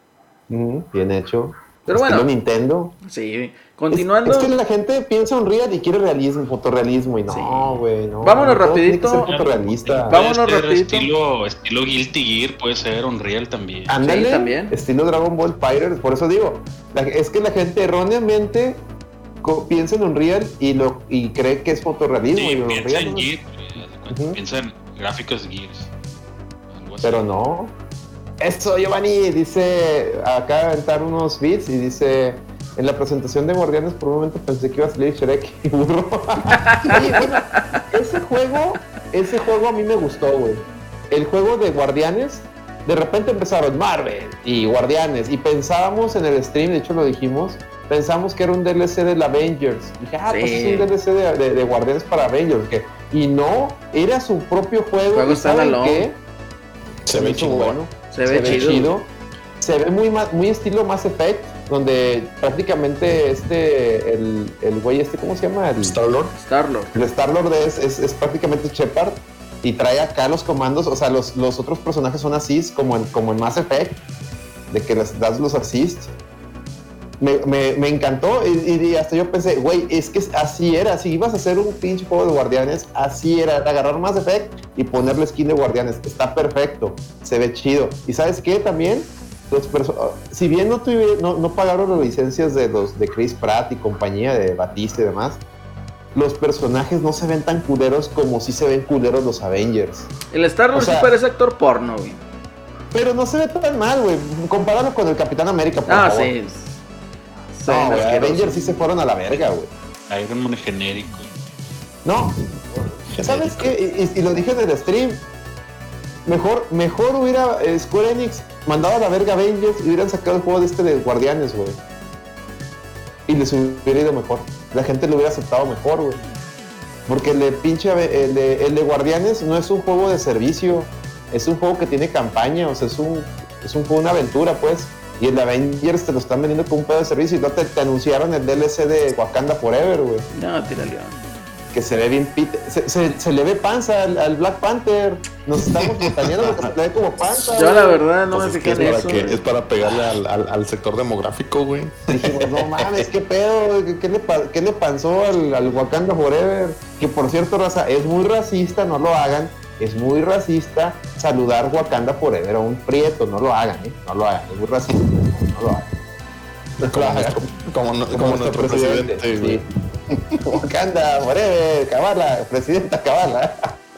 Mm, bien hecho. Pero bueno. Estilo Nintendo. Sí, continuando. Es, es que la gente piensa Unreal y quiere realismo, fotorrealismo y no, güey, sí. no. Vámonos no, rapidito. Tiene que ser fotorrealista. Vámonos rapidito. Estilo, estilo Guilty Gear puede ser Unreal también. Ándale, sí, también. Estilo Dragon Ball Fighters, por eso digo, la, es que la gente erróneamente co- piensa en Unreal y lo y cree que es fotorrealismo. Sí, y piensa Unreal, en ¿no? Gear, uh-huh. Piensa en gráficos Gears. Pero no. Eso, Giovanni, dice, acá de aventar unos beats y dice, en la presentación de Guardianes por un momento pensé que iba a salir Shrek y burro. Sí, bueno, ese juego, ese juego a mí me gustó, güey. El juego de Guardianes, de repente empezaron Marvel y Guardianes y pensábamos en el stream, de hecho lo dijimos, pensamos que era un D L C del Avengers. Dije, ah, sí. Pues es un D L C de, de, de Guardianes para Avengers. ¿Qué? Y no, era su propio juego. Juego está ¿saben qué? Se, se ve chido. Bueno. Se ve, se ve chido. chido. Se ve muy, muy estilo Mass Effect, donde prácticamente este, el, el güey este, ¿cómo se llama? El Star-Lord. Star-Lord. El Star-Lord es, es, es prácticamente Shepard y trae acá los comandos, o sea, los, los otros personajes son assist, como en, como en Mass Effect, de que les das los assists. Me, me, me encantó y, y hasta yo pensé, güey, es que así era, si ibas a hacer un pinche juego de Guardianes, así era, agarrar Mass Effect y ponerle skin de Guardianes, está perfecto, se ve chido. ¿Y sabes qué? También, los perso- si bien no, tuve, no, no pagaron las licencias de los de Chris Pratt y compañía, de Batista y demás, los personajes no se ven tan culeros como si se ven culeros los Avengers. El Star-Lord o sea, sí parece actor porno, güey. Pero no se ve tan mal, güey, compáralo con el Capitán América, por ah, favor. sí. No, güey, Avengers sí se fueron a la verga, güey. Iron Man genérico. No, genérico. ¿Sabes qué? Y, y lo dije en el stream. Mejor, mejor hubiera eh, Square Enix mandado a la verga Avengers y hubieran sacado el juego de este de Guardianes, güey. Y les hubiera ido mejor. La gente lo hubiera aceptado mejor, güey. Porque el de pinche, el de, el de Guardianes no es un juego de servicio. Es un juego que tiene campaña, o sea, es un, es un juego, una aventura, pues. Y el Avengers te lo están vendiendo como un pedo de servicio y no te, te anunciaron el D L C de Wakanda Forever, güey. No, tira león. que se ve bien pite, se, se, se le ve panza al, al Black Panther. Nos estamos botaneando porque se le ve como panza. Yo la verdad no Pues me es que fijé en es eso. para que- güey. es para pegarle al, al, al sector demográfico, güey. Dijimos, no mames, qué pedo, ¿qué, qué le, pa- qué le pasó al, al Wakanda Forever? Que por cierto, raza, es muy racista, no lo hagan. Es muy racista saludar Wakanda Forever a un prieto, no lo hagan, ¿eh? No lo hagan, es muy racista, no lo hagan. No lo Como hagan. nuestro, como, no- como nuestro presidente, güey. sí. Wakanda Forever, Kabala, presidenta Kabala.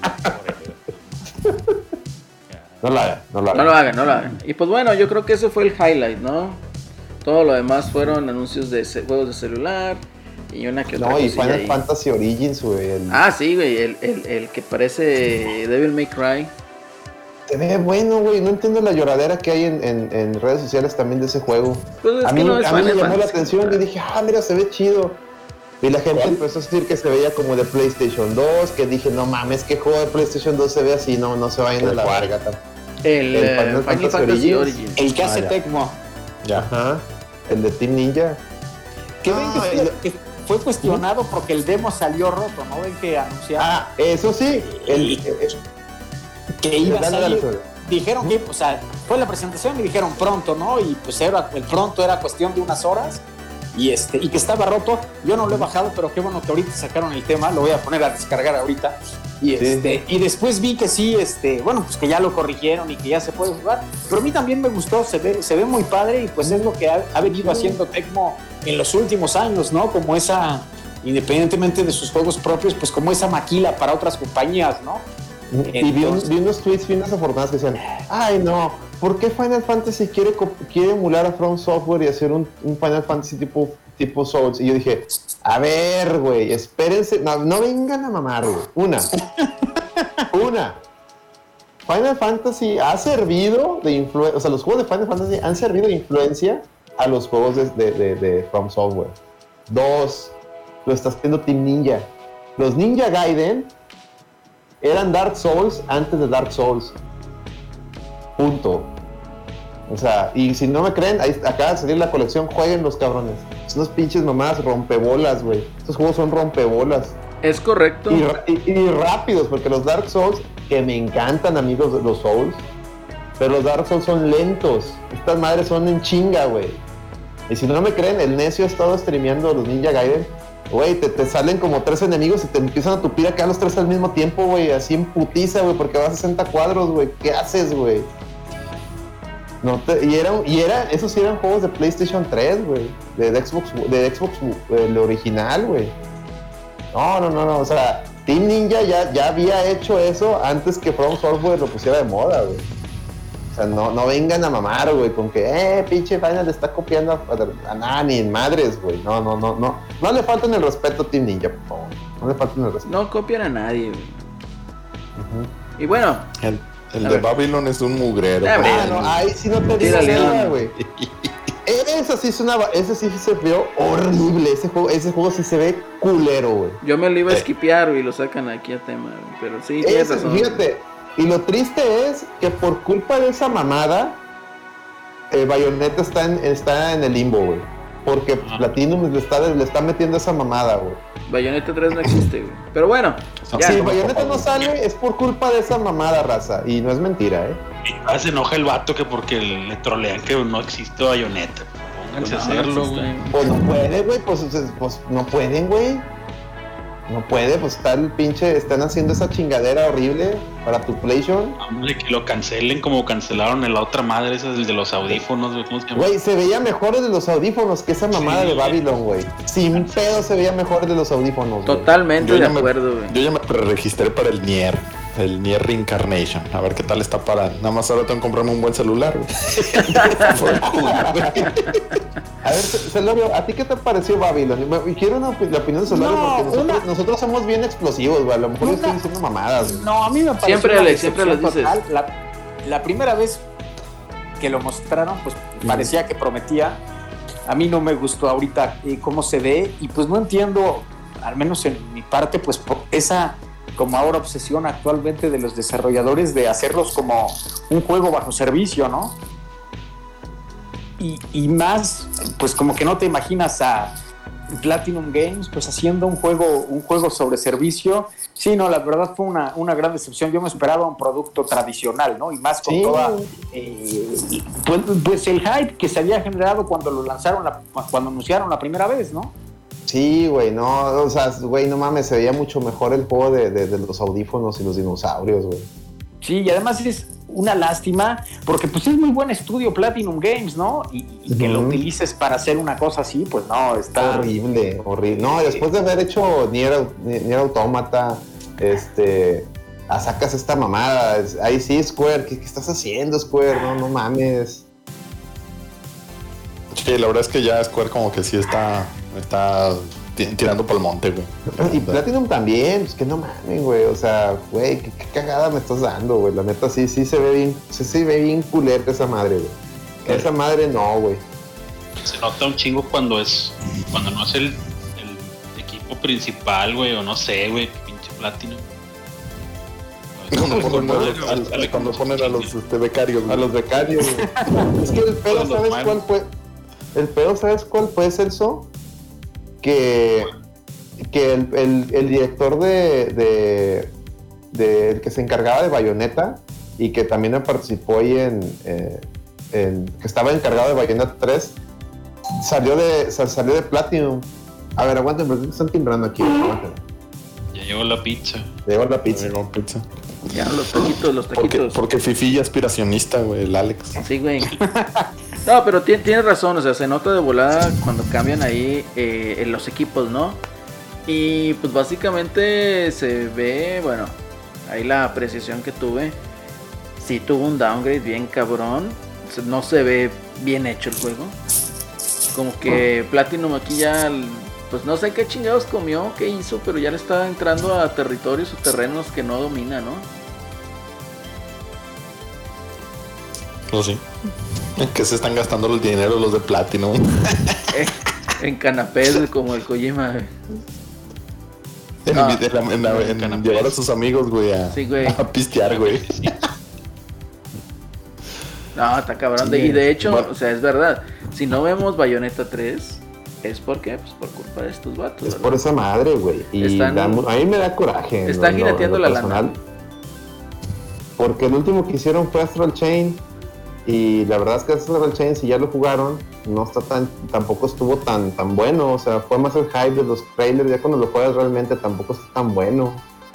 No lo hagan, no lo hagan. No lo hagan, no lo hagan. Y pues bueno, yo creo que ese fue el highlight, ¿no? Todo lo demás fueron anuncios de ce- juegos de celular y una que otra No, y cosilla Final ahí. Fantasy Origins, güey. el- Ah, sí, güey, el, el, el que parece Devil May Cry. Se ve bueno, güey. No entiendo la lloradera que hay en, en, en redes sociales también de ese juego. Pues es a que mí, no es a mí me Final llamó la Fantasy. atención y dije, ah, mira, se ve chido. Y la gente empezó a decir que se veía como de PlayStation dos, que dije, no mames, ¿qué juego de PlayStation dos se ve así? No, no se vayan a la ¿Cuál? verga. El, El eh, Final Final, Fantasy Fantasy Origins. Origins. El que Ah, hace ya. Tecmo. Ya. Ajá. El de Team Ninja. Que ven que Ah, fue, y lo- que fue cuestionado porque el demo salió roto, ¿no? Ven que anunciaron Ah, eso sí. El, Y- que iba a dale, dale, salir. sobre. Dijeron que, o sea, fue la presentación y dijeron pronto, ¿no? Y pues era, el pronto era cuestión de unas horas y este y que estaba roto. Yo no lo he bajado, pero qué bueno que ahorita sacaron el tema, lo voy a poner a descargar ahorita. Y Sí. este y después vi que sí, este, bueno, pues que ya lo corrigieron y que ya se puede jugar. Pero a mí también me gustó, se ve, se ve muy padre y pues es lo que ha, ha venido haciendo Tecmo en los últimos años, ¿no? Como esa, independientemente de sus juegos propios, pues como esa maquila para otras compañías, ¿no? Y vi, un- vi unos tweets bien desafortunados que decían, ay no, ¿por qué Final Fantasy quiere, co- quiere emular a From Software y hacer un, un Final Fantasy tipo, tipo Souls? Y yo dije, a ver, güey, espérense, no, no vengan a mamar, güey. Una, una, Final Fantasy ha servido de influencia, o sea, los juegos de Final Fantasy han servido de influencia a los juegos de, de, de, de From Software. Dos, lo está haciendo Team Ninja. Los Ninja Gaiden eran Dark Souls antes de Dark Souls. Punto. O sea, y si no me creen, ahí acaba de salir la colección, jueguen los cabrones. Son unos pinches mamás rompebolas, güey. Estos juegos son rompebolas. Es correcto. Y, ra- y- y rápidos, porque los Dark Souls, que me encantan, amigos, de los Souls, pero los Dark Souls son lentos. Estas madres son en chinga, güey. Y si no me creen, el necio ha estado streameando los Ninja Gaiden. Güey, te, te salen como tres enemigos y te empiezan a tupir acá los tres al mismo tiempo, güey. Así en putiza, güey, porque vas a sesenta cuadros, güey. ¿Qué haces, güey? No te, y, era, y era, esos sí eran juegos de PlayStation tres, güey. De, de Xbox, de Xbox, el original, güey. No, no, no, no. O sea, Team Ninja ya, ya había hecho eso antes que From Software lo pusiera de moda, güey. O sea, no, no vengan a mamar, güey, con que, eh, pinche Final le está copiando a, a nada, ni en madres, güey. No, no, no, no. No le falten el respeto a Team Ninja, por favor. No le falten el respeto. No copian a nadie, güey. Ujú. Y bueno, El, el A de ver. Babylon es un mugrero. Ah, pero- Ah, no, ahí sí no te digo Tírale, nada, León. güey. Ese sí es una, ese sí se vio horrible. Ese juego, ese juego sí se ve culero, güey. yo me lo iba a Eh. esquipear, güey, y lo sacan aquí a tema, güey. Pero sí, tienes Ese, razón. fíjate, y lo triste es que por culpa de esa mamada, eh, Bayonetta está en, está en el limbo, güey. Porque pues, Ajá. Platinum le está, le está metiendo esa mamada, güey. Bayonetta tres no existe, güey. Pero bueno, ya. Si Bayonetta no sale, es por culpa de esa mamada, raza. Y no es mentira, ¿eh? Y ahora se enoja el vato que porque le trolean que no existe Bayonetta. Pónganse Pues a no, no hacerlo, existe. güey. Pues no puede, güey, pues, pues, pues, no pueden, güey. No puede, pues está el pinche, están haciendo esa chingadera horrible para tu PlayStation. Hombre, que lo cancelen como cancelaron en la otra madre, esa del de los audífonos, güey. ¿Cómo se llama? Güey, se veía mejor el de los audífonos que esa mamada Sí. de Babylon, güey. Sin pedo se veía mejor el de los audífonos, güey. Totalmente Yo de ya me- acuerdo, güey. Yo ya me preregistré para el Nier, el Nier Reincarnation. A ver qué tal está para. Nada más ahora tengo que comprarme un buen celular, güey. Para jugar, güey. A ver, Celorio, ¿a ti qué te pareció Babylon? Y quiero una, opi- la opinión de Celorio No, porque nosotros, una- nosotros somos bien explosivos, güey. A lo mejor yo Una- estoy diciendo mamadas, güey. No, a mí me pareció Siempre, una Alex, siempre decepción lo dices. total. La, la primera vez que lo mostraron, pues parecía que prometía. A mí no me gustó ahorita eh, cómo se ve y pues no entiendo, al menos en mi parte, pues por esa como ahora obsesión actualmente de los desarrolladores de hacerlos como un juego bajo servicio, ¿no? Y, y más, pues como que no te imaginas a Platinum Games, pues haciendo un juego, un juego sobre servicio. Sí, no, la verdad fue una, una gran decepción. Yo me esperaba un producto tradicional, ¿no? Y más con Sí. toda, eh, pues, pues el hype que se había generado cuando lo lanzaron, la, cuando anunciaron la primera vez, ¿no? Sí, güey, no, o sea, güey, no mames, se veía mucho mejor el juego de, de, de los audífonos y los dinosaurios, güey. Sí, y además es una lástima, porque pues es muy buen estudio Platinum Games, ¿no? Y, y que Ujú. lo utilices para hacer una cosa así, pues no, está... Horrible, horrible. No, después de haber hecho Nier, Nier Automata, este, ah, sacas esta mamada. Es- Ahí sí, Square, ¿qué, qué estás haciendo, Square? No, no mames. Sí, la verdad es que ya Square como que sí está, está ti- tirando por el monte, güey. Y Platinum también, pues que no mames, güey. O sea, güey, ¿qué, qué cagada me estás dando, güey. La neta sí, sí se ve bien, sí se ve bien culera esa madre, güey. Esa madre no, güey. Se nota un chingo cuando es. Cuando no es el, el equipo principal, güey, o no sé, güey, pinche Platinum. Cuando ponen a Bueno, los, al- sale cuando como ponen a los este, becarios, A güey. los becarios, güey. Es que el pedo, Todos los ¿sabes malos. cuál fue? El pedo, ¿sabes cuál fue, Celso? Que, que el, el- el director de, de, de- el que se encargaba de Bayonetta y que también participó ahí en, eh, en- que estaba encargado de Bayonetta tres, salió de, sa- salió de Platinum. A ver, aguanten, porque están timbrando aquí. Aguanten. Ya llegó la pizza. Llegó la pizza. Llegó pizza. Ya, los taquitos, los Porque, taquitos. porque Fifi ya aspiracionista, güey, el Alex. Sí, güey. No, pero ti- tienes razón, o sea, se nota de volada cuando cambian ahí eh, en los equipos, ¿no? Y pues básicamente se ve, bueno, ahí la apreciación que tuve, sí tuvo un downgrade bien cabrón, se- no se ve bien hecho el juego. Como que Platinum aquí ya, pues no sé qué chingados comió, qué hizo, pero ya le está entrando a territorios o terrenos que no domina, ¿no? No, sí. En que se están gastando los dineros los de Platinum. Eh, en canapés como el Kojima, güey. En, Ah, en, en- en- en canapés. llevar a sus amigos, güey, a, Sí, güey. a pistear, güey. No, está cabrón. Sí, De- y de hecho, bueno. o sea, es verdad. Si no vemos Bayonetta tres, ¿es por qué? Pues por culpa de estos vatos. Es ¿verdad? por esa madre, güey. Y Están- da mu- a mí me da coraje. en Están lo- en lo- jineteando en lo la lana. personal. Porque el último que hicieron fue Astral Chain. Y la verdad es que Astral Chain, si ya lo jugaron, no está tan, tampoco estuvo tan, tan bueno. O sea, fue más el hype de los trailers. Ya cuando lo juegas realmente tampoco está tan bueno.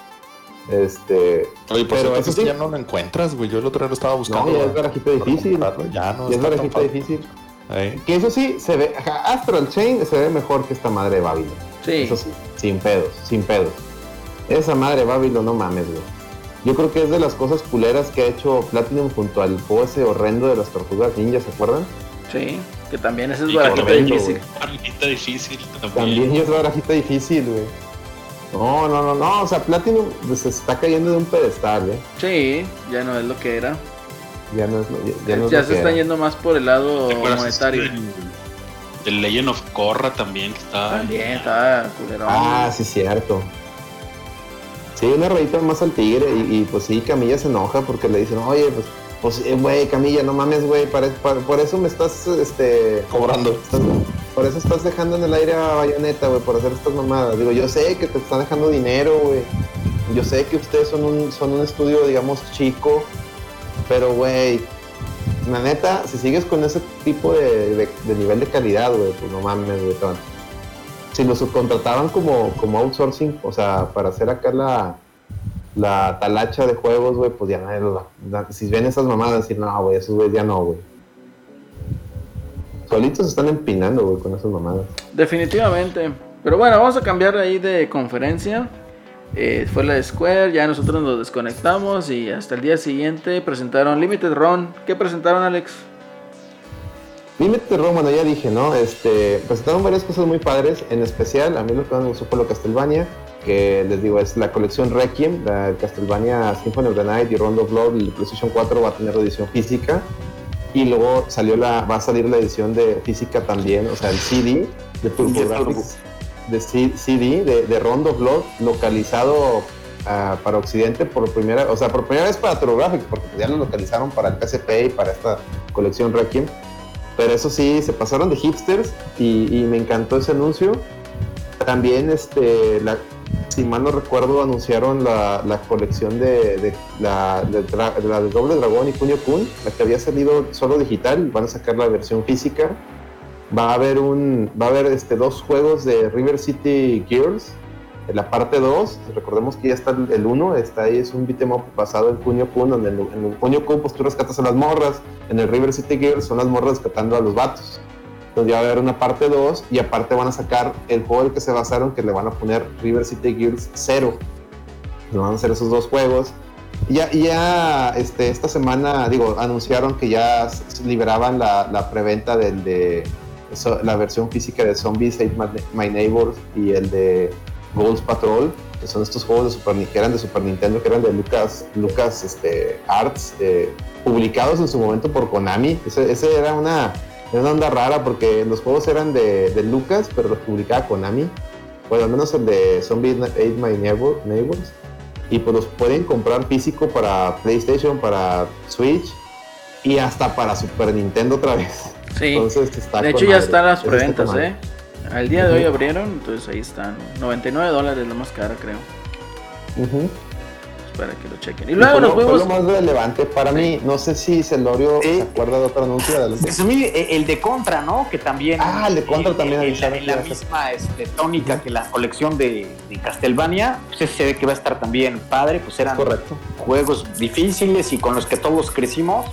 Este. Oye, por Pero cierto, eso eso sí. ya no lo encuentras, güey. Yo el otro día lo estaba buscando. No, ya es para- barajita para difícil. comprarlo. Ya no Ya es está tan barajita fácil. difícil. Ahí. Que eso sí, se ve. Ajá, Astral Chain se ve mejor que esta madre de Babylon. Sí. Eso sí, sin pedos, sin pedos. Esa madre de Babylon, no mames, güey. Yo creo que es de las cosas culeras que ha hecho Platinum junto al juego ese horrendo de las tortugas ninja, ¿se acuerdan? Sí, que también ese es Y barajita horrendo, difícil. Barrita difícil también. También es barajita difícil, güey. No, no, no, no, o sea, Platinum se está cayendo de un pedestal, ¿eh? Sí, ya no es lo que era. Ya no es lo, ya, ya no es Ya lo se que están era. yendo más por el lado ¿Te acuerdas monetario. del, del Legend of Korra también que estaba? También está culerón. Ah, sí, cierto. Sí, una rayita más al tigre y, y, pues sí, Camilla se enoja porque le dicen, oye, pues, pues, eh, güey, Camilla, no mames, güey, para- para- por eso me estás, este, Cobrando. estás- por eso estás dejando en el aire a Bayonetta, güey, por hacer estas mamadas. Digo, yo sé que te están dejando dinero, güey. Yo sé que ustedes son un, son un estudio, digamos, chico, pero, güey, la neta, si sigues con ese tipo de, de- de nivel de calidad, güey, pues no mames, güey, te van- si lo subcontrataban como, como outsourcing, o sea, para hacer acá la, la talacha de juegos, güey, pues ya nadie lo va. da- Si ven esas mamadas, decir, no, güey, esos güeyes ya no, güey. Solitos se están empinando, güey, con esas mamadas. Definitivamente. Pero bueno, vamos a cambiar ahí de conferencia. Eh, fue la de Square, ya nosotros nos desconectamos y hasta el día siguiente presentaron Limited Run. ¿Qué presentaron, Alex? Limited Run, bueno, ya dije, ¿no? Este, presentaron varias cosas muy padres, en especial, a mí lo que más me gustó fue lo Castlevania, que les digo, es la colección Requiem, la Castlevania Symphony of the Night y Rondo of Blood, el PlayStation cuatro va a tener edición física, y luego salió la, va a salir la edición de física también, o sea, el C D de TurboGrafx, de C- CD de, de Rondo of Blood, localizado uh, para Occidente por primera, o sea, por primera vez para TurboGrafx, porque ya lo localizaron para el P S P y para esta colección Requiem. Pero eso sí, se pasaron de hipsters y, y me encantó ese anuncio. También, este, la, si mal no recuerdo, anunciaron la, la colección de, de, la, de, de la de Doble Dragón y Kunio Kun, la que había salido solo digital. Van a sacar la versión física. Va a haber un, va a haber este, dos juegos de River City Girls. En la parte dos, recordemos que ya está el uno, está ahí, es un beat'em up basado en Kunio Kun, donde en el, en el Kunio Kun pues tú rescatas a las morras, en el River City Girls son las morras rescatando a los vatos. Entonces ya va a haber una parte dos y aparte van a sacar el juego del que se basaron, que le van a poner River City Girls cero. Entonces van a hacer esos dos juegos. Y ya, y ya este, esta semana, digo, anunciaron que ya liberaban la, la preventa del de so, la versión física de Zombies Ate My, My Neighbors y el de Ghost Patrol, que son estos juegos de Super, que eran de Super Nintendo, que eran de Lucas, Lucas este, Arts, eh, publicados en su momento por Konami. Ese, ese era una... Era una onda rara porque los juegos eran de, de Lucas, pero los publicaba Konami. Bueno, al menos el de Zombie Ate My Neighbor, Neighbors. Y pues los pueden comprar físico para PlayStation, para Switch y hasta para Super Nintendo otra vez. Sí, entonces, está de hecho ya madre. están las Eso preventas, está ¿eh? Al día de hoy abrieron, entonces ahí están. noventa y nueve dólares la más cara, creo. Uh-huh. Para que lo chequen. Y Y luego fue, los lo, fue juegos... lo más relevante para Sí. mí. No sé si Celorio Sí. se acuerda de otro anuncio. Adelante. Pues a mí, eh, el de Contra, ¿no? Que también... Ah, el de Contra eh, también En, avisaron en que la iba a ser. misma este, tónica que la colección de, de Castlevania, pues ese se ve que va a estar también padre, pues eran Correcto. juegos difíciles y con los que todos crecimos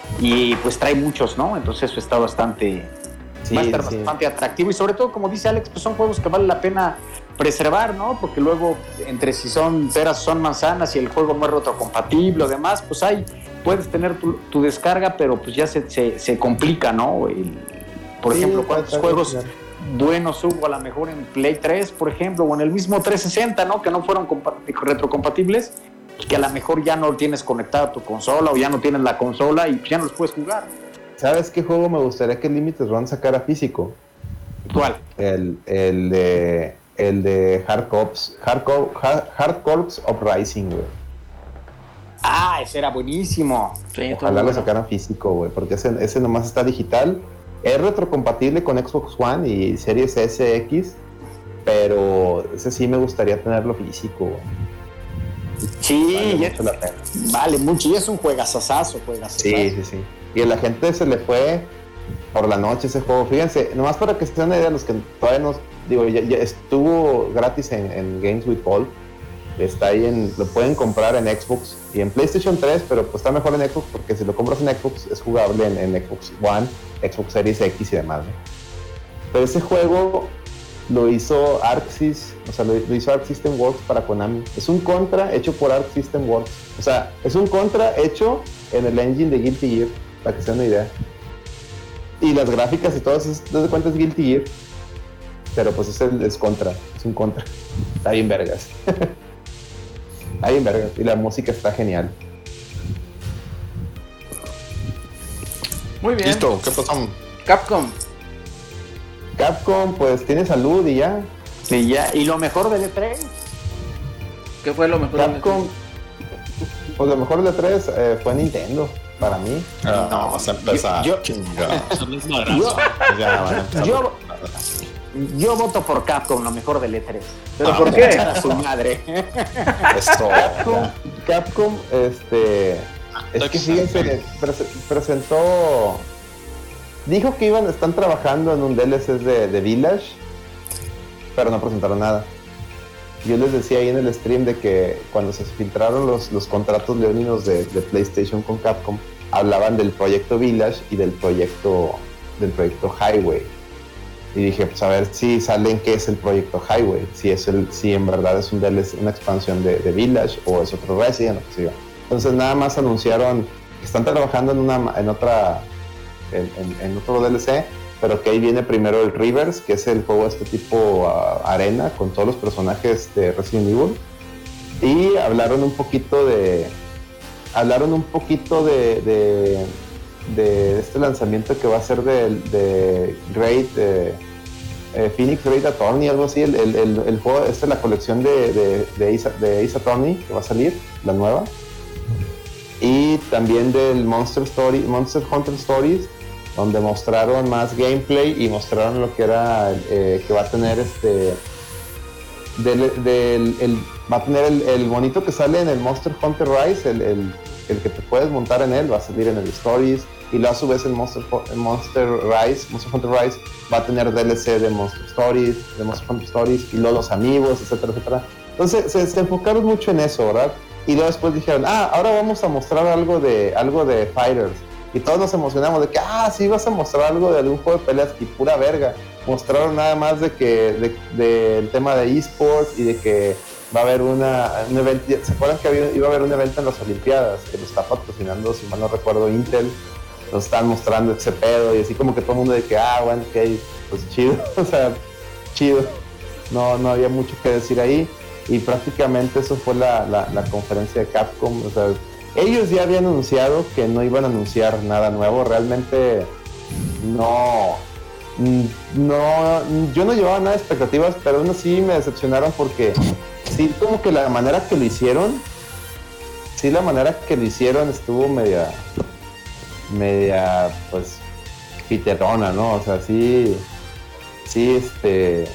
y pues trae muchos, ¿no? Entonces eso está bastante... Sí, va a estar sí. bastante atractivo y sobre todo, como dice Alex, pues son juegos que vale la pena preservar, ¿no? Porque luego, entre si son peras o son manzanas y el juego no es retrocompatible o demás, pues hay, puedes tener tu, tu descarga, pero pues ya se, se, se complica, ¿no? El, por Sí, ejemplo, está- cuántos está juegos bien. buenos hubo a lo mejor en Play tres, por ejemplo, o en el mismo trescientos sesenta, ¿no? Que no fueron compa- retrocompatibles, que a lo mejor ya no tienes conectada tu consola o ya no tienes la consola y ya no los puedes jugar. ¿Sabes qué juego me gustaría que Limited Run sacara físico? ¿Cuál? El, el de el de Hard Corps, Hard, Cor- Hard, Hard Corps Uprising, güey. Ah, ese era buenísimo. Sí, todo Ojalá lo bueno. sacaran físico, güey, porque ese, ese nomás está digital. Es retrocompatible con Xbox One y Series S X, pero ese sí me gustaría tenerlo físico, güey. Sí, Vale ya- mucho la pena. vale mucho. Y es un juegazazazo, juegazazazo. Sí, sí, sí. Y a la gente se le fue por la noche ese juego. Fíjense, nomás para que se den una idea, los que todavía no, digo, ya, ya estuvo gratis en, en Games with Gold. Está ahí en, lo pueden comprar en Xbox y en PlayStation tres, pero pues está mejor en Xbox porque si lo compras en Xbox es jugable en, en Xbox One, Xbox Series X y demás, ¿no? Pero ese juego lo hizo Arc Sys, o sea, lo, lo hizo Arc System Works para Konami. Es un Contra hecho por Arc System Works. O sea, es un Contra hecho en el engine de Guilty Gear, para que se den una idea. Y las gráficas y todo eso, desde cuenta es Guilty Gear. Pero pues es, el, es Contra, es un Contra. Está bien vergas. Está bien vergas. Y la música está genial. Muy bien. Listo, ¿qué pasó? Capcom. Capcom, pues tiene salud y ya. Sí, ya. Y lo mejor del E tres. ¿Qué fue lo mejor? Capcom, pues lo mejor de tres eh, fue Nintendo, para mí. Ah, No, vamos a empezar. yo- yo- Chingada. Son los madrazos. Yo, Ya van a empezar. yo, yo voto por Capcom, lo mejor del E tres. ¿Pero Ah, por ya. qué? A su madre. Esto. Capcom, Capcom, este, es que fíjense, prese- presentó, dijo que iban, están trabajando en un D L C de, de Village, pero no presentaron nada. Yo les decía ahí en el stream de que cuando se filtraron los, los contratos leoninos de, de PlayStation con Capcom, hablaban del proyecto Village y del proyecto del proyecto Highway. Y dije, pues a ver si salen qué es el proyecto Highway, si es el, si en verdad es un D L C, una expansión de, de Village o es otro Resident, o qué sé yo. Entonces nada más anunciaron que están trabajando en una en otra en, en, en otro D L C, pero que ahí viene primero el Rivers, que es el juego de este tipo uh, arena con todos los personajes de Resident Evil. Y hablaron un poquito de hablaron un poquito de, de de este lanzamiento que va a ser de, de Great eh, eh, Phoenix Great Attorney, algo así, el, el, el, el juego, esta es la colección de, de, de, Ace, de Ace Attorney que va a salir, la nueva, y también del Monster Story, Monster Hunter Stories, donde mostraron más gameplay y mostraron lo que era eh, que va a tener este del, del el, va a tener el, el bonito que sale en el Monster Hunter Rise, el, el, el que te puedes montar en él, va a salir en el Stories, y luego a su vez el Monster, el Monster Rise, Monster Hunter Rise va a tener D L C de Monster Stories, de Monster Hunter Stories, y luego los amigos, etcétera, etcétera. Entonces se, se enfocaron mucho en eso, ¿verdad? Y luego después dijeron, ah, ahora vamos a mostrar algo de, algo de Fighters. Y todos nos emocionamos de que, ah, sí, vas a mostrar algo de algún juego de peleas, y pura verga. Mostraron nada más de que, de, de el tema de eSports y de que va a haber una, un evento, ¿se acuerdan que había, iba a haber un evento en las Olimpiadas? Que lo está patrocinando, si mal no recuerdo, Intel. Nos están mostrando ese pedo y así como que todo el mundo de que, ah, bueno, ok, pues chido, o sea, chido. No, no había mucho que decir ahí. Y prácticamente eso fue la, la, la conferencia de Capcom. O sea, ellos ya habían anunciado que no iban a anunciar nada nuevo. Realmente no, no, yo no llevaba nada de expectativas, pero aún así me decepcionaron porque sí, como que la manera que lo hicieron, sí, la manera que lo hicieron estuvo media, media, pues, piterona, ¿no? O sea, sí, sí, este...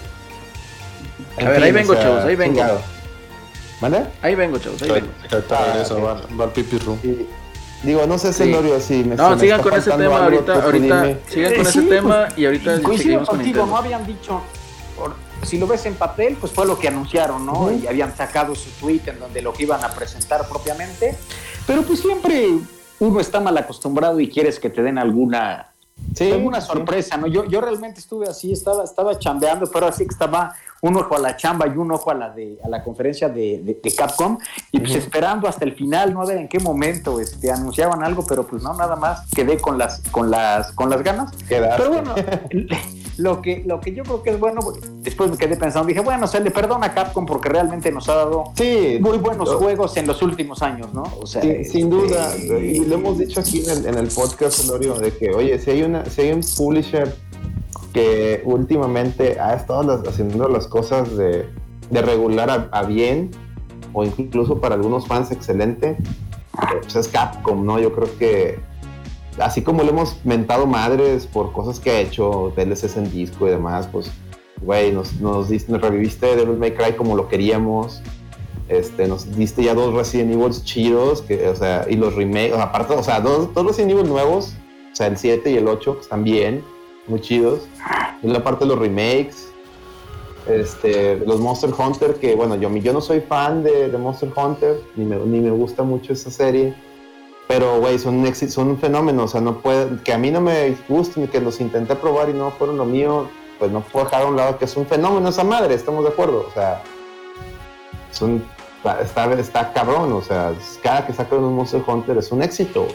En a ver, fin, ahí vengo, o sea, chavos, ahí vengo. ¿Vale? Ahí vengo, chavos, ahí vengo. Ah, eso, va, va al pipirru. Digo, no sé, Celorio, sí. si me No, se sigan me con ese tema algo, ahorita, ahorita, sigan con eh, ese sí, tema pues, y ahorita coincido con contigo, no habían dicho, por, si lo ves en papel, pues fue lo que anunciaron, ¿no? Uh-huh. Y habían sacado su tweet en donde lo que iban a presentar propiamente, pero pues siempre uno está mal acostumbrado y quieres que te den alguna... Sí, alguna sorpresa, sí. ¿no? Yo, yo realmente estuve así, estaba, estaba chambeando, pero así que estaba un ojo a la chamba y un ojo a la de a la conferencia de, de, de Capcom, y pues uh-huh. esperando hasta el final, no a ver en qué momento este, anunciaban algo, pero pues no, nada más quedé con las, con las, con las ganas. Quedaste. Pero bueno, lo que, lo que yo creo que es bueno, después me quedé pensando, dije, bueno, se le perdona a Capcom porque realmente nos ha dado sí, muy buenos no. juegos en los últimos años, ¿no? O sea, sí, este... sin duda, y lo hemos dicho aquí en el, en el podcast, Celorio, de que, oye, si hay una, si hay un publisher que últimamente ha estado las, haciendo las cosas de, de regular a, a bien, o incluso para algunos fans excelente, pues es Capcom, ¿no? Yo creo que así como le hemos mentado madres por cosas que ha hecho, D L Cs en disco y demás, pues, güey, nos, nos, nos reviviste Devil May Cry como lo queríamos, este, nos diste ya dos Resident Evil chidos, que, o sea, y los remakes, o sea, aparte, o sea, dos, dos Resident Evil nuevos, o sea, el siete y el ocho, que están bien, muy chidos, y la parte de los remakes, este, los Monster Hunter, que bueno, yo, yo no soy fan de, de Monster Hunter, ni me, ni me gusta mucho esa serie, pero güey, son un éxito, son un fenómeno, o sea, no puede, que a mí no me gusten, que los intenté probar y no fueron lo mío, pues no puedo dejar a un lado que es un fenómeno esa madre, estamos de acuerdo, o sea, son, está, está cabrón, o sea, cada que sacan un Monster Hunter es un éxito.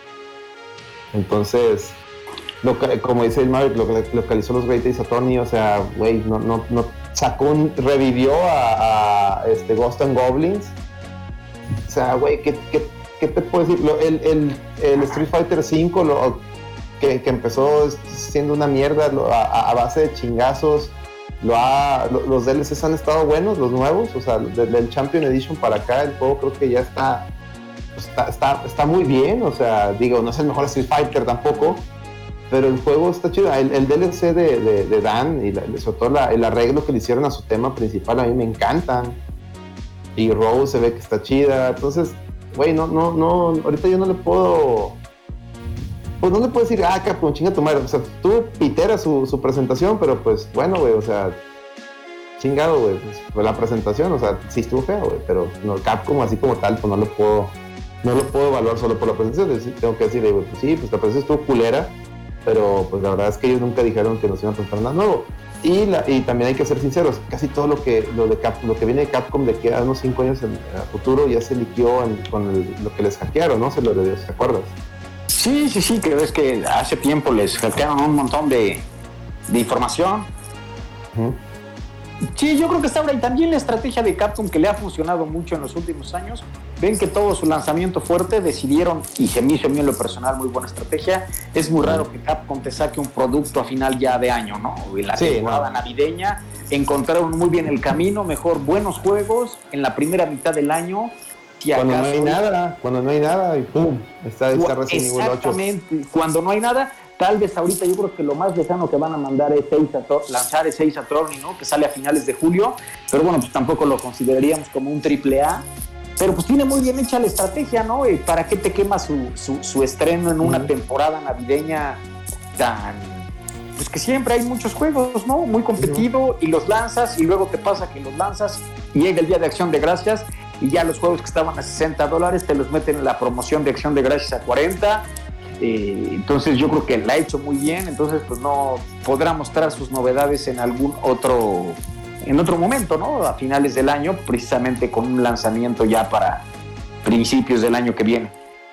Entonces, lo, como dice el Maverick, lo que localizó los Great Ace Attorney, o sea, güey, no, no, no sacó un, revivió a, a este Ghost and Goblins, o sea, güey, ¿qué, qué, qué te puedo decir? Lo, el, el, el Street Fighter cinco, lo, que, que empezó siendo una mierda lo, a, a base de chingazos, lo ha, lo, los D L Cs han estado buenos, los nuevos, o sea, desde el Champion Edition para acá, el juego creo que ya está Está, está, está muy bien, o sea, digo, no es el mejor Street Fighter tampoco, pero el juego está chido. El, el D L C de, de, de Dan y la, sobre todo la, el arreglo que le hicieron a su tema principal a mí me encantan, y Rose se ve que está chida. Entonces, güey, no, no, no, ahorita yo no le puedo, pues no le puedo decir, ah, Capcom, chinga tu madre, o sea, tuvo pitera su, su presentación, pero pues bueno, güey, o sea, chingado, güey, pues, fue la presentación, o sea, sí estuvo feo, güey, pero no, Capcom así como tal, pues no lo puedo no lo puedo evaluar solo por la presentación. Tengo que decirle, pues sí, pues la presentación estuvo culera, pero pues la verdad es que ellos nunca dijeron que nos iban a presentar nada nuevo. Y, la, y también hay que ser sinceros, casi todo lo que lo de Cap, lo que viene de Capcom de que a unos cinco años en el futuro ya se liquió en, con el, lo que les hackearon, ¿no? Se lo ¿te acuerdas? Sí, sí, sí, creo es que hace tiempo les hackearon un montón de, de información. Uh-huh. Sí, yo creo que está ahora, y también la estrategia de Capcom que le ha funcionado mucho en los últimos años. Ven que todo su lanzamiento fuerte decidieron, y se me hizo a mí en lo personal muy buena estrategia. Es muy raro que Capcom te saque un producto a final ya de año, ¿no? En la sí, temporada no. navideña encontraron muy bien el camino, mejor buenos juegos en la primera mitad del año. Si cuando acaso, no hay nada, cuando no hay nada y pum, está, está Resident Evil ocho. Exactamente, cuando no hay nada. Tal vez ahorita yo creo que lo más lejano que van a mandar es Ace Attorney, lanzar es Ace Attorney, ¿no? Que sale a finales de julio, pero bueno, pues tampoco lo consideraríamos como un triple A. Pero pues tiene muy bien hecha la estrategia, ¿no? ¿Para qué te quema su, su, su estreno en una temporada navideña tan... Pues que siempre hay muchos juegos, ¿no? Muy competido, y los lanzas, y luego te pasa que los lanzas, y llega el día de Acción de Gracias, y ya los juegos que estaban a sesenta dólares te los meten en la promoción de Acción de Gracias a cuarenta. Eh, entonces yo creo que la ha hecho muy bien, entonces pues no podrá mostrar sus novedades en algún otro en otro momento, ¿no? A finales del año, precisamente con un lanzamiento ya para principios del año que viene.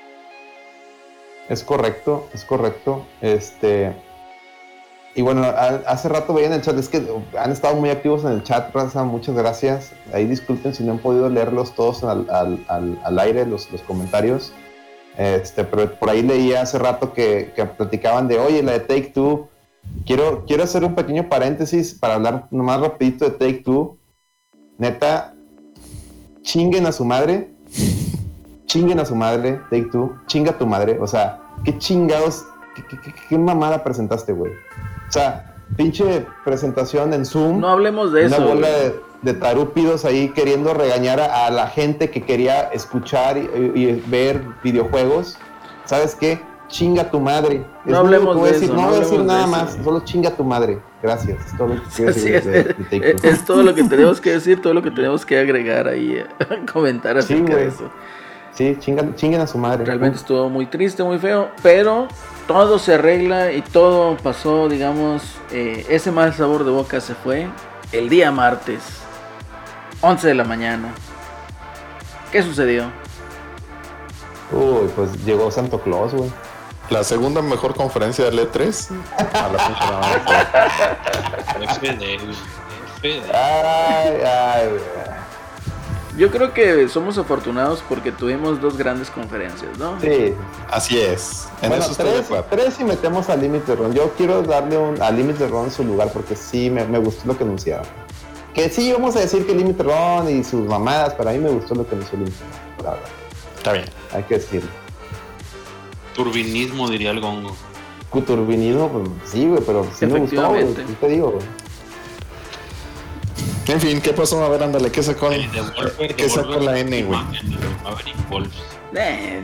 Es correcto, es correcto. Este y bueno, a, hace rato veía en el chat, es que han estado muy activos en el chat, raza, muchas gracias. Ahí disculpen si no han podido leerlos todos al, al, al, al aire, los, los comentarios. Este, pero por ahí leí hace rato que, que platicaban de, oye, la de Take Two. Quiero, quiero hacer un pequeño paréntesis para hablar nomás rapidito de Take Two. Neta, chinguen a su madre. Chinguen a su madre, Take Two. Chinga a tu madre. O sea, qué chingados, qué, qué, qué, qué mamada presentaste, güey. O sea, pinche presentación en Zoom. No hablemos de una eso. Una bola de, de tarúpidos ahí queriendo regañar a, a la gente que quería escuchar y, y ver videojuegos. ¿Sabes qué? Chinga tu madre. No es hablemos de decir, eso. No, no voy a decir nada eso. más, solo chinga tu madre. Gracias. Es todo lo que quiero Sí, decir es, de, de Take es, Two. es todo lo que tenemos que decir, todo lo que tenemos que agregar ahí, eh, comentar acerca Sí, de eso. Sí, chingan, chinguen a su madre. Realmente estuvo muy triste, muy feo, pero todo se arregla y todo pasó, digamos, eh, ese mal sabor de boca se fue el día martes, once de la mañana. ¿Qué sucedió? Uy, pues llegó Santo Claus, güey. La segunda mejor conferencia del E tres. A la pinche madre. F D, F D. Ay, ay, güey. Yo creo que somos afortunados porque tuvimos dos grandes conferencias, ¿no? Sí. Así es. En Bueno, eso estoy de tres, acuerdo. tres y metemos a Limited Run. Yo quiero darle un, a Limited Run su lugar porque sí me, me gustó lo que anunciaron. Que sí, vamos a decir que Limited Run y sus mamadas, pero a mí me gustó lo que anunció Limited Run, la verdad. Está bien. Hay que decirlo. Turbinismo, diría el gongo. Cuturbinismo, pues sí, güey, pero sí me gustó, güey. Efectivamente. ¿Qué te digo, güey? En fin, ¿qué pasó? A ver, ándale, ¿qué sacó? El Devolver, ¿Qué sacó Devolver, la N, güey? el Maverick Wolves. Eh,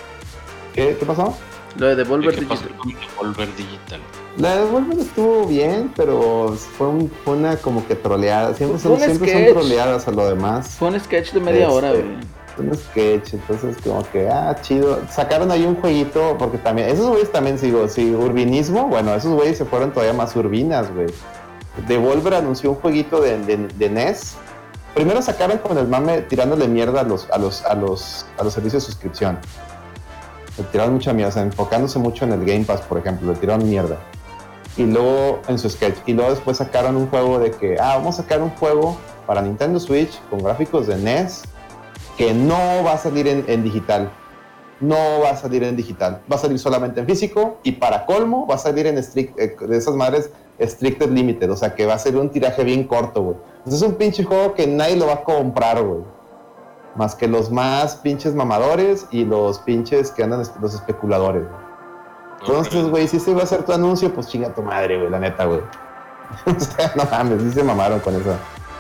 ¿Qué, ¿Qué pasó? lo de Devolver ¿Qué pasó Digital. con Devolver Digital? La de Wolverine estuvo bien, pero fue, un, fue una como que troleada. Siempre, Fue son, un siempre sketch. son troleadas a lo demás. Fue un sketch de media Este, hora, güey. Un sketch, entonces como que, ah, chido. Sacaron ahí un jueguito, porque también, esos güeyes también, sigo, sí, urbinismo, bueno, esos güeyes se fueron todavía más urbinas, güey. Devolver anunció un jueguito de, de, de N E S. Primero sacaron con el mame tirándole mierda a los, a los, a los, a los servicios de suscripción. Le tiraron mucha mierda, o sea, enfocándose mucho en el Game Pass, por ejemplo, le tiraron mierda. Y luego en su sketch, y luego después sacaron un juego de que, ah, vamos a sacar un juego para Nintendo Switch con gráficos de N E S que no va a salir en, en digital. No va a salir en digital. Va a salir solamente en físico y para colmo va a salir en strict, eh, de esas madres Restricted Limited. O sea que va a ser un tiraje bien corto, güey. Entonces es un pinche juego que nadie lo va a comprar, güey. Más que los más pinches mamadores y los pinches que andan, los especuladores, güey. Entonces, güey, si ese va a ser tu anuncio, pues chinga tu madre, güey, la neta, güey. O sea, no mames, sí se mamaron con eso.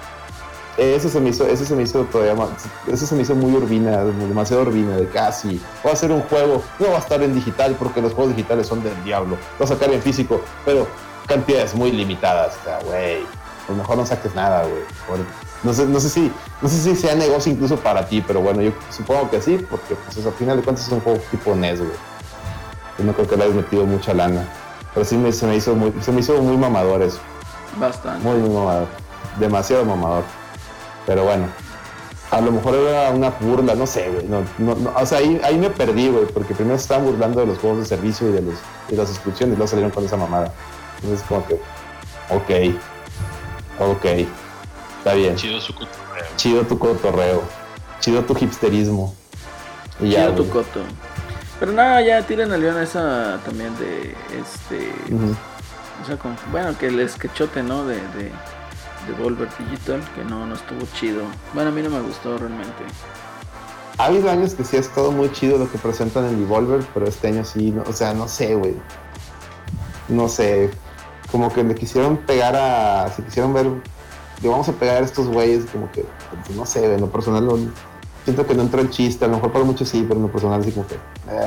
Eso se me hizo, eso se me hizo todavía más, eso se me hizo muy urbina, demasiado urbina, de casi, voy a hacer un juego, no va a estar en digital porque los juegos digitales son del diablo, lo voy a sacar en físico, pero cantidades muy limitadas, o sea, güey, pues mejor no saques nada, güey. No sé, no sé si, no sé si sea negocio incluso para ti, pero bueno, yo supongo que sí, porque pues al final de cuentas es un juego tipo N E S, güey. Yo no creo que le hayas metido mucha lana, pero sí me, se me hizo muy, se me hizo muy mamador eso. Bastante. Muy, muy mamador, demasiado mamador. Pero bueno, a lo mejor era una burla, no sé, güey. No, no, no, o sea, ahí, ahí me perdí, güey, porque primero se estaban burlando de los juegos de servicio y de, los, de las suscripciones y luego salieron con esa mamada. Entonces, como que, ok, ok, está bien. Chido su cotorreo. Chido tu cotorreo, chido tu hipsterismo. Y ya, Chido tu güey. coto. Pero nada, ya tiren al león esa también de este. Ujú. O sea, con, bueno, que el sketchote, ¿no? De, de, de Devolver Digital, que no, no estuvo chido. Bueno, a mí no me gustó realmente. Ha habido años que sí ha estado muy chido lo que presentan en Devolver, pero este año sí, no, o sea, no sé, güey. no sé, como que le quisieron pegar a, se quisieron ver, le vamos a pegar a estos güeyes, como que, no sé, en lo personal no, siento que no entró el chiste, a lo mejor para muchos sí, pero en lo personal así como que, eh,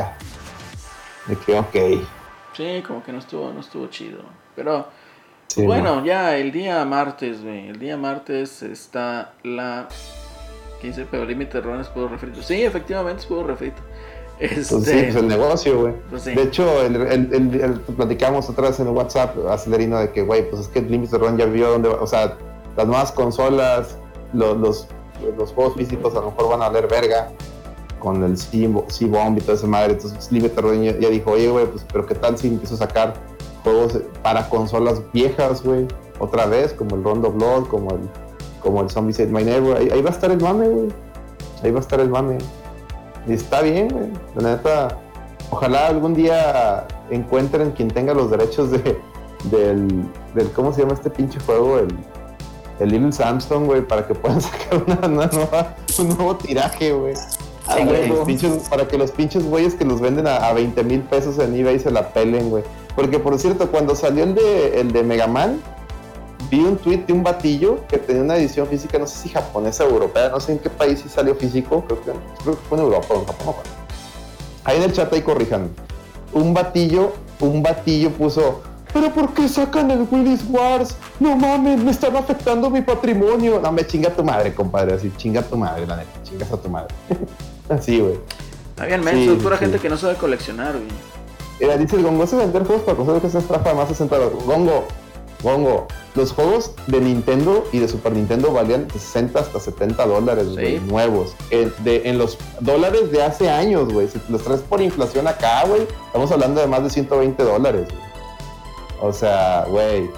me quedé ok. Sí, como que no estuvo, no estuvo chido, pero Sí, bueno, no. ya el día martes, güey, el día martes está la quince, pero límite de run es juego refrito. Sí, efectivamente es juego refrito. Este, Pues sí, pues el negocio, güey. Pues sí. De hecho, el, el, el, el- platicamos otra vez en el WhatsApp, Acelerino, de que, güey, pues es que el Limited Run ya vio dónde va, o sea, las nuevas consolas, los, los, los juegos físicos a lo mejor van a valer verga con el C-Bomb y toda esa madre. Entonces, Limited Run ya, ya dijo, oye, güey, pues, pero ¿qué tal si empiezo a sacar juegos para consolas viejas, güey? Otra vez, como el Rondo Blood, como el, como el Zombies Ate My Neighbor. Ahí, ahí va a estar el mame, güey. Ahí va a estar el mame. Y está bien, güey. La neta, ojalá algún día encuentren quien tenga los derechos de, del, del, ¿cómo se llama este pinche juego? El, el Little Samsung, güey, para que puedan sacar una, una nueva, un nuevo tiraje, güey. Sí, Para, güey. que los pinches- para que los pinches güeyes que los venden a, a veinte mil pesos en eBay se la pelen, güey. Porque, por cierto, cuando salió el de, el de Mega Man, vi un tweet de un batillo que tenía una edición física, no sé si japonesa o europea, no sé en qué país sí salió físico, creo que, creo que fue en Europa o en Japón, no fue. Ahí en el chat ahí corrijan. Un batillo, un batillo puso, ¿pero por qué sacan el Willis Wars? No mames, me están afectando mi patrimonio. No, me chinga tu madre, compadre, así, chinga tu madre, la neta, chingas a tu madre. Así, güey. Está bien, menso, Sí, es pura sí. gente que no sabe coleccionar, güey. Mira, dice el Gongo, ¿se vender juegos para consolas que se estrafa más sesenta dólares? Gongo, Gongo, los juegos de Nintendo y de Super Nintendo valían de sesenta hasta setenta dólares, güey, Sí. nuevos. En, de, en los dólares de hace años, güey. Si los traes por inflación acá, güey, estamos hablando de más de ciento veinte dólares, güey. O sea, güey,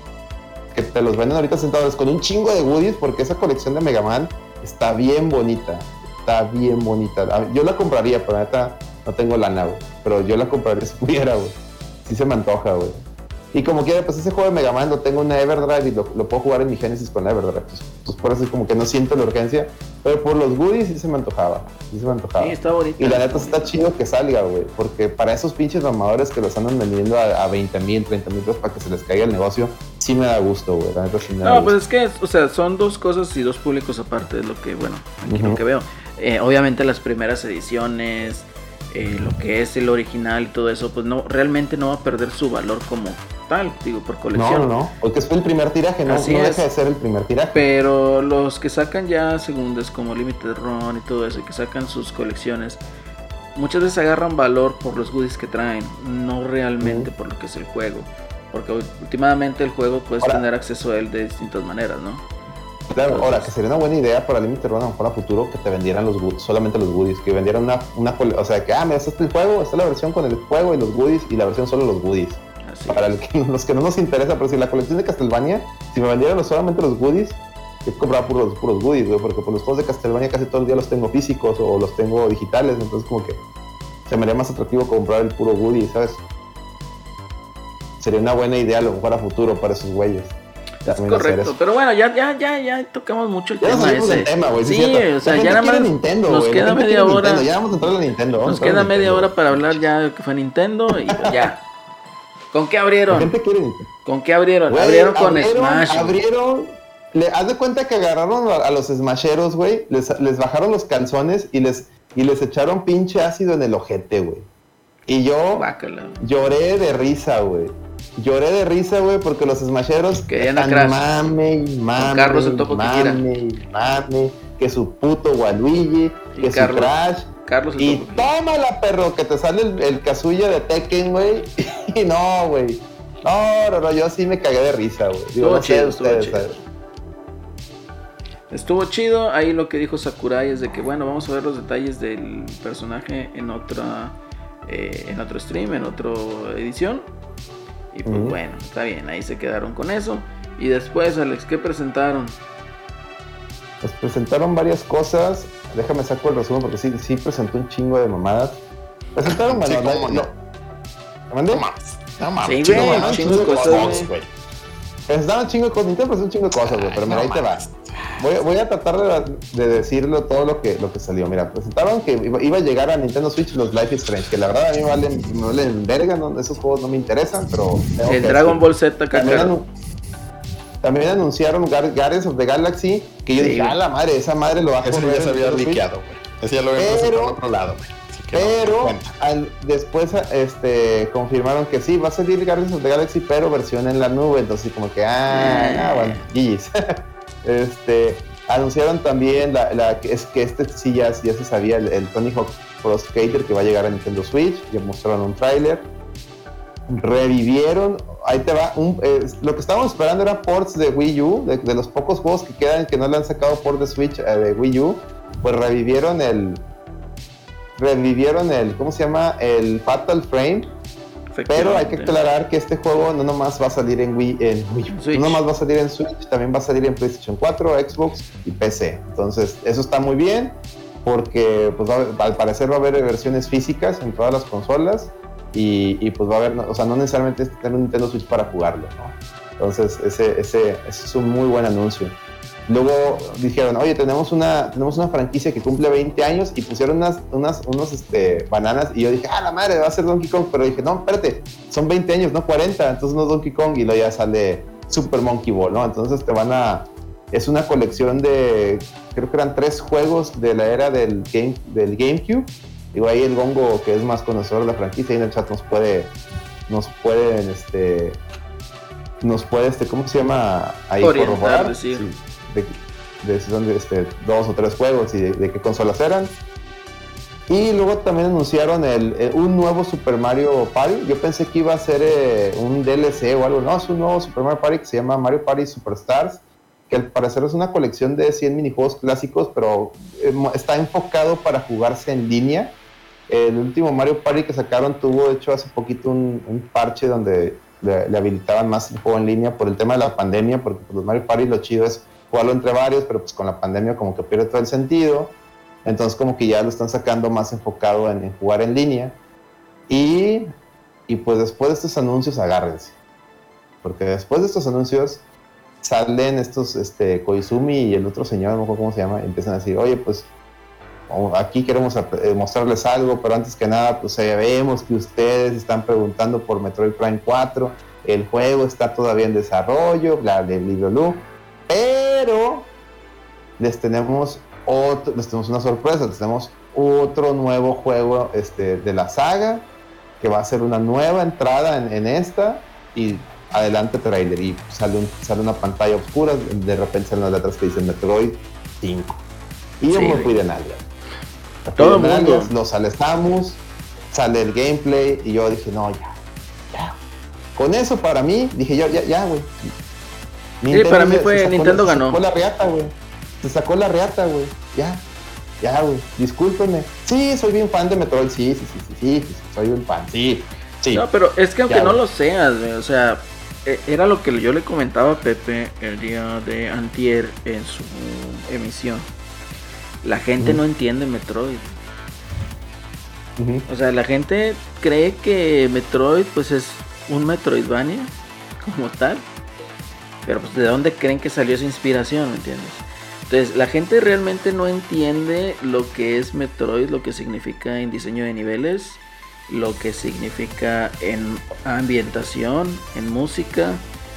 que te los venden ahorita sesenta dólares con un chingo de goodies, porque esa colección de Mega Man está bien bonita. Está bien bonita. A- Yo la compraría, pero la neta no tengo lana, güey. Pero yo la compraría si pudiera, güey. Sí se me antoja, güey. Y como quiera, pues ese juego de Mega Man lo tengo en una Everdrive y lo, lo puedo jugar en mi Genesis con la Everdrive. Pues, pues por eso es como que no siento la urgencia. Pero por los goodies sí se me antojaba. Sí se me antojaba. Sí, está bonito. Y la neta está chido que salga, güey. Porque para esos pinches mamadores que los andan vendiendo a, a veinte mil, treinta mil pesos para que se les caiga el negocio, sí me da gusto, güey. La neta sí me da No, gusto. pues es que, o sea, son dos cosas y dos públicos aparte de lo que, bueno, aquí Ujú. lo que veo. Eh, obviamente las primeras ediciones, eh, lo que es el original y todo eso, pues no, realmente no va a perder su valor como tal, digo, por No, colección. no, no. Porque fue el primer tiraje, no, Así no es. deja de ser el primer tiraje. Pero los que sacan ya segundas como Limited Run y todo eso, y que sacan sus colecciones, muchas veces agarran valor por los goodies que traen, no realmente Ujú. por lo que es el juego. Porque últimamente el juego puedes Ahora- tener acceso a él de distintas maneras, ¿no? Claro, Entonces- ahora que sería una buena idea para Limited Run a lo mejor a futuro que te vendieran los goodies, solamente los goodies, que vendieran una, una cole- o sea que ah, mira, este es el juego, esta es la versión con el juego y los goodies y la versión solo los goodies. Así Para es. el que- los que no nos interesa, pero si la colección de Castlevania, si me vendieran los- solamente los goodies, yo compraba puros, puros goodies, güey, porque por los juegos de Castlevania casi todo el día los tengo físicos o los tengo digitales, entonces como que se me haría más atractivo comprar el puro goodie, ¿sabes? Sería una buena idea a lo mejor a futuro para esos güeyes. Es También hacer correcto, eso. pero bueno, ya, ya, ya, ya tocamos mucho el Ya nos tema salimos ese. del tema, güey. Sí, es cierto. o sea, La ya gente nada quiere más Nintendo, nos güey. La queda gente media quiere hora. Nintendo. Ya vamos a entrar a la Nintendo. vamos Nos a entrar a queda la media Nintendo. hora para hablar ya de que fue Nintendo y pues ya. ¿Con qué La abrieron? gente quiere Nintendo. ¿Con qué abrieron? Güey, abrieron con abrieron, Smash. güey. Abrieron. Le, haz de cuenta que agarraron a, a los smasheros, güey. Les, les bajaron los calzones y les, y les echaron pinche ácido en el ojete, güey. Y yo Guácala. lloré de risa, güey. Lloré de risa, güey, porque los smasheros Querían a están Crash. mame y mame, Carlos el Topo Kikira. mame y mame, que su puto Waluigi, Y que Carlos. su Crash. Carlos el Y Topo. tómala, perro, que te sale el, el Kazuya de Tekken, güey. Y no, güey. No, no, no, yo sí me cagué de risa, güey. Digo, Estuvo no sé chido, estuvo ustedes, chido. ¿sabes? Estuvo chido. Ahí lo que dijo Sakurai es de que, bueno, vamos a ver los detalles del personaje en otra, eh, en otro stream, en otra edición. Y pues Ujú. bueno, está bien, ahí se quedaron con eso. Y después, Alex, ¿qué presentaron? Nos presentaron varias cosas. Déjame saco el resumen porque sí, sí presentó un chingo de mamadas. Presentaron, Sí, bueno, cómo no. no. ¿Mandé? No mames. No mames. Sí, chingo, güey, mames, chingo de chingo cosas, Xbox, güey. güey. Presentaron un chingo de cosas. Nintendo presentó un chingo de cosas, güey. Ay, Pero mira, no ahí te va. mames. voy, voy a tratar de, de decirlo todo lo que, lo que salió. Mira, presentaron que iba, iba a llegar a Nintendo Switch los Life is Strange, que la verdad a mí me valen, me valen verga, ¿no? Esos juegos no me interesan, pero... El Dragon Ball Z, también, anu también anunciaron Guardians of the Galaxy, que yo sí. dije, ah, la madre, esa madre lo va a Ese ya se había liqueado, güey. Ese ya lo había presentado en otro lado, güey. Pero al, después este, confirmaron que sí, va a salir Guardians of the Galaxy, pero versión en la nube. Entonces como que, ah, ah bueno, G G's. este, anunciaron también la, la, es que este sí ya, ya se sabía, el, el Tony Hawk Pro Skater que va a llegar a Nintendo Switch. Ya mostraron un tráiler. Revivieron, ahí te va, un, eh, lo que estábamos esperando era ports de Wii U, de, de los pocos juegos que quedan que no le han sacado port de Switch eh, de Wii U, pues revivieron el... Revivieron el, ¿cómo se llama? El Fatal Frame. Pero hay que aclarar que este juego no nomás va a salir en Wii, en Wii no nomás va a salir en Switch, también va a salir en PlayStation cuatro, Xbox y P C. Entonces, eso está muy bien, porque pues, va a, al parecer va a haber versiones físicas en todas las consolas, y, y pues va a haber, o sea, no necesariamente es tener un Nintendo Switch para jugarlo, ¿no? Entonces, ese, ese, ese es un muy buen anuncio. Luego dijeron, oye, tenemos una, tenemos una franquicia que cumple veinte años y pusieron unas, unas unos, este, bananas y yo dije, ah, la madre, va a ser Donkey Kong, pero dije, no, espérate, son veinte años, no cuarenta, entonces no es Donkey Kong y luego ya sale Super Monkey Ball, ¿no? Entonces te van a, es una colección de, creo que eran tres juegos de la era del, game, del GameCube. Digo, ahí el Gongo, que es más conocedor de la franquicia, ahí en el chat nos puede, nos pueden, este, nos puede, este, ¿cómo se llama? Ahí corroborar. Sí. De, de si son de, este, dos o tres juegos y de, de qué consolas eran. Y luego también anunciaron el, el, un nuevo Super Mario Party. Yo pensé que iba a ser eh, un D L C o algo. No, es un nuevo Super Mario Party que se llama Mario Party Superstars, que al parecer es una colección de cien minijuegos clásicos, pero eh, está enfocado para jugarse en línea. El último Mario Party que sacaron tuvo, de hecho, hace poquito un, un parche donde le, le habilitaban más el juego en línea por el tema de la pandemia, porque pues, los Mario Party lo chido es jugarlo entre varios, pero pues con la pandemia como que pierde todo el sentido. Entonces como que ya lo están sacando más enfocado en, en jugar en línea. Y, y pues después de estos anuncios, agárrense. Porque después de estos anuncios salen estos, este, Koizumi y el otro señor, no me acuerdo cómo se llama, y empiezan a decir, oye, pues aquí queremos mostrarles algo, pero antes que nada, pues ya vemos que ustedes están preguntando por Metroid Prime cuatro, el juego está todavía en desarrollo, bla, bla, bla, bla, pero les tenemos otro, les tenemos una sorpresa, les tenemos otro nuevo juego este, de la saga, que va a ser una nueva entrada en, en esta, y adelante trailer, y sale, un, sale una pantalla oscura, de repente salen las letras que dicen Metroid cinco, y yo sí, me fui de nalgas. Todo el mundo. Los alestamos, sale el gameplay, y yo dije, no, ya, ya. Con eso para mí, dije yo, ya, ya, güey. Sí, para mí fue, sacó, Nintendo se ganó. Se sacó la reata, güey. Se sacó la reata, güey. Ya, ya, güey. Discúlpenme. Sí, soy bien fan de Metroid, sí, sí, sí, sí, sí, sí, soy un fan, sí, sí. No, pero es que aunque ya, no güey. lo seas, güey, o sea, era lo que yo le comentaba a Pepe el día de antier en su emisión. La gente uh-huh. no entiende Metroid. Uh-huh. O sea, la gente cree que Metroid pues es un Metroidvania como tal. Pero pues ¿de dónde creen que salió esa inspiración? ¿Me entiendes? Entonces la gente realmente no entiende lo que es Metroid, lo que significa en diseño de niveles, lo que significa en ambientación, en música,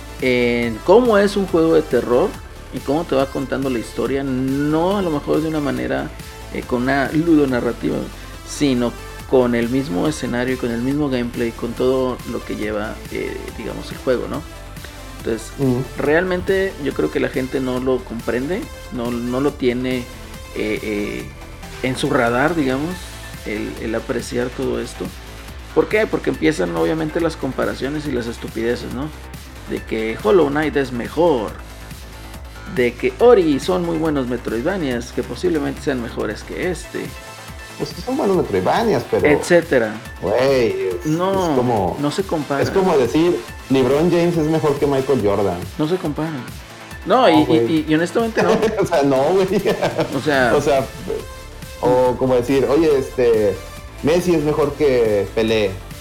en cómo es un juego de terror y cómo te va contando la historia, no a lo mejor de una manera eh, con una ludonarrativa, sino con el mismo escenario, con el mismo gameplay, con todo lo que lleva, eh, digamos, el juego, ¿no? Entonces, mm. realmente yo creo que la gente no lo comprende, no, no lo tiene eh, eh, en su radar, digamos, el, el apreciar todo esto. ¿Por qué? Porque empiezan obviamente las comparaciones y las estupideces, ¿no? De que Hollow Knight es mejor, de que Ori son muy buenos Metroidvanias, que posiblemente sean mejores que este. Pues son buenos Metroidvanias, pero... etcétera. Güey, es, no, es como... no se compara. Es como decir, LeBron James es mejor que Michael Jordan. No se compara. No, no y, y, y honestamente no. O sea, no, güey. O sea... O sea, o como decir, oye, este... Messi es mejor que Pelé.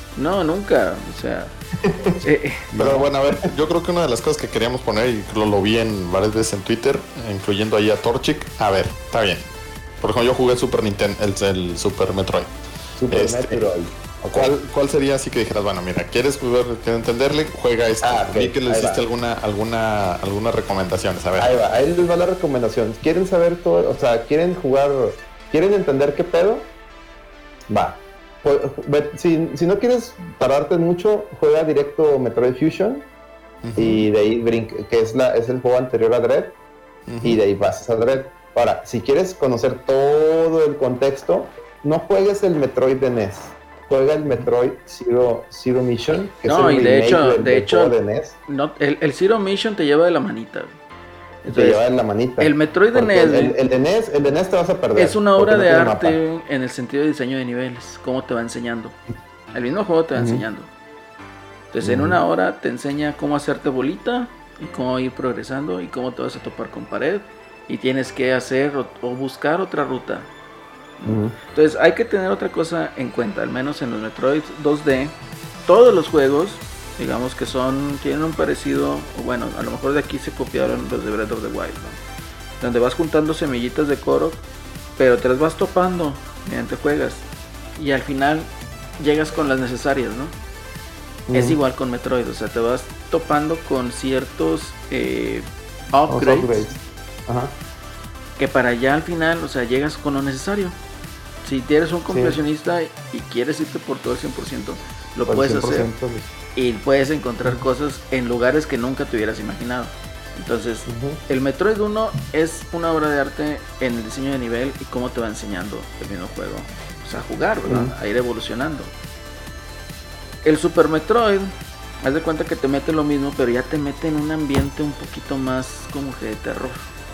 No, nunca, o sea... eh, Pero bueno, a ver, yo creo que una de las cosas que queríamos poner, y lo, lo vi en varias veces en Twitter, incluyendo ahí a Torchic, a ver, está bien. Por ejemplo, yo jugué el Super Nintendo, el, el Super Metroid. Super Este, Metroid. ¿Cuál, ¿Cuál sería así que dijeras, bueno, mira, quieres jugar, quieres entenderle, juega esto? Ah, ok, Vi que le ahí hiciste va. alguna, alguna, algunas recomendaciones, a ver. Ahí va, ahí les va la recomendación. ¿Quieren saber todo? O sea, ¿quieren jugar? ¿Quieren entender qué pedo? Va. Jue- ve- Si, si no quieres tardarte mucho, juega directo Metroid Fusion. Ujú, Y de ahí brinca, que es, la, es el juego anterior a Dread. ujú. Y de ahí pasas a Dread. Ahora, si quieres conocer todo el contexto, no juegues el Metroid de N E S. Juega el Metroid Zero, Zero Mission, que No, es el y de remake hecho- del, de del hecho- juego de N E S. no, el, el Zero Mission te lleva de la manita, güey. Te Entonces, lleva en la manita. el Metroid de Porque N E S, el, güey, el de N E S, el de N E S te vas a perder. es una porque obra no de tiene mapa. arte en el sentido de diseño de niveles, cómo te va enseñando. El mismo juego te va Ujú. enseñando. Entonces, en Ujú. una hora te enseña cómo hacerte bolita y cómo ir progresando y cómo te vas a topar con pared y tienes que hacer o, o buscar otra ruta. Ujú. Entonces, hay que tener otra cosa en cuenta, al menos en los Metroid dos D, todos los juegos, digamos que son, tienen un parecido, o bueno, a lo mejor de aquí se copiaron los de Breath of the Wild, ¿no? Donde vas juntando semillitas de Korok, pero te las vas topando mientras juegas y al final llegas con las necesarias, ¿no? Ujú. Es igual con Metroid, o sea, te vas topando con ciertos eh, Vamos a upgrades, upgrades. Ajá. que para allá al final, o sea, llegas con lo necesario. Si eres un completionista y quieres irte por todo el cien por ciento, lo Por puedes cien por hacer ciento. y puedes encontrar cosas en lugares que nunca te hubieras imaginado. Entonces, Ujú. el Metroid uno es una obra de arte en el diseño de nivel y cómo te va enseñando el mismo juego. O sea, a jugar, ¿verdad? Ujú. A ir evolucionando. El Super Metroid, haz de cuenta que te mete lo mismo, pero ya te mete en un ambiente un poquito más como que de terror.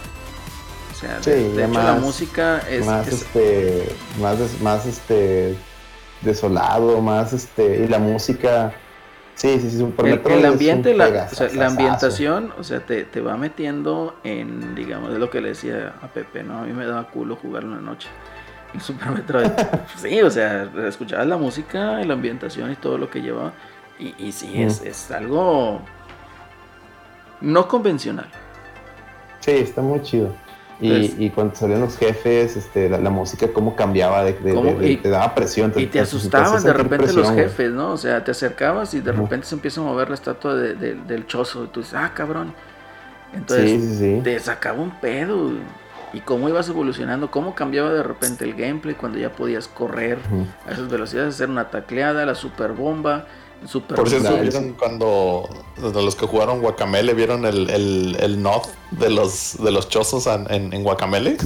O sea, Sí, de, de ya hecho la más- música es... más es- este más des- más este desolado, más este y la música sí sí sí Super el, Metroid el es ambiente, un la, o juegazazazo. sea, la ambientación, o sea, te, te va metiendo en, digamos, es lo que le decía a Pepe, ¿no? A mí me daba culo jugarlo en la noche. El Super Metroid. Sí, o sea, escuchabas la música, la ambientación y todo lo que llevaba. Y, y sí, Mm. es, es algo no convencional. Sí, está muy chido. Y, Pues- y cuando salían los jefes, este, la, la música cómo cambiaba, de, de- ¿Cómo? de- de- Y- te daba presión. Y te te asustaban hacía de sentir repente los presión, güey. jefes, ¿no? O sea, te acercabas y de Ujú. repente se empieza a mover la estatua de- de- del chozo. Y tú dices, ah, cabrón. Entonces, Sí, sí, sí. te sacaba un pedo. Y cómo ibas evolucionando, cómo cambiaba de repente el gameplay cuando ya podías correr Ujú. a esas velocidades, hacer una tacleada, la super bomba, el super Por cierto, Claro, ¿vieron cuando de los que jugaron Guacamele vieron el, el, el nod de los de los chozos en, en, en Guacamele?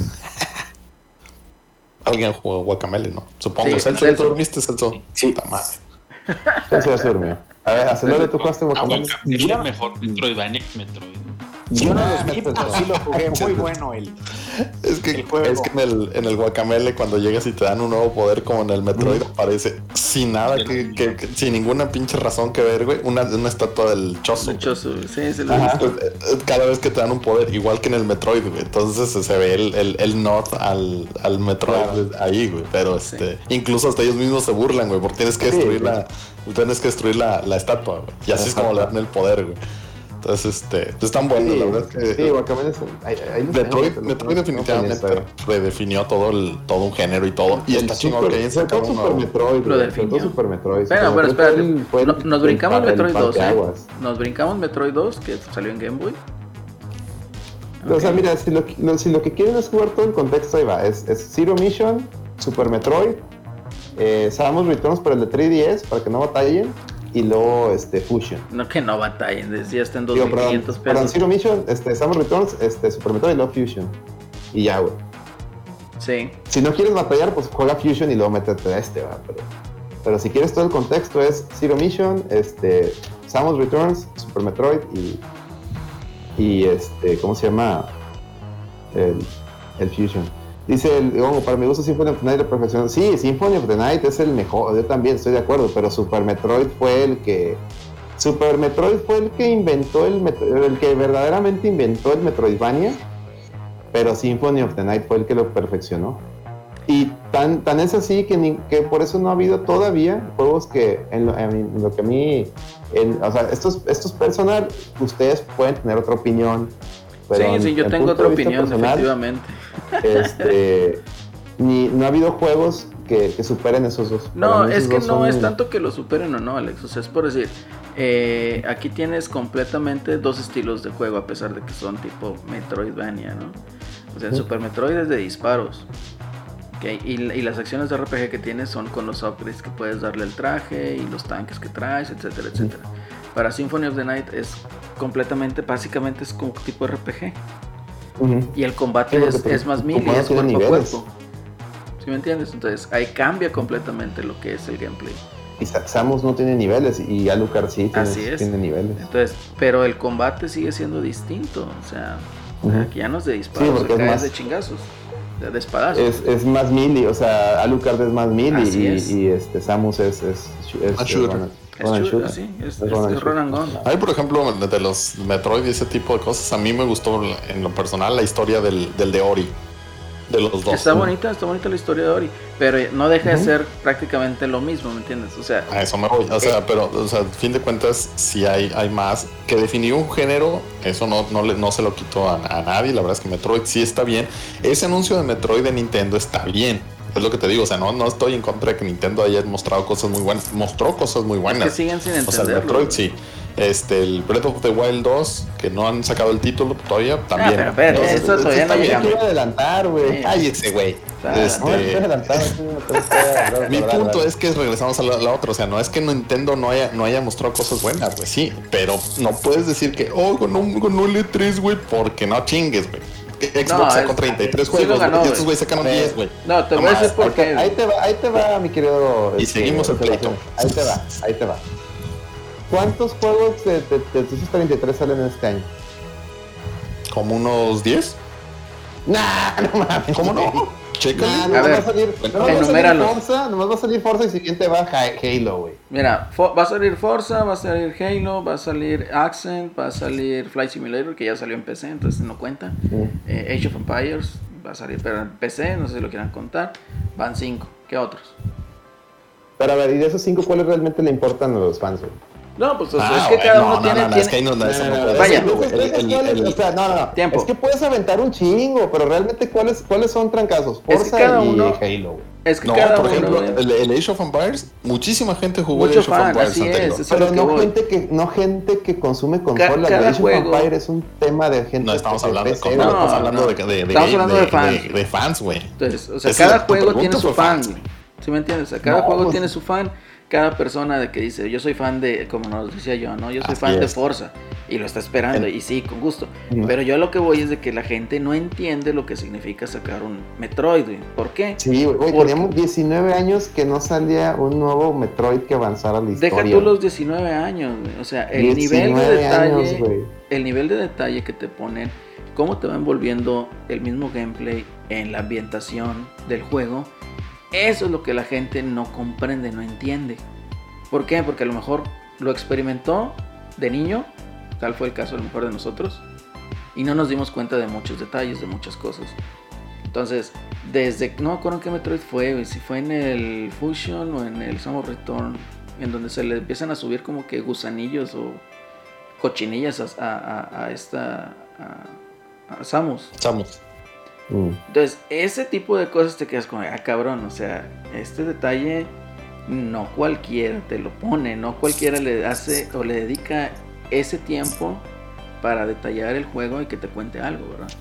Alguien jugó Guacamele, ¿no? Supongo. Sí, Celso, Celso. ¿tú dormiste, Celso? Sí. Puta madre. Entonces ya se durmió. A ver, acelera, tú jugaste Ah, Guacamole. Guacamele es el mejor Metroidvania que Metroid. Yo no los vi, pero sí lo jugué. Muy bueno el. Es que, El juego. es que en el, en el Guacamele, cuando llegas y te dan un nuevo poder, como en el Metroid, aparece sin nada, que, que- que- sin ninguna pinche razón que ver, güey, una, una estatua del chozo. el chozo. Sí, se lo Ajá. he visto. Pues, eh, cada vez que te dan un poder, igual que en el Metroid, güey. Entonces eh, se ve el, el, el nod al, al Metroid Claro. güey, ahí, güey. Pero este, incluso hasta ellos mismos se burlan, güey, porque tienes que Sí, destruir sí. la, tienes que destruir la, la estatua, güey. Y así es como le dan el poder, güey. Entonces, este, pues, están buenos, la verdad es que sí, Guacamole es. Ahí, ahí lo Metroid, tengo, Metroid no- no definitivamente tenía esa- redefinió todo el, todo un género y todo. Y El está chingón Super- que hayan sobre todo sacado Super uno. Metroid, Lo güey, sobre definió. todo Super Metroid. Espera, Super bueno, Metroid espérate. fue el- fue el- No- nos el brincamos pa- el Metroid dos, ¿eh? parteaguas. Nos brincamos Metroid dos, que salió en Game Boy. O sea, Ok. mira, si lo, lo- si lo que quieren es jugar todo el contexto, ahí va. Es, es Zero Mission, Super Metroid, eh, Samus Returns para el de tres D S, para que no batallen, y luego este, Fusion. No, que no batallen, decía está en dos Digo, mil perdón, quinientos perdón, pesos. Zero Mission, este, Samus Returns, este, Super Metroid y luego Fusion. Y ya, güey. Sí. Si no quieres batallar, pues juega Fusion y luego métete a este, ¿va? Pero, pero si quieres todo el contexto es Zero Mission, este, Samus Returns, Super Metroid y, y este, ¿cómo se llama? El, el Fusion. Dice, el, oh, para mi gusto Symphony of the Night la perfección. Sí, Symphony of the Night es el mejor, yo también estoy de acuerdo, pero Super Metroid fue el que... Super Metroid fue el que inventó el, Metro- el que verdaderamente inventó el Metroidvania, pero Symphony of the Night fue el que lo perfeccionó. y tan, tan es así que, ni, que por eso no ha habido todavía juegos que en lo, en lo que a mí, en, o sea, esto es, esto es personal, ustedes pueden tener otra opinión. Pero sí, sí, yo tengo otra opinión, personal, efectivamente. Este, ni, no ha habido juegos que, que superen esos dos. No, es que no es tanto que lo superen o no, Alex. O sea, es por decir, eh, aquí tienes completamente dos estilos de juego, a pesar de que son tipo Metroidvania, ¿no? O sea, el Super Metroid es de disparos. Okay, y, y las acciones de R P G que tienes son con los upgrades que puedes darle al traje y los tanques que traes, etcétera, etcétera. Para Symphony of the Night es completamente, básicamente es como tipo R P G. Uh-huh. Y el combate sí, es, es más melee, es cuerpo niveles. a cuerpo. ¿Sí me entiendes? Entonces ahí cambia completamente lo que es el gameplay. Y Samus no tiene niveles y Alucard sí tiene, Así es. tiene niveles. Entonces, pero el combate sigue siendo distinto. O sea, uh-huh. aquí ya no es de disparos, sí, acá es más... de chingazos. De espadazos. Es, es más melee, o sea, Alucard es más melee y, es. y este Samus es es, es, es shooter. Es shooter, sí, es, es, es, es run and gun. A mí, por ejemplo, de los Metroid y ese tipo de cosas, a mí me gustó en lo personal la historia del, del de Ori, de los dos. Está bonita, está bonita la historia de Ori, pero no deja uh-huh. de ser prácticamente lo mismo, ¿me entiendes? O sea, a eso me voy, o sea, eh, pero, o sea, a fin de cuentas, si hay, hay más que definir un género, eso no, no, le, no se lo quitó a, a nadie. La verdad es que Metroid sí está bien. Ese anuncio de Metroid de Nintendo está bien. Es lo que te digo, o sea, no, no estoy en contra de que Nintendo haya mostrado cosas muy buenas. Mostró cosas muy buenas. Es que siguen sin entenderlo. O sea, el Metroid sí. Este, el Breath of the Wild dos, que no han sacado el título todavía, también. Ah, pero, pero eso todavía no llegamos. Quiero adelantar, güey. Cállese, güey. Este, mi punto es que regresamos a la, la otra, o sea, no es que Nintendo no haya, no haya mostrado cosas buenas, güey, sí, pero no puedes decir que, oh, ganó, ganó el E tres, güey, porque no chingues, güey. Xbox no, sacó treinta y tres sí juegos, ganó, y estos güey sacaron diez, güey. No, te voy a decir por qué. Ahí te va, ahí te va, mi querido. Y este, seguimos el pleito. Ahí te va, ahí te va. ¿Cuántos juegos de, de, de tus treinta y tres salen este año? ¿Como unos diez? Nah, no mames. ¿Cómo no? Chécale. Nah, no a ver, va a salir, no va a salir Forza, nomás va a salir Forza y siguiente va Halo, güey. Mira, va a salir Forza, va a salir Halo, va a salir Accent, va a salir Flight Simulator, que ya salió en P C, entonces no cuenta. Mm. Eh, Age of Empires va a salir, pero en P C, no sé si lo quieran contar. Van cinco, ¿qué otros? Pero a ver, ¿y de esos cinco cuáles realmente le importan a los fans, güey? No, pues o sea, ah, es que bueno, cada uno no, tiene... No, no, tiene... es que ahí no, no, eso no, no, no vaya. El, el, el, el, o sea, no, no, no. Tiempo. Es que puedes aventar un chingo, pero realmente ¿cuáles, cuáles son trancazos? Forza es que cada y uno, Halo. Es que no, cada por uno, ejemplo, ¿no? el, el Age of Empires, muchísima gente jugó Mucho el Age fan, of Empires así anterior. es, pero no gente, que, no gente que consume consolas. Ca- el Age juego, of Empires es un tema de gente. No estamos que hablando, P C, no, no, estamos hablando no. de, de, de, estamos hablando de, de fans. De, de fans, güey. Entonces, o sea, Esa cada la, juego tiene su fan. Fans, ¿Sí me entiendes? O sea, cada no, juego pues, tiene su fan. Cada persona de que dice, yo soy fan de, como nos decía yo, ¿no? Yo soy Así fan es. de Forza. Y lo está esperando, El... y sí, con gusto. Uh-huh. Pero yo lo que voy es de que la gente no entiende lo que significa sacar un Metroid, güey. ¿Por qué? Sí, güey, teníamos diecinueve años que no salía un nuevo Metroid que avanzara la historia. Deja tú los diecinueve años, güey. O sea, el nivel de detalle, años, el nivel de detalle que te ponen, cómo te va envolviendo el mismo gameplay en la ambientación del juego. Eso es lo que la gente no comprende, no entiende. ¿Por qué? Porque a lo mejor lo experimentó de niño, tal fue el caso a lo mejor de nosotros, y no nos dimos cuenta de muchos detalles, de muchas cosas. Entonces, desde, no me acuerdo en qué Metroid fue, si fue en el Fusion o en el Samus Return, en donde se le empiezan a subir como que gusanillos o cochinillas a, a, a esta, a, a Samus. Samus. Entonces, ese tipo de cosas te quedas como, ah, cabrón, o sea, este detalle no cualquiera te lo pone, no cualquiera le hace o le dedica ese tiempo para detallar el juego y que te cuente algo, ¿verdad?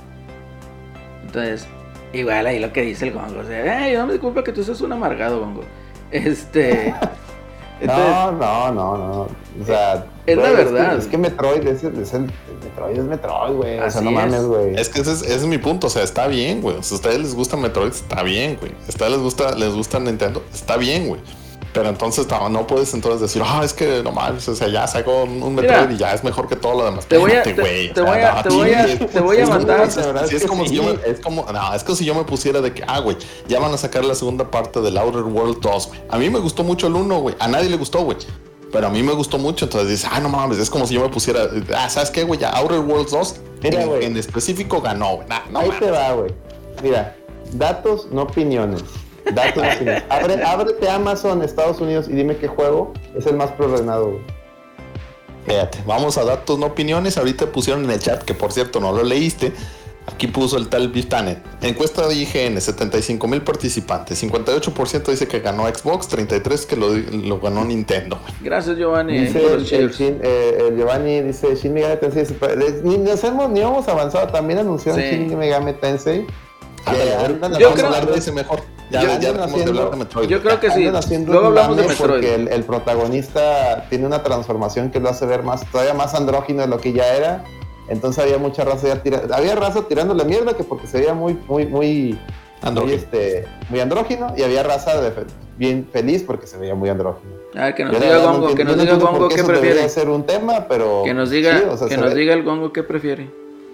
Entonces, igual ahí lo que dice el Gongo, o sea, ay, no me disculpa que tú seas un amargado, Gongo. Este... Entonces, no, no, no, no. O sea, es güey, la verdad. Es que, es que Metroid es, es el, el Metroid es Metroid, güey. O sea, no mames, güey. Es que ese es, ese es mi punto. O sea, está bien, güey. Si a ustedes les gusta Metroid, está bien, güey. Si a ustedes les gusta, les gusta Nintendo, está bien, güey. Pero entonces no, no puedes entonces decir, ah, oh, es que no mames, o sea, ya saco un, un Metroid. Mira, y ya es mejor que todo lo demás. Te voy a, te, te, te voy a, te voy a, te voy a matar. Si es como si yo me, es como, no, es que si yo me pusiera de que, ah, güey, ya van a sacar la segunda parte del Outer Worlds dos, güey. A mí me gustó mucho el uno, güey. A nadie le gustó, güey. Pero a mí me gustó mucho, entonces dices, ah, no mames, es como si yo me pusiera, ah, ¿sabes qué, güey? Ya Outer Worlds dos, Mira, en, en específico ganó, güey. Nah, no Ahí mames. te va, güey. Mira, Datos, no opiniones. Datos, no opiniones. Abre, ábrete Amazon Estados Unidos y dime qué juego es el más preordenado, güey. Fíjate, vamos a datos, no opiniones. Ahorita pusieron en el chat, que por cierto no lo leíste. Aquí puso el tal Bistanet. Encuesta de I G N, setenta y cinco mil participantes. cincuenta y ocho por ciento dice que ganó Xbox, treinta y tres por ciento que lo, lo ganó Nintendo. Gracias, Giovanni. Dice el, el, Shin, eh, el Giovanni, dice Shin Megami Tensei. Ni nos hemos, ni hemos avanzado. También anunciaron sí. Shin Megami Tensei. Ándale, yo creo, hablar de ese mejor. Ya, ya, ya haciendo, de hablar de Metroid. Yo creo que sí. Luego hablamos de Metroid. Porque el, el protagonista tiene una transformación que lo hace ver más, todavía más andrógino de lo que ya era. Entonces había mucha raza ya tira, había raza tirándole mierda que porque se veía muy, muy, muy andrógino, muy, este, muy andrógino, y había raza de fe, bien feliz porque se veía muy andrógino. A ver, que nos diga Gongo, que nos diga Gongo qué prefiere. Debería ser un tema, pero que nos diga, sí, o sea, que nos ve... diga el Gongo qué prefiere.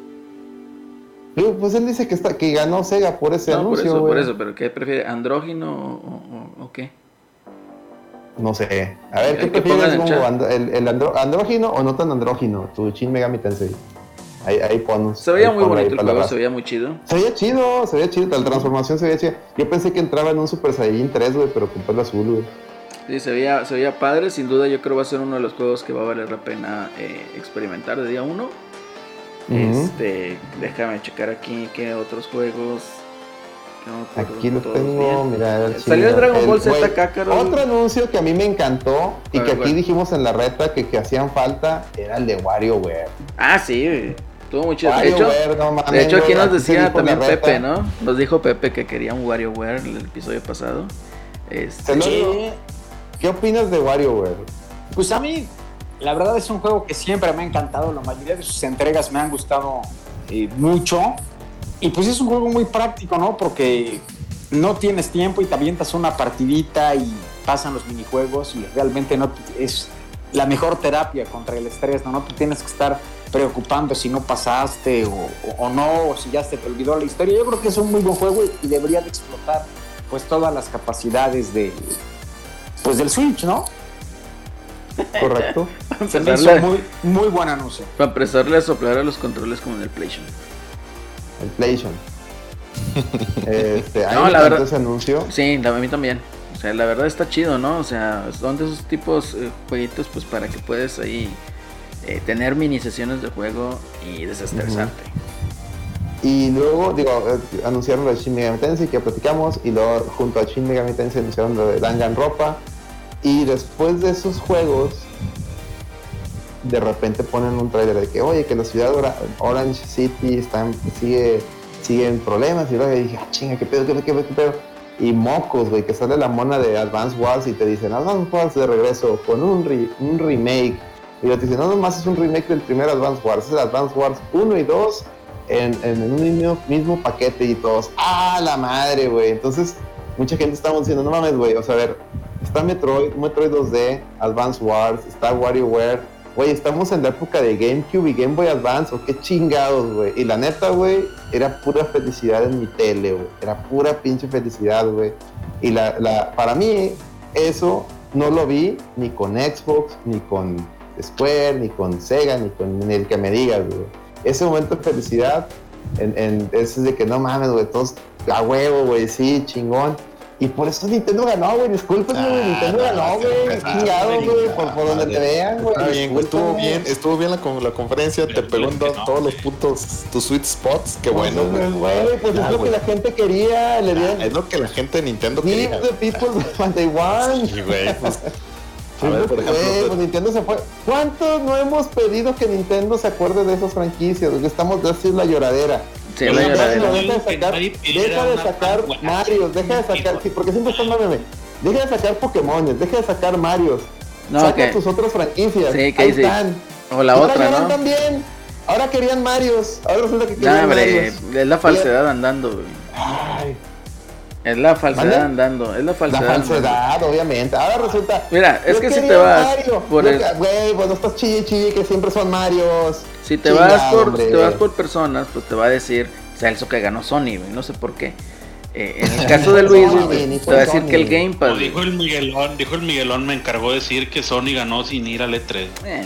Pues él dice que está, que ganó Sega por ese no, anuncio, por eso, güey. por eso, pero ¿qué prefiere? ¿Andrógino o, o, o qué? No sé. A ver, ¿qué prefieres, Gongo? ¿El, el andro, andrógino o no tan andrógino? Tu Shin Megami Tensei. Ahí, ahí ponos. Se veía muy bonito el juego, se veía muy chido. Se veía chido, se veía chido, la transformación se veía chida. Yo pensé que entraba en un Super Saiyajin tres, güey, pero con pelo azul, güey. Sí, se veía, se veía padre, sin duda yo creo va a ser uno de los juegos que va a valer la pena eh, experimentar de día uno. Uh-huh. Este, déjame checar aquí qué otros juegos. Qué otros, aquí lo tengo, bien. Mira, el salió el Dragon Ball Z Kakarot. Otro anuncio que a mí me encantó y que aquí bueno. dijimos en la reta que, que hacían falta era el de WarioWare. Ah, sí, güey. Estuvo muy chido. De hecho, no mames, de hecho aquí nos decía también Pepe, ¿no? Nos dijo Pepe que quería un WarioWare en el episodio pasado. Este... Sí. ¿Qué opinas de WarioWare? Pues a mí, la verdad es un juego que siempre me ha encantado. La mayoría de sus entregas me han gustado eh, mucho. Y pues es un juego muy práctico, ¿no? Porque no tienes tiempo y te avientas una partidita y pasan los minijuegos y realmente no es la mejor terapia contra el estrés, ¿no? No te tienes que estar preocupando si no pasaste o, o, o no, o si ya se te olvidó la historia. Yo creo que es un muy buen juego y debería de explotar pues todas las capacidades de, pues, del Switch, ¿no? Correcto. Se me hizo muy, muy buen anuncio. Para empezarle a soplar a los controles como en el PlayStation. El PlayStation. este, no, la verdad, ese anuncio. Sí, a mí también. O sea, la verdad está chido, ¿no? O sea, son de esos tipos de eh, jueguitos pues para que puedes ahí eh, tener mini sesiones de juego y desestresarte. Uh-huh. Y luego, digo, eh, anunciaron lo de Shin Megami Tensei que platicamos, y luego junto a Shin Megami Tensei anunciaron lo de Danganronpa. Y después de esos juegos, de repente ponen un trailer de que, oye, que la ciudad de Orange City está en, sigue, sigue en problemas. Y luego dije, ah, chinga, qué pedo, qué pedo, qué pedo, qué pedo. Y mocos, güey, que sale la mona de Advance Wars y te dicen, Advance Wars de regreso con un, re, un remake. Y te dicen, no, nomás es un remake del primer Advance Wars, es el Advance Wars uno y dos en, en, en un mismo, mismo paquete y todos. ¡Ah, la madre, güey! Entonces, mucha gente estaba diciendo, no mames, güey, o sea, a ver, está Metroid, Metroid dos D, Advance Wars, está WarioWare. Güey, estamos en la época de GameCube y Game Boy Advance, o qué chingados, güey. Y la neta, güey, era pura felicidad en mi tele, güey. Era pura pinche felicidad, güey. Y la, la, para mí, eso no lo vi ni con Xbox, ni con Square, ni con Sega, ni con ni el que me digas, güey. Ese momento de felicidad, en, en, es de que no mames, güey, todos a huevo, güey, sí, chingón. Y por eso Nintendo ganó, güey, discúlpenme, ah, güey, Nintendo no, ganó, güey, chingado, güey, por, por donde te vean, güey. Está bien, güey, estuvo bien, estuvo bien la, la conferencia, te pegó en no. todos los puntos, tus sweet spots, qué bueno, güey. Güey, pues ah, es lo wey. que la gente quería, le dieron. Ah, es lo que la gente de Nintendo Give quería. the people what they want. Sí, güey, pues. A ver, por ejemplo, wey, pues Nintendo se fue. ¿Cuántos no hemos pedido que Nintendo se acuerde de esas franquicias? Porque estamos de hacer la lloradera. Sí, la lloradera. Deja de sacar, deja de sacar Mario, deja de sacar, sí, porque siempre están mame. Deja de sacar Pokémones, deja de sacar Marios. No, saca okay. tus otras franquicias. Sí, que ahí sí. están. O la y otra, ¿no? También. Ahora querían Marios. Ahora resulta que querían no, hombre, Marios. Es la falsedad andando, güey. Ay. Es la falsedad ¿Vale? andando, es la falsedad. La falsedad, andando. obviamente. Ahora resulta. Mira, es que si te vas. Por el... Güey, pues no estás chille, chille, que siempre son Marios. Si te Chingado, vas por, hombre. te vas por personas, pues te va a decir Celso que ganó Sony, güey, no sé por qué. Eh, en el caso de Luis, güey, te va a decir Sony. que el Game Pass. No, dijo el Miguelón, dijo el Miguelón, me encargó de decir que Sony ganó sin ir al E tres. Eh,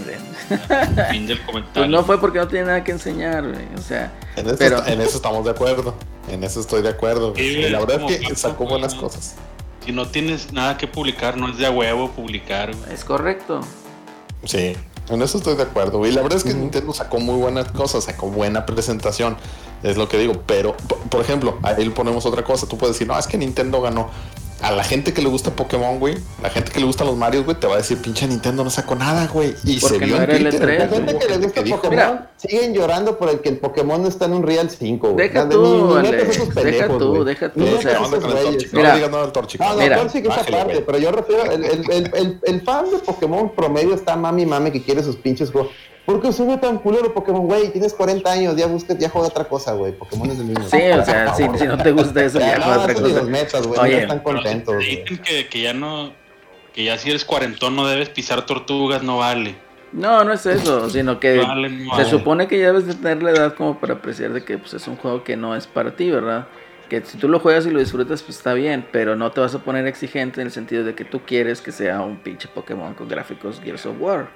fin del comentario. Pues no fue porque no tiene nada que enseñar, güey, o sea. En eso, pero, está, en eso estamos de acuerdo. En eso estoy de acuerdo. Sí, y la verdad es que como sacó Capcom, buenas güey. cosas. Si no tienes nada que publicar, no es de a huevo publicar, güey. Es correcto. Sí, en eso estoy de acuerdo. Y la verdad es que Ujú. Nintendo sacó muy buenas cosas, sacó buena presentación. Es lo que digo. Pero, por, por ejemplo, ahí le ponemos otra cosa. Tú puedes decir, no, es que Nintendo ganó. A la gente que le gusta Pokémon, güey, la gente que le gustan los Marios, güey, te va a decir, pinche Nintendo no sacó nada, güey. Y Porque se vio no en era el Twitter. E tres, La gente Hubo que le gente gusta dijo, Pokémon Mira. siguen llorando por el que el Pokémon no está en un Real cinco, güey. Deja Nada, tú, ni- ni Alex, metas esos deja pendejos, tú, güey. deja tú, Ni o metas sea, esos ¿qué onda con el güeyes. Torchic? No Mira. le digas nada al Torchic. No, no, Mira. Torchic esa Bájale, parte, güey. pero yo refiero, el, el, el, el, el fan de Pokémon promedio está mami mame que quiere sus pinches juegos. ¿Por qué sube tan culero Pokémon, güey? Tienes cuarenta años, ya buscas, ya juega otra cosa, güey. Pokémon es de niños. Sí, o sea, si, si no te gusta eso, ya Ya, fue no, otra eso ni cosa. los metas, güey. Oye, No están Pero contentos, te güey. dicen que, que ya no, que ya si eres cuarentón no debes pisar tortugas, no vale. No, no es eso, sino que No vale, no se vale. supone que ya debes de tener la edad como para apreciar de que pues, es un juego que no es para ti, ¿verdad? Que si tú lo juegas y lo disfrutas, pues está bien, pero no te vas a poner exigente en el sentido de que tú quieres que sea un pinche Pokémon con gráficos Gears of War.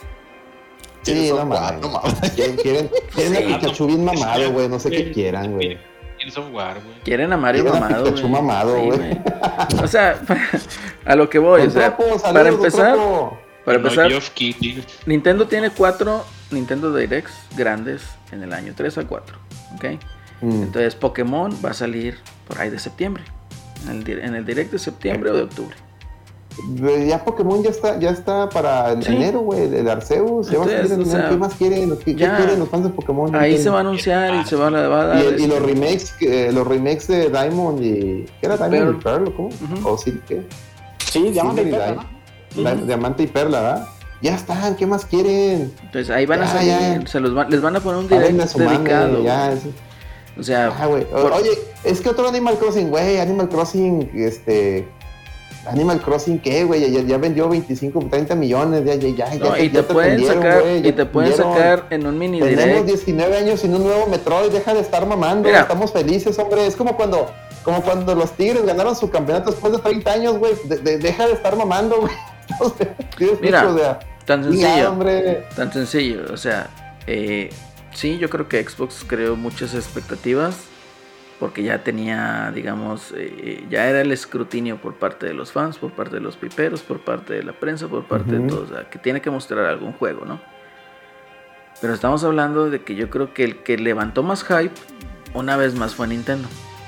Sí, Eso, no guau, mames. no mames. Quieren, quieren, quieren Sí. a Pikachu bien mamado, güey. No sé qué quieran, güey. Gears of War, güey. Quieren a Mario Quieren a mamado, Pikachu güey. mamado, Sí, güey. güey. O sea, a lo que voy, o Don sea, Topo, saludos, para don empezar, Topo. para No, empezar, Geoff Keighley. Nintendo tiene cuatro Nintendo Directs grandes en el año, tres a cuatro, ¿ok? Mm. Entonces Pokémon va a salir por ahí de septiembre, en el, di- en el Direct de septiembre o de octubre. Güey, ya Pokémon ya está, ya está para el Sí. enero, güey, el Arceus, ya va a Entonces, salir en o enero. sea, ¿Qué más quieren? ¿Qué, qué ya, quieren los fans de Pokémon? No Ahí entiendo. se va a anunciar y se va a, va a dar. Y, el- y este, los remakes, que- los remakes de Diamond y... ¿Qué era Diamond y Pearl o cómo? Ujú. ¿O sí, qué? Sí, Diamante y Silver y Perla, ¿no? Di- Diamante y Perla, ¿verdad? Ya están, ¿qué más quieren? Entonces ahí van a Ya, salir, ya. se los van- les van a poner un Háblenme direct a su mame, dedicado. ya, es- O sea, Ah, güey. O- por- Oye, es que otro Animal Crossing, güey, Animal Crossing, este... Animal Crossing, ¿qué, güey? Ya, ya vendió veinticinco, treinta millones, ya, ya, ya. no, ya y te pueden atendieron, sacar, güey, y ya te pueden atendieron. sacar en un mini Tenemos direct. diecinueve años sin un nuevo Metroid, deja de estar mamando, Mira. estamos felices, hombre. Es como cuando, como cuando los Tigres ganaron su campeonato después de treinta años, güey. De- de- deja de estar mamando, güey. O sea, tienes Mira, mucho, o sea, Tan ya, sencillo, hombre. tan sencillo. O sea, eh, sí, yo creo que Xbox creó muchas expectativas porque ya tenía, digamos, eh, ya era el escrutinio por parte de los fans, por parte de los piperos, por parte de la prensa, por parte Ujú. de todos, o sea, que tiene que mostrar algún juego, ¿no? Pero estamos hablando de que yo creo que el que levantó más hype, una vez más, fue Nintendo.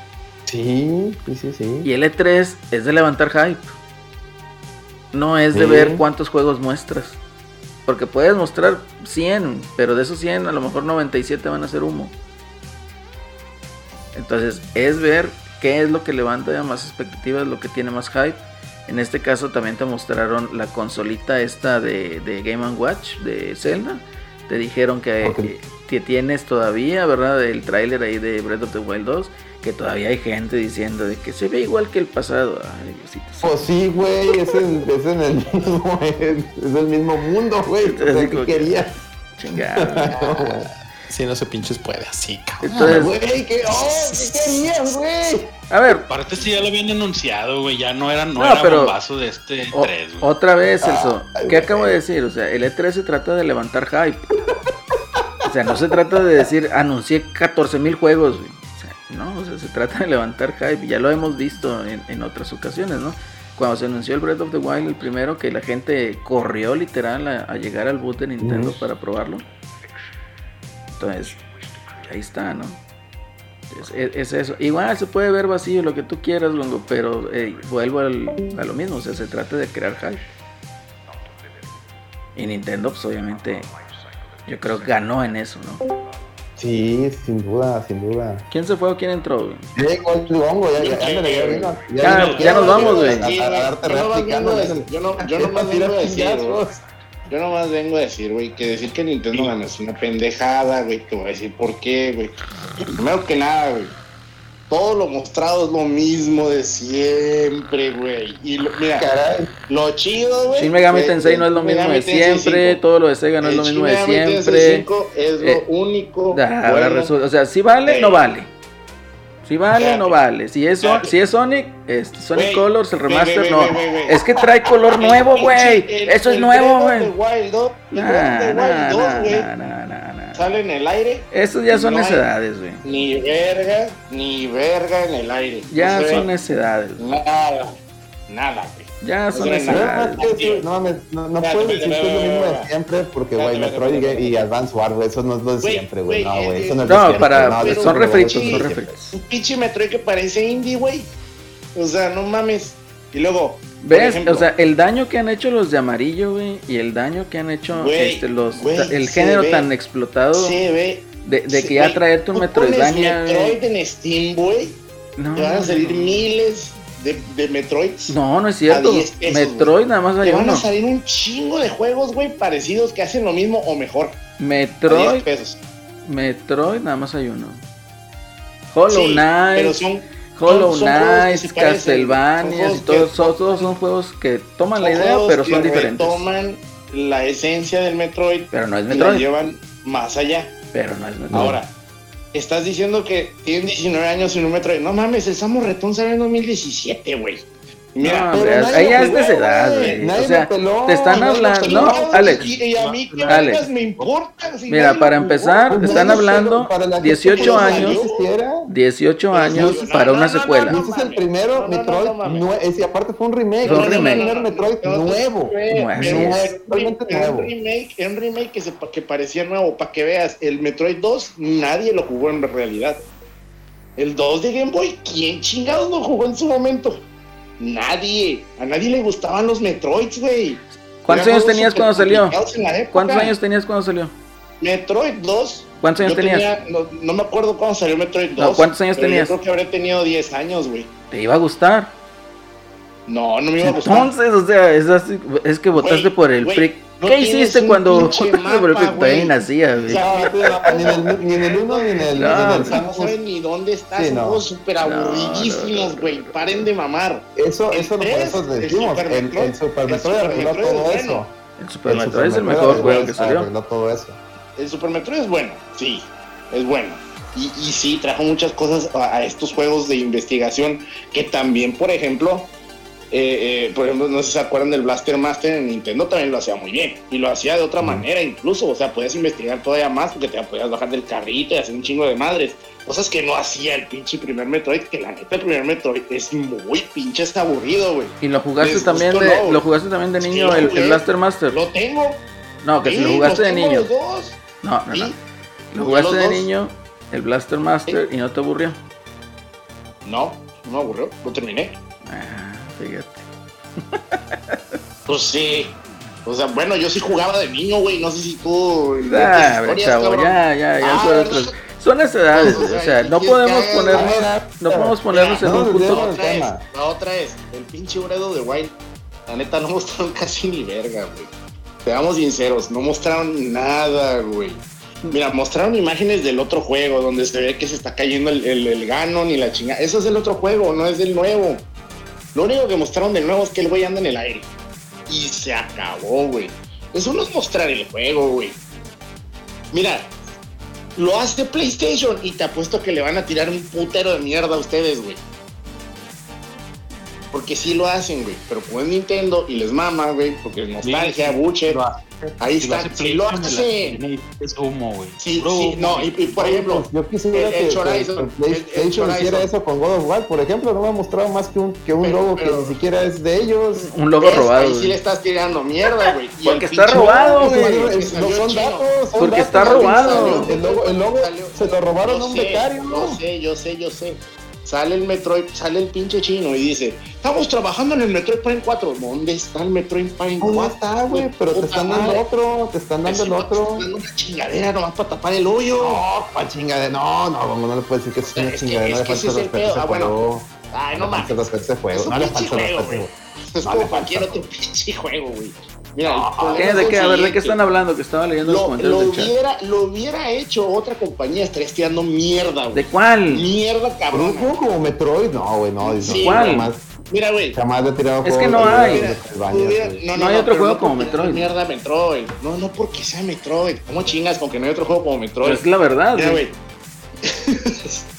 Sí, sí, sí, sí. Y el E tres es de levantar hype. No es de Sí. ver cuántos juegos muestras. Porque puedes mostrar cien, pero de esos cien a lo mejor noventa y siete van a ser humo. Entonces es ver qué es lo que levanta más expectativas, lo que tiene más hype. En este caso también te mostraron la consolita esta de, de Game and Watch de Zelda. Te dijeron que, Ok. que- que tienes todavía, ¿verdad? El tráiler ahí de Breath of the Wild dos. Que todavía hay gente diciendo de que se ve igual que el pasado. Ay, Diosito. Pues sí, güey, es, el, es en el mismo, es, es el mismo mundo, güey. O sea, Así ¿qué como que- querías? Chingada. No, güey. Si no se pinches puede así, cabrón. Entonces, Güey, ¿qué, oh, ¿qué querías, güey? a ver, Aparte sí ya lo habían anunciado, güey. Ya no era, no No, era pero- bombazo de este o- tres, güey. otra vez, Celso. Ay, ¿Qué güey. acabo de decir? O sea, el E tres se trata de levantar hype. O sea, no se trata de decir, anuncié catorce mil juegos, güey. O sea, no, o sea, se trata de levantar hype. Y ya lo hemos visto en, en otras ocasiones, ¿no? Cuando se anunció el Breath of the Wild, el primero, que la gente corrió literal a, a llegar al boot de Nintendo Ujú. para probarlo. Entonces, ahí está, ¿no? Es, es- es eso. Igual se puede ver vacío, lo que tú quieras, Longo, pero eh, vuelvo al- a lo mismo. O sea, se trata de crear hype. Y Nintendo, pues obviamente, yo creo que ganó en eso, ¿no? Sí, sin duda, sin duda. ¿Quién se fue o quién entró, güey? Llegó el hongo, ya, ya, ándale, ya vino. Ya, vino, ya nos vamos, güey. A, a darte Yo nomás réplica, vengo a ándale. decir- yo no- yo Ya nomás para tirar vengo a decir, güey. chingazos. Yo nomás vengo a decir, güey, que decir que Nintendo ganó es una pendejada, güey. Te voy a decir por qué, güey. Primero que nada, güey. Todo lo mostrado es lo mismo de siempre, güey. Y lo- mira, Caray. lo chido, güey. Shin Megami de- Tensei de no es lo Shin mismo Megami de Tensei siempre, cinco. todo lo de Sega no es El lo mismo Shin de Megami Tensei siempre. cinco es lo Eh, único. Ah, ahora bueno. resulta, o sea, si vale, Eh. no vale. Si vale o no vale. Si es, Espérate. si es Sonic, este, Sonic Güey, Colors, el ve, remaster, ve, ve, no. ve, ve, ve. Es que trae color nuevo, güey. El- Eso es el nuevo, Breath güey. of the Wild dos, el Nah, Breath of the nah, Wild dos, nah, güey, nah, nah, nah, nah. sale en el aire. Esos ya son No hay- necedades, güey. Ni verga, ni verga en el aire. Ya No se son ve necedades. güey. nada, nada, güey. Ya son No se ve nada. necedades. No, es que, no, mames, no, no Espérate, puedes decir que es lo espérate, mismo de espérate. siempre, porque, güey, Espérate, Metroid espérate, y espérate. Advance War, güey, eso no es lo de Güey, siempre, güey. güey, No, güey, eh, eso no es de No, siempre, para. no, pero- Son eso refritos, no es de son siempre. refritos. Un pinche Metroid que parece indie, güey. O sea, no mames. Y luego, por ¿Ves? ejemplo, O sea, el daño que han hecho los de amarillo, güey, y el daño que han hecho Güey, este, los güey, el se género ve- tan explotado se ve. de, de se- que ya güey, traerte un tú pones Metroidvania, güey. Metroid en Steam, güey. No, Te van a salir no, miles de, de Metroids. no, no es cierto. a diez pesos, Metroid güey. nada más hay Te van uno. a salir un chingo de juegos, güey, parecidos que hacen lo mismo o mejor. A Metroid, diez pesos. Metroid nada más hay uno. Hollow Sí, Knight, pero son Hollow son- son juegos que Knight, se parecen, Castlevania, son y juegos todos, que- son- todos son juegos que toman la son idea, juegos pero que son diferentes. Toman la esencia del Metroid Pero no es y la Metroid. llevan más allá. Pero no es Metroid. Ahora, estás diciendo que tienen diecinueve años en un Metroid. No mames, el Samus Retón salió en dos mil diecisiete, güey. Mira, No, pero hombre, nadie ahí lo ya es peló, necedad, güey. güey. Nadie O sea, lo peló, te están nadie lo hablando. peló. No, Alex. Y, y a mí que Alex. vergas me importa. si Mira, nadie para lo jugó. empezar, Pues están nadie lo hablando peló, para la gente dieciocho que no años. existiera. dieciocho Pero años no, para no, una no, no, secuela. no, Y ese es el mames. primero No, no, no, Metroid, no mames. nue- es- y aparte fue un remake. Fue un fue el remake. primer Metroid No, no, nuevo. Nuevo, así Pero es. es Totalmente era un nuevo. remake, era un remake que, se, que parecía nuevo. Para que veas, el Metroid dos nadie lo jugó en realidad. El dos de Game Boy, ¿quién chingados lo jugó en su momento? Nadie. A nadie le gustaban los Metroids, güey. ¿Cuántos Eran años juegos tenías súper cuando salió? complicados en la época. ¿Cuántos años tenías cuando salió? Metroid dos. ¿Cuántos años yo tenías? tenía- no, no me acuerdo cuándo salió Metroid dos. No, ¿cuántos años pero tenías? Yo creo que habría tenido diez años, güey. ¿Te iba a gustar? No, no me iba a gustar. Entonces, o sea, es, así- es que votaste Güey, por el güey, freak. no ¿Qué tienes hiciste un cuando pinche votaste por el mapa, freak? Todavía ni güey. nacía, O güey. sea, No, ni en el, ni en el uno ni en el, No, ni en el no Samus. saben ni dónde está, Sí, son no. juegos súper No, no, aburridísimos, no, güey. no, no. Paren de mamar. Eso, El eso, por tres, eso el decimos. Super El, Metroid, el Super el Metroid Super arregló Metroid todo es eso. bueno. El Super El Metroid es el Super mejor Metroid juego que arregló- salió. arregló todo eso. El Super Metroid es bueno, sí, es bueno. Y, y sí, trajo muchas cosas a, a estos juegos de investigación que también, por ejemplo, eh, eh, por ejemplo, no sé si se acuerdan del Blaster Master en Nintendo, también lo hacía muy bien. Y lo hacía de otra manera incluso, o sea, podías investigar todavía más porque te podías bajar del carrito y hacer un chingo de madres. Cosas que no hacía el pinche primer Metroid, que la neta el primer Metroid es muy pinches aburrido, güey. Y lo jugaste Les también gustó, de, ¿no? lo jugaste también de Sí, niño, lo el, el jugué. Blaster Master. Lo tengo. No, que si Sí, lo jugaste los de tengo niño. los dos. No, no, Sí. no. Lo Jugué jugaste los de dos. niño, el Blaster Master, y no te aburrió. No, no me aburrió, lo terminé. Ah, fíjate. Pues sí. O sea, bueno, yo sí jugaba de niño, güey. No sé si tú. Ah, historias, chavo, cabrón. ya, ya, ya. Ah, son, ¿verdad? otras- son esas edades, Pues, o o sea, sea, no y- y podemos cagas, ponernos, mira, no podemos ponernos en mira, un no, punto. La olvidemos otra, el es, tema. la otra es, el pinche Breath of the Wild. La neta, no mostraron casi ni verga, güey. Seamos sinceros, no mostraron nada, güey. Mira, mostraron imágenes del otro juego donde se ve que se está cayendo el, el, el Ganon y la chingada. Eso es del otro juego, no es del nuevo. Lo único que mostraron del nuevo es que el güey anda en el aire. Y se acabó, güey. Eso no es mostrar el juego, güey. Mira, lo hace PlayStation y te apuesto que le van a tirar un putero de mierda a ustedes, güey. Porque sí lo hacen, güey. Pero pues Nintendo y les mama, güey. Porque nostalgia, buche. Lo hace- Ahí si lo está. hace Sí lo PlayStation, hace. la- Es humo, güey. Sí, Puro sí. humo, No, güey. y, y por ejemplo, Pues yo quisiera el- que, el que- Horizon, que el- el PlayStation hiciera Horizon. eso con God of War, por ejemplo. No me ha mostrado más que un, que un Pero- logo pero- que ni siquiera es de ellos. Un logo ¿ves? robado. Ahí sí güey. le estás tirando mierda, güey. Y Porque el está pinche- robado, No, güey. porque No salió son chino. datos, son Porque datos, está salió- robado. El logo, el logo Salió- se lo robaron a Yo un sé, becario. Yo sé, yo sé, yo sé. Sale el Metroid, sale el pinche chino y dice, estamos trabajando en el Metroid Prime cuatro. ¿Dónde está el Metroid Prime Pues cuatro? ya está, güey, pero te Puta están dando madre. otro, te están dando el Te otro. están dando una chingadera nomás para tapar el hoyo. No, pa' chingadera. No, no, como no le puedes decir que es una Es que- chingadera. es No le que ese falta es el respeto a pedo. ese Ah, bueno. juego. Ay, no No le mames. falta respeto a ese Es juego. un No le pinche falta juego, respeto. güey. Es No como le cualquier falta. otro pinche juego, güey. Mira, el No, problema ¿Qué? es ¿De el qué? A ver, ¿de siguiente. qué están hablando? Que estaba leyendo los Lo, comentarios lo del chat. hubiera, lo hubiera hecho otra compañía, estaría tirando mierda, güey. ¿De cuál? Mierda, Pero un cabrón. juego como Metroid, no, güey, no. Sí, ¿cuál? Jamás, Mira, güey. jamás le he tirado Es juego que no de- hay. de Hubiera- Castlevania, hubiera- güey. no, No no, hay no, otro pero juego no como porque sea Metroid. Mierda, Metroid. No, no porque sea Metroid. ¿Cómo chingas con que no hay otro juego como Metroid? Pero es la verdad, Mira, güey. güey.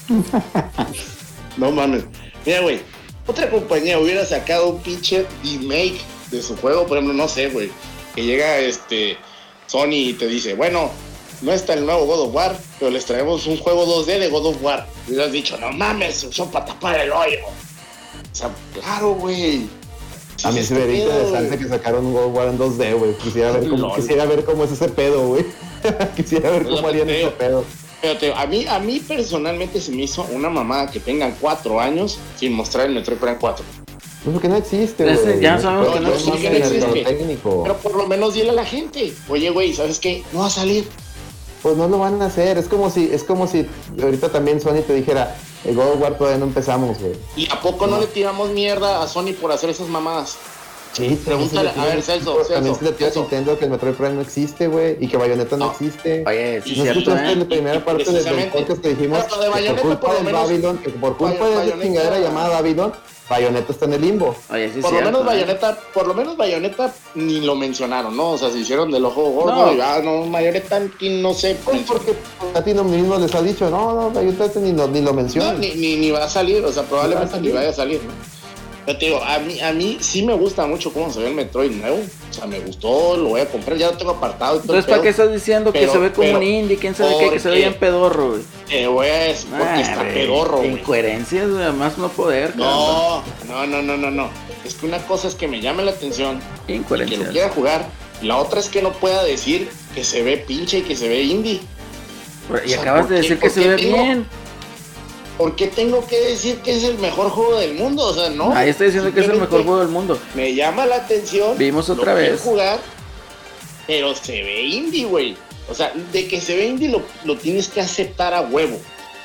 No mames. Mira, güey, otra compañía hubiera sacado un pinche remake de su juego, por ejemplo, no sé, güey, que llega este Sony y te dice, bueno, no está el nuevo God of War, pero les traemos un juego dos D de God of War. Y hubieras dicho, no mames, son para tapar el hoyo. O sea, claro, güey. A mí se me vería interesante que sacaron un God of War en dos D, güey. Quisiera ver cómo, quisiera ver cómo es ese pedo, güey. Quisiera ver cómo harían ese pedo. Pero te, a mí, a mí personalmente se me hizo una mamada que tengan cuatro años sin mostrar el Metroid Prime cuatro. Pues porque no existe, güey. Ya sabemos que no, no existe. no existe. Pero por lo menos dile a la gente, oye, güey, ¿sabes qué? No va a salir. Pues no lo van a hacer. Es como si, es como si ahorita también Sony te dijera, el God of War todavía no empezamos, güey. ¿Y a poco no. no le tiramos mierda a Sony por hacer esas mamadas? Sí, pregúntale, a ver, Celso, Celso. También se le tira a Nintendo que el Metroid Prime no existe, güey, y que Bayonetta no, no existe. Oye, sí, ¿No cierto, escuchaste eh? en la primera parte del podcast que dijimos de que Bayonetta, por culpa por de menos, Babylon, que por culpa Bay- de esa chingadera llamada Babylon, Bayonetta está en el limbo. Oye, sí, por cierto, lo menos eh. Bayonetta, por lo menos Bayonetta ni lo mencionaron, ¿no? O sea, se hicieron del ojo gordo No. y ah, no, Bayonetta no sé. Pues porque a ti no mismo les ha dicho, no, no, Bayonetta ni lo, ni lo No, menciona. ni, ni, ni va a salir, o sea, probablemente Ni ni va a vaya a salir, ¿no? Yo te digo, a mí, a mí sí me gusta mucho cómo se ve el Metroid nuevo. O sea, me gustó, lo voy a comprar, ya lo tengo apartado. Y todo Entonces, el ¿para qué pedo. estás diciendo Pero- que se ve como pero, un indie? ¿Quién sabe qué? Que se ve porque- bien pedorro, güey. Te voy a decir, porque Ah, está güey, pedorro, güey. Incoherencias, güey, además no poder, cabrón. No, no, no, no, no, no. Es que una cosa es que me llame la atención y que lo Incoherencias. quiera jugar. Y la otra es que no pueda decir que se ve pinche y que se ve indie. Y O sea, acabas ¿por de qué- decir que por se qué ve tengo- bien. ¿Por qué tengo que decir que es el mejor juego del mundo? O sea, no. Ahí está diciendo que es el mejor Simplemente juego del mundo. Me llama la atención. Vimos otra lo quiero vez. jugar, pero se ve indie, güey. O sea, de que se ve indie lo, lo tienes que aceptar a huevo.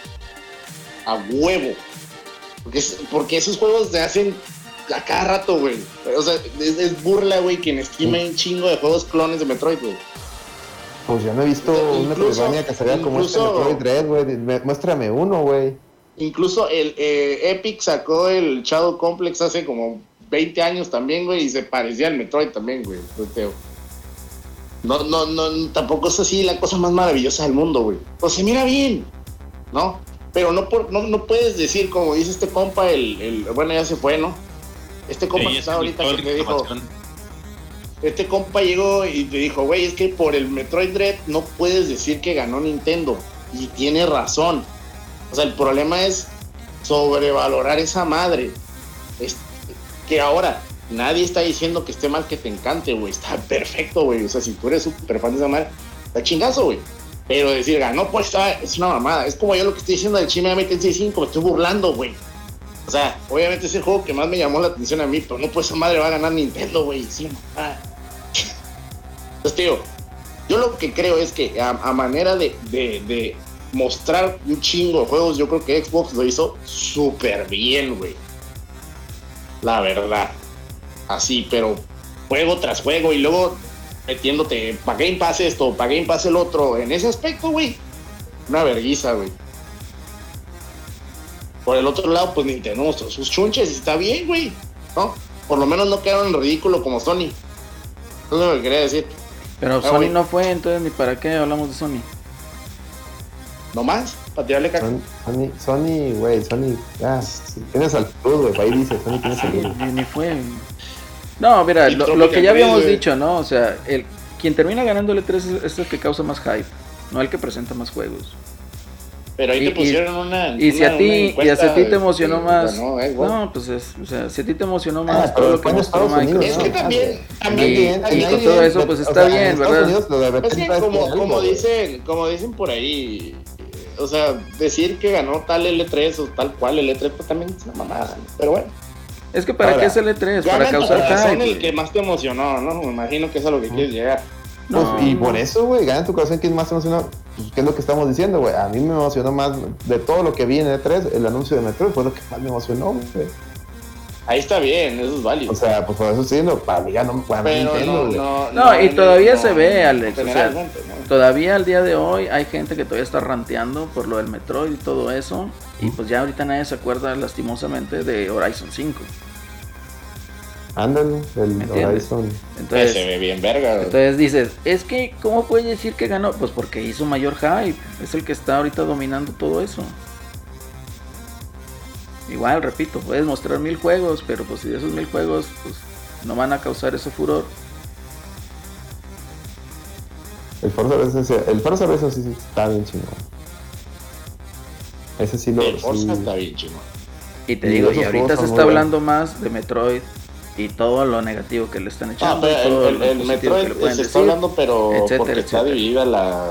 A huevo. Porque, es- porque esos juegos se hacen a cada rato, güey. O sea, es, es burla, güey, que en Steam hay un chingo de juegos clones de Metroid, güey. Pues yo no he visto Incluso- una Metroidvania que se vea como este incluso- Metroid Dread, güey. Me- Muéstrame uno, güey. Incluso el eh, Epic sacó el Shadow Complex hace como veinte años también, güey, y se parecía al Metroid también, güey. Teo. No, no, no, tampoco es así la cosa más maravillosa del mundo, güey. Pues se mira bien, ¿no? Pero no, por, no, no puedes decir, como dice este compa, el, el bueno, ya se fue, ¿no? Este compa Sí, que está esa ahorita es que mi te dijo, información. este compa llegó y te dijo, güey, es que por el Metroid Dread no puedes decir que ganó Nintendo. Y tiene razón. O sea, el problema es sobrevalorar esa madre. Es que ahora nadie está diciendo que esté mal que te encante, güey. Está perfecto, güey. O sea, si tú eres súper fan de esa madre, está chingazo, güey. Pero decir, ganó, pues está, es una mamada. Es como yo lo que estoy diciendo del Shin Megami Tensei cinco, me estoy burlando, güey. O sea, obviamente es el juego que más me llamó la atención a mí, pero no, pues esa madre va a ganar Nintendo, güey. Sí, mamada. Entonces, tío, yo lo que creo es que a, a manera de, de, de mostrar un chingo de juegos, yo creo que Xbox lo hizo súper bien, güey. La verdad. Así, pero juego tras juego y luego metiéndote para Game Pass esto, para Game Pass el otro. En ese aspecto, güey, una vergüenza, güey. Por el otro lado, pues Nintendo mostró sus chunches y está bien, güey, ¿no? Por lo menos no quedaron en ridículo como Sony. Eso es lo que quería decir. Pero Ah, Sony güey. no fue, entonces ni para qué hablamos de Sony. ¿No más? Para tirarle caca. Son- Sony, Sony, güey, Sony, ya, sí, tiene salud, güey, ahí dice, Sony tiene salud. Ni, ni fue. No, mira, Y lo, Tropical lo que ya habíamos Freeze, güey. dicho, ¿no? O sea, el quien termina ganando el E tres es, es el que causa más hype, no el que presenta más juegos. Pero ahí Y- te pusieron una. Y si una- a ti, una y encuesta, si a ti te este, emocionó más, ganó Xbox. no, pues es, o sea, si a ti te emocionó Ah, más pero todo lo que fue en mostró Estados Unidos, Es Microsoft. que ¿no? también, Ah, también, y- también- y con todo eso, pues, o está sea, en bien, Estados ¿verdad? Unidos lo de Es que Bethesda es como, algo, como güey. dicen, como dicen por ahí, eh, o sea, decir que ganó tal L tres o tal cual L tres, pues también es una mamada, ¿no? Pero bueno. Es que para Ahora, qué es el E tres, Gana para en tu causar corazón hype. el que más te emocionó, ¿no? Me imagino que es a lo que quieres llegar. Pues, No, y no. por eso, güey, gana tu corazón, ¿quién más te emocionó? Pues, ¿qué es lo que estamos diciendo, güey? A mí me emocionó más, de todo lo que vi en E tres, el anuncio de Metroid fue lo que más me emocionó, güey. Ahí está bien, eso es válido. O sea, pues por eso estoy diciendo, para mí ganó, para mí pero Nintendo, no, güey. no, No, y todavía no, se ve, no, Alex, o sea, generalmente, ¿no? Todavía al día de hoy hay gente que todavía está ranteando por lo del Metroid y todo eso. Y pues ya ahorita nadie se acuerda lastimosamente de Horizon cinco. Ándale, el ¿Me entiendes? Horizon. Que Entonces, se ve bien verga. güey. entonces dices, es que ¿cómo puedes decir que ganó? Pues porque hizo mayor hype. Es el que está ahorita dominando todo eso. igual, repito, puedes mostrar mil juegos, pero pues si de esos mil juegos pues no van a causar ese furor. El Forza Horizon, el Forza Horizon sí, sí está bien chingón. Ese sí lo... El Forza sí. está bien chingón. Y te Y digo, esos y ahorita juegos se son está muy hablando más de Metroid y todo lo negativo que le están Ah, echando. y pero todo el, lo el, el positivo que Metroid le pueden se está decir, hablando, pero etcétera, porque está etcétera. dividida la,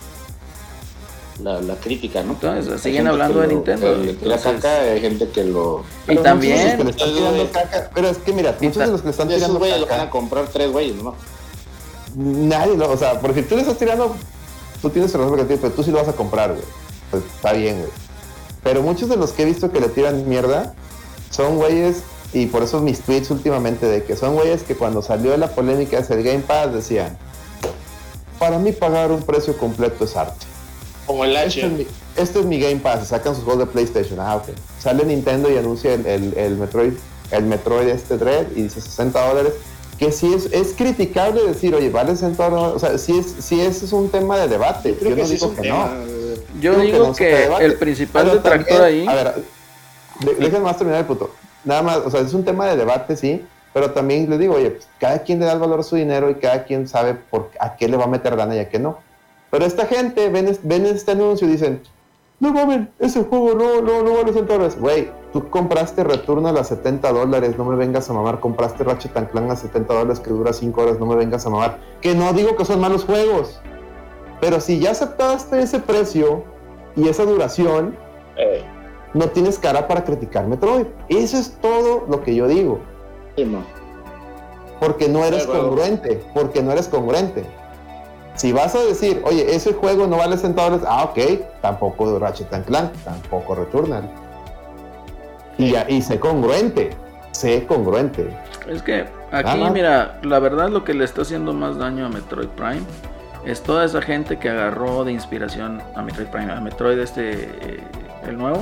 la, la crítica, ¿no? Entonces, Hay siguen gente hablando que de lo- Nintendo, que le tira entonces- caca, hay gente que lo... Y Pero también- muchos de los que le están tirando caca, pero es que mira, muchos de los que le están De esos tirando güeyes lo van a caca, comprar tres güeyes, ¿no? nadie lo, o sea, porque si tú le estás tirando, tú tienes el razón que tienes, pero tú sí lo vas a comprar, güey. Pues está bien, güey. Pero muchos de los que he visto que le tiran mierda son güeyes, y por eso mis tweets últimamente, de que son güeyes que cuando salió la polémica hacia el Game Pass decían, para mí pagar un precio completo es arte. Como el Este es, H. mi, este es mi Game Pass, sacan sus juegos de PlayStation. Ah, ok. Sale Nintendo y anuncia el, el, el Metroid, el Metroid este Dread y dice sesenta dólares. Que sí es, es criticable decir, oye, vale sesenta dólares. O sea, sí es, sí es, es un tema de debate. Yo, Creo que no sí es digo un que tema. no. Yo Digo digo no se que debate. el principal Pero detractor también, ahí. A ver, de- déjenme más terminar el puto. Nada más, o sea, es un tema de debate, sí. Pero también les digo, oye, pues, cada quien le da el valor a su dinero y cada quien sabe por, a qué le va a meter gana y a qué no. Pero esta gente ven, es- ven este anuncio y dicen, no mames, ese juego no, no, no vale sesenta dólares. Güey, tú compraste Returnal a setenta dólares, no me vengas a mamar. Compraste Ratchet and Clank a setenta dólares que dura cinco horas, no me vengas a mamar. Que no digo que son malos juegos. Pero si ya aceptaste ese precio y esa duración, Eh, no tienes cara para criticar Metroid. Eso es todo lo que yo digo. sí, man. Porque no eres Sí, bueno. congruente. Porque no eres congruente. Si vas a decir, oye, ese juego no vale sesenta dólares, ah, ok, tampoco Ratchet and Clank, tampoco Returnal. Y, ya- y sé congruente. Sé congruente. Es que aquí, Nada. mira, la verdad lo que le está haciendo más daño a Metroid Prime es toda esa gente que agarró de inspiración a Metroid Prime, a Metroid este, eh, el nuevo.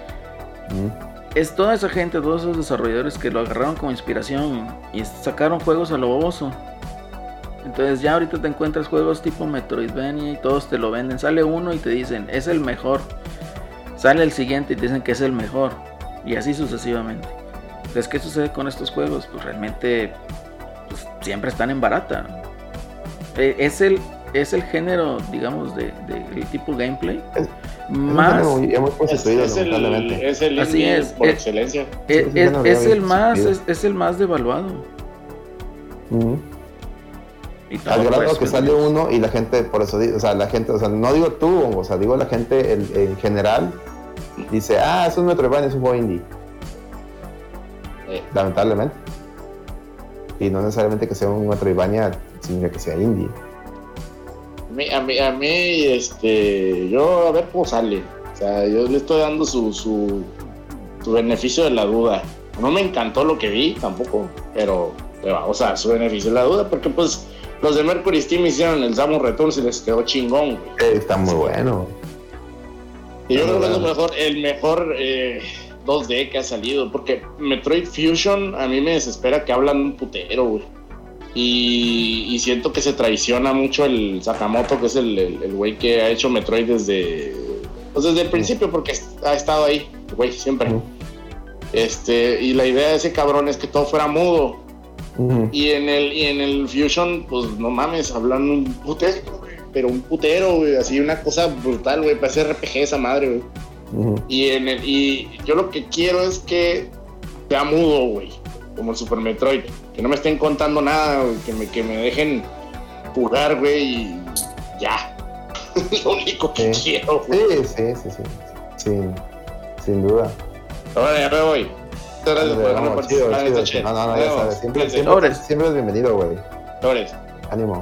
Mm. Es toda esa gente, todos esos desarrolladores que lo agarraron como inspiración y sacaron juegos a lo boboso. Entonces ya ahorita te encuentras juegos tipo Metroidvania y todos te lo venden. Sale uno y te dicen, es el mejor. Sale el siguiente y te dicen que es el mejor. Y así sucesivamente. Entonces, ¿qué sucede con estos juegos? Pues realmente pues, siempre están en barata. Eh, Es el, es el género, digamos, de, de, del tipo gameplay. Es- más... Es un género muy, muy Es, constituido, es el, lamentablemente. es el Así indie es, por eh, excelencia. Es, sí, sí, es- no, es ya el bien más sucedido. es, es el más devaluado. Mm. Y todo, Al grado pues, que pues, sale uno y la gente, por eso, di- o sea, la gente, o sea, no digo tú, o sea, digo la gente en, en general, dice, ah, es un Metroidvania, es un juego indie. Eh. Lamentablemente. Y no necesariamente que sea un Metroidvania, sino que sea indie. A mí, a mí, a mí, este, yo a ver cómo sale. O sea, yo le estoy dando su, su, su beneficio de la duda. No me encantó lo que vi tampoco, pero, pero o sea, su beneficio de la duda, porque pues los de Mercury Steam hicieron el Samus Returns y les quedó chingón, güey. Eh, está muy bueno. Y yo Está creo que muy es lo bueno. mejor, el mejor eh, dos D que ha salido, porque Metroid Fusion a mí me desespera que hablan un putero, güey. Y, y siento que se traiciona mucho el Sakamoto, que es el el- el güey que ha hecho Metroid desde, pues desde el principio, porque ha estado ahí, güey, siempre. Ujú. Este, y la idea de ese cabrón es que todo fuera mudo. Ujú. Y en el, y en el Fusion, pues no mames, hablan un putero, güey, pero un putero, güey, así una cosa brutal, güey, parece R P G esa madre, güey. Ujú. Y, en el, y yo lo que quiero es que sea mudo, güey, como el Super Metroid. Que no me estén contando nada, güey, que me, que me dejen jugar, güey, y ya. Lo único que Sí. quiero, güey. Sí, sí, sí, sí. Sin, sin duda. Ahora ya me voy. Muchas gracias por dejarme No, participar chido, en chido, este chat. No, no, no, Nos ya vemos. sabes. Siempre, Cuídense. siempre, Sobres. siempre es bienvenido, güey. Sobres. Ánimo.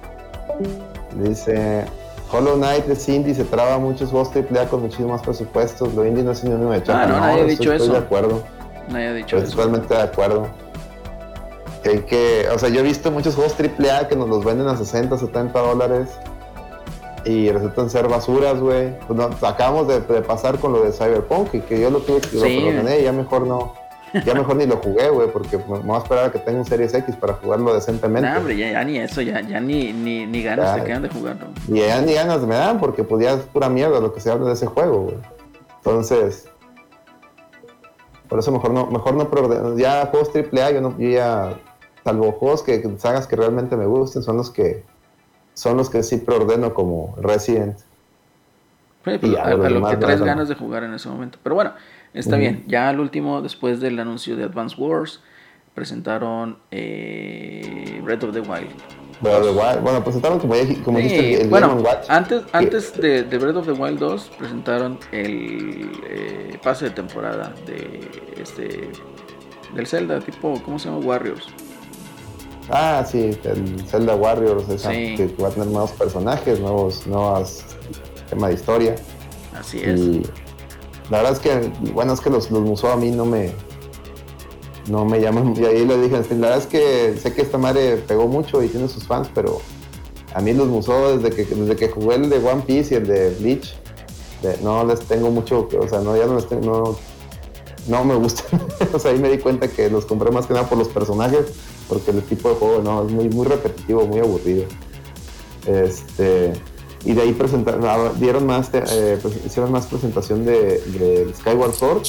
Dice Hollow Knight es indie, se traba muchos juegos triple A con muchísimos más presupuestos. Lo indie no es sinónimo de chapa. Ah, no, nadie ha dicho estoy eso. de acuerdo. Nadie ha dicho Estoy eso. totalmente de acuerdo. Que hay que, o sea, yo he visto muchos juegos triple A que nos los venden a sesenta, setenta dólares y resultan ser basuras, güey. Pues no, acabamos de, de pasar con lo de Cyberpunk y que yo lo tuve que lo Sí. perdoné y ya mejor no. Ya mejor ni lo jugué, güey, porque me me voy a esperar a que tenga un Series X para jugarlo decentemente. Nah, hombre, ya, ya ni eso, ya, ya ni, ni, ni ganas Ya. te quedan de jugarlo. Y ya ni ganas me dan porque pues ya es pura mierda lo que se habla de ese juego, güey. Entonces, Por eso mejor no, mejor no preordeno. Ya juegos triple A, yo no, yo ya, salvo juegos que sagas que realmente me gusten, son los que son los que sí preordeno, como Resident. Sí, pues, a, a lo que traes ganas de jugar en ese momento. Pero bueno, está uh-huh. bien. Ya al último, después del anuncio de Advance Wars, presentaron eh, Breath of the Wild. Breath of the Wild. Bueno, presentaron como, como sí, dijiste el, el bueno, Game and Watch. Antes, antes de, de Breath of the Wild dos, presentaron el eh, pase de temporada de este del Zelda, tipo, ¿cómo se llama? Warriors. Ah, sí, el Zelda Warriors, esa, sí. que va a tener nuevos personajes, nuevos, nuevas tema de historia. Así es. Y la verdad es que, bueno, es que los, los Musou a mí no me no me llaman, y ahí le dije, la verdad es que sé que esta madre pegó mucho y tiene sus fans, pero a mí los Musou, desde que desde que jugué el de One Piece y el de Bleach, de, no les tengo mucho, o sea, no, ya no les tengo, no, no me gustan. O sea, ahí me di cuenta que los compré más que nada por los personajes, porque el tipo de juego, no, es muy, muy repetitivo, muy aburrido. Este... Y de ahí presentaron, dieron más, eh, pues, hicieron más presentación de, de Skyward Sword,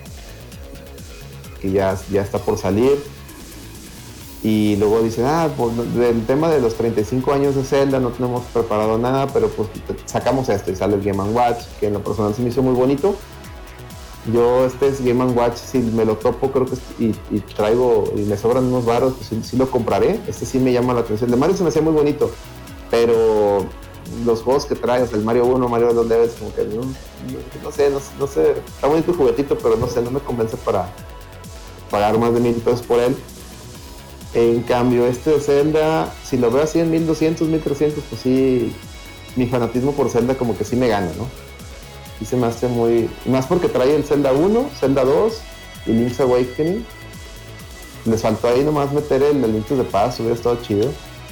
que ya, ya está por salir. Y luego dicen, ah, pues del tema de los treinta y cinco años de Zelda no tenemos preparado nada, pero pues sacamos esto y sale el Game and Watch, que en lo personal se me hizo muy bonito. Yo este es Game and Watch, si me lo topo, creo que y, y traigo, y me sobran unos varos, pues sí, sí lo compraré. Este sí me llama la atención. El de Mario se me hacía muy bonito, pero los juegos que traes, el Mario uno, Mario dos Levels, como que no, no, no sé, no, no sé, está bonito el juguetito, pero no sé, no me convence para pagar más de mil pesos por él. En cambio, este de Zelda, si lo veo así en mil doscientos, mil trescientos, pues sí, mi fanatismo por Zelda como que sí me gana, ¿no? Y se me hace muy, más porque trae el Zelda uno, Zelda dos y Link's Awakening. Les faltó ahí nomás meter el, el Link to the Past, hubiera estado chido.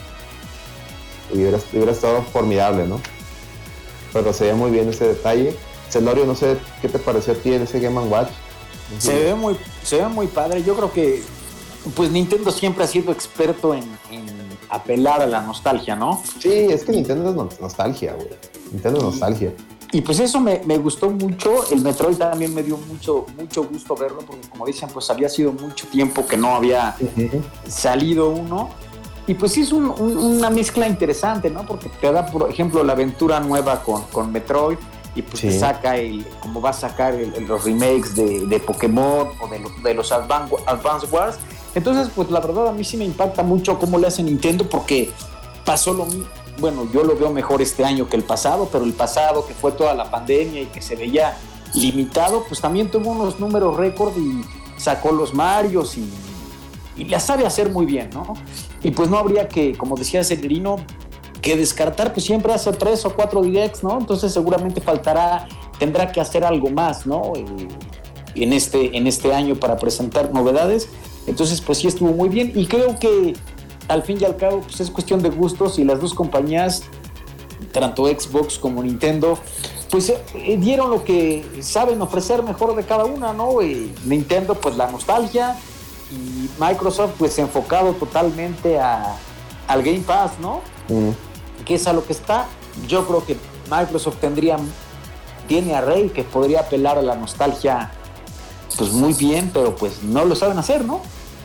Y hubiera, hubiera estado formidable, ¿no? Pero se ve muy bien ese detalle. Celorio, no sé qué te pareció a ti en ese Game and Watch. Se ve muy, se ve muy padre. Yo creo que pues Nintendo siempre ha sido experto en, en apelar a la nostalgia, ¿no? Sí, es que Nintendo es nostalgia, güey. Nintendo es nostalgia. Y pues eso me, me gustó mucho. El Metroid también me dio mucho, mucho gusto verlo, porque como dicen, pues había sido mucho tiempo que no había uh-huh. salido uno. Y pues sí es un, un, una mezcla interesante, ¿no? Porque te da, por ejemplo, la aventura nueva con, con Metroid, y pues sí. te saca el, como va a sacar el, el, los remakes de, de Pokémon o de, lo, de los Advance, Advance Wars. Entonces, pues la verdad a mí sí me impacta mucho cómo le hace Nintendo, porque pasó lo mismo. Bueno, yo lo veo mejor este año que el pasado, pero el pasado, que fue toda la pandemia y que se veía limitado, pues también tuvo unos números récord y sacó los Marios y, y la sabe hacer muy bien, ¿no? Y pues no habría que, como decía Celerino, que descartar, pues siempre hace tres o cuatro directs, ¿no? Entonces seguramente faltará, tendrá que hacer algo más, ¿no? En este, en este año para presentar novedades. Entonces, pues sí estuvo muy bien, y creo que al fin y al cabo, pues es cuestión de gustos, y las dos compañías, tanto Xbox como Nintendo, pues eh, dieron lo que saben ofrecer mejor de cada una, ¿no? Y Nintendo, pues la nostalgia, y Microsoft, pues enfocado totalmente a, al Game Pass, ¿no? Mm. Que es a lo que está. Yo creo que Microsoft tendría, tiene a Rey, que podría apelar a la nostalgia, pues muy bien, pero pues no lo saben hacer, ¿no?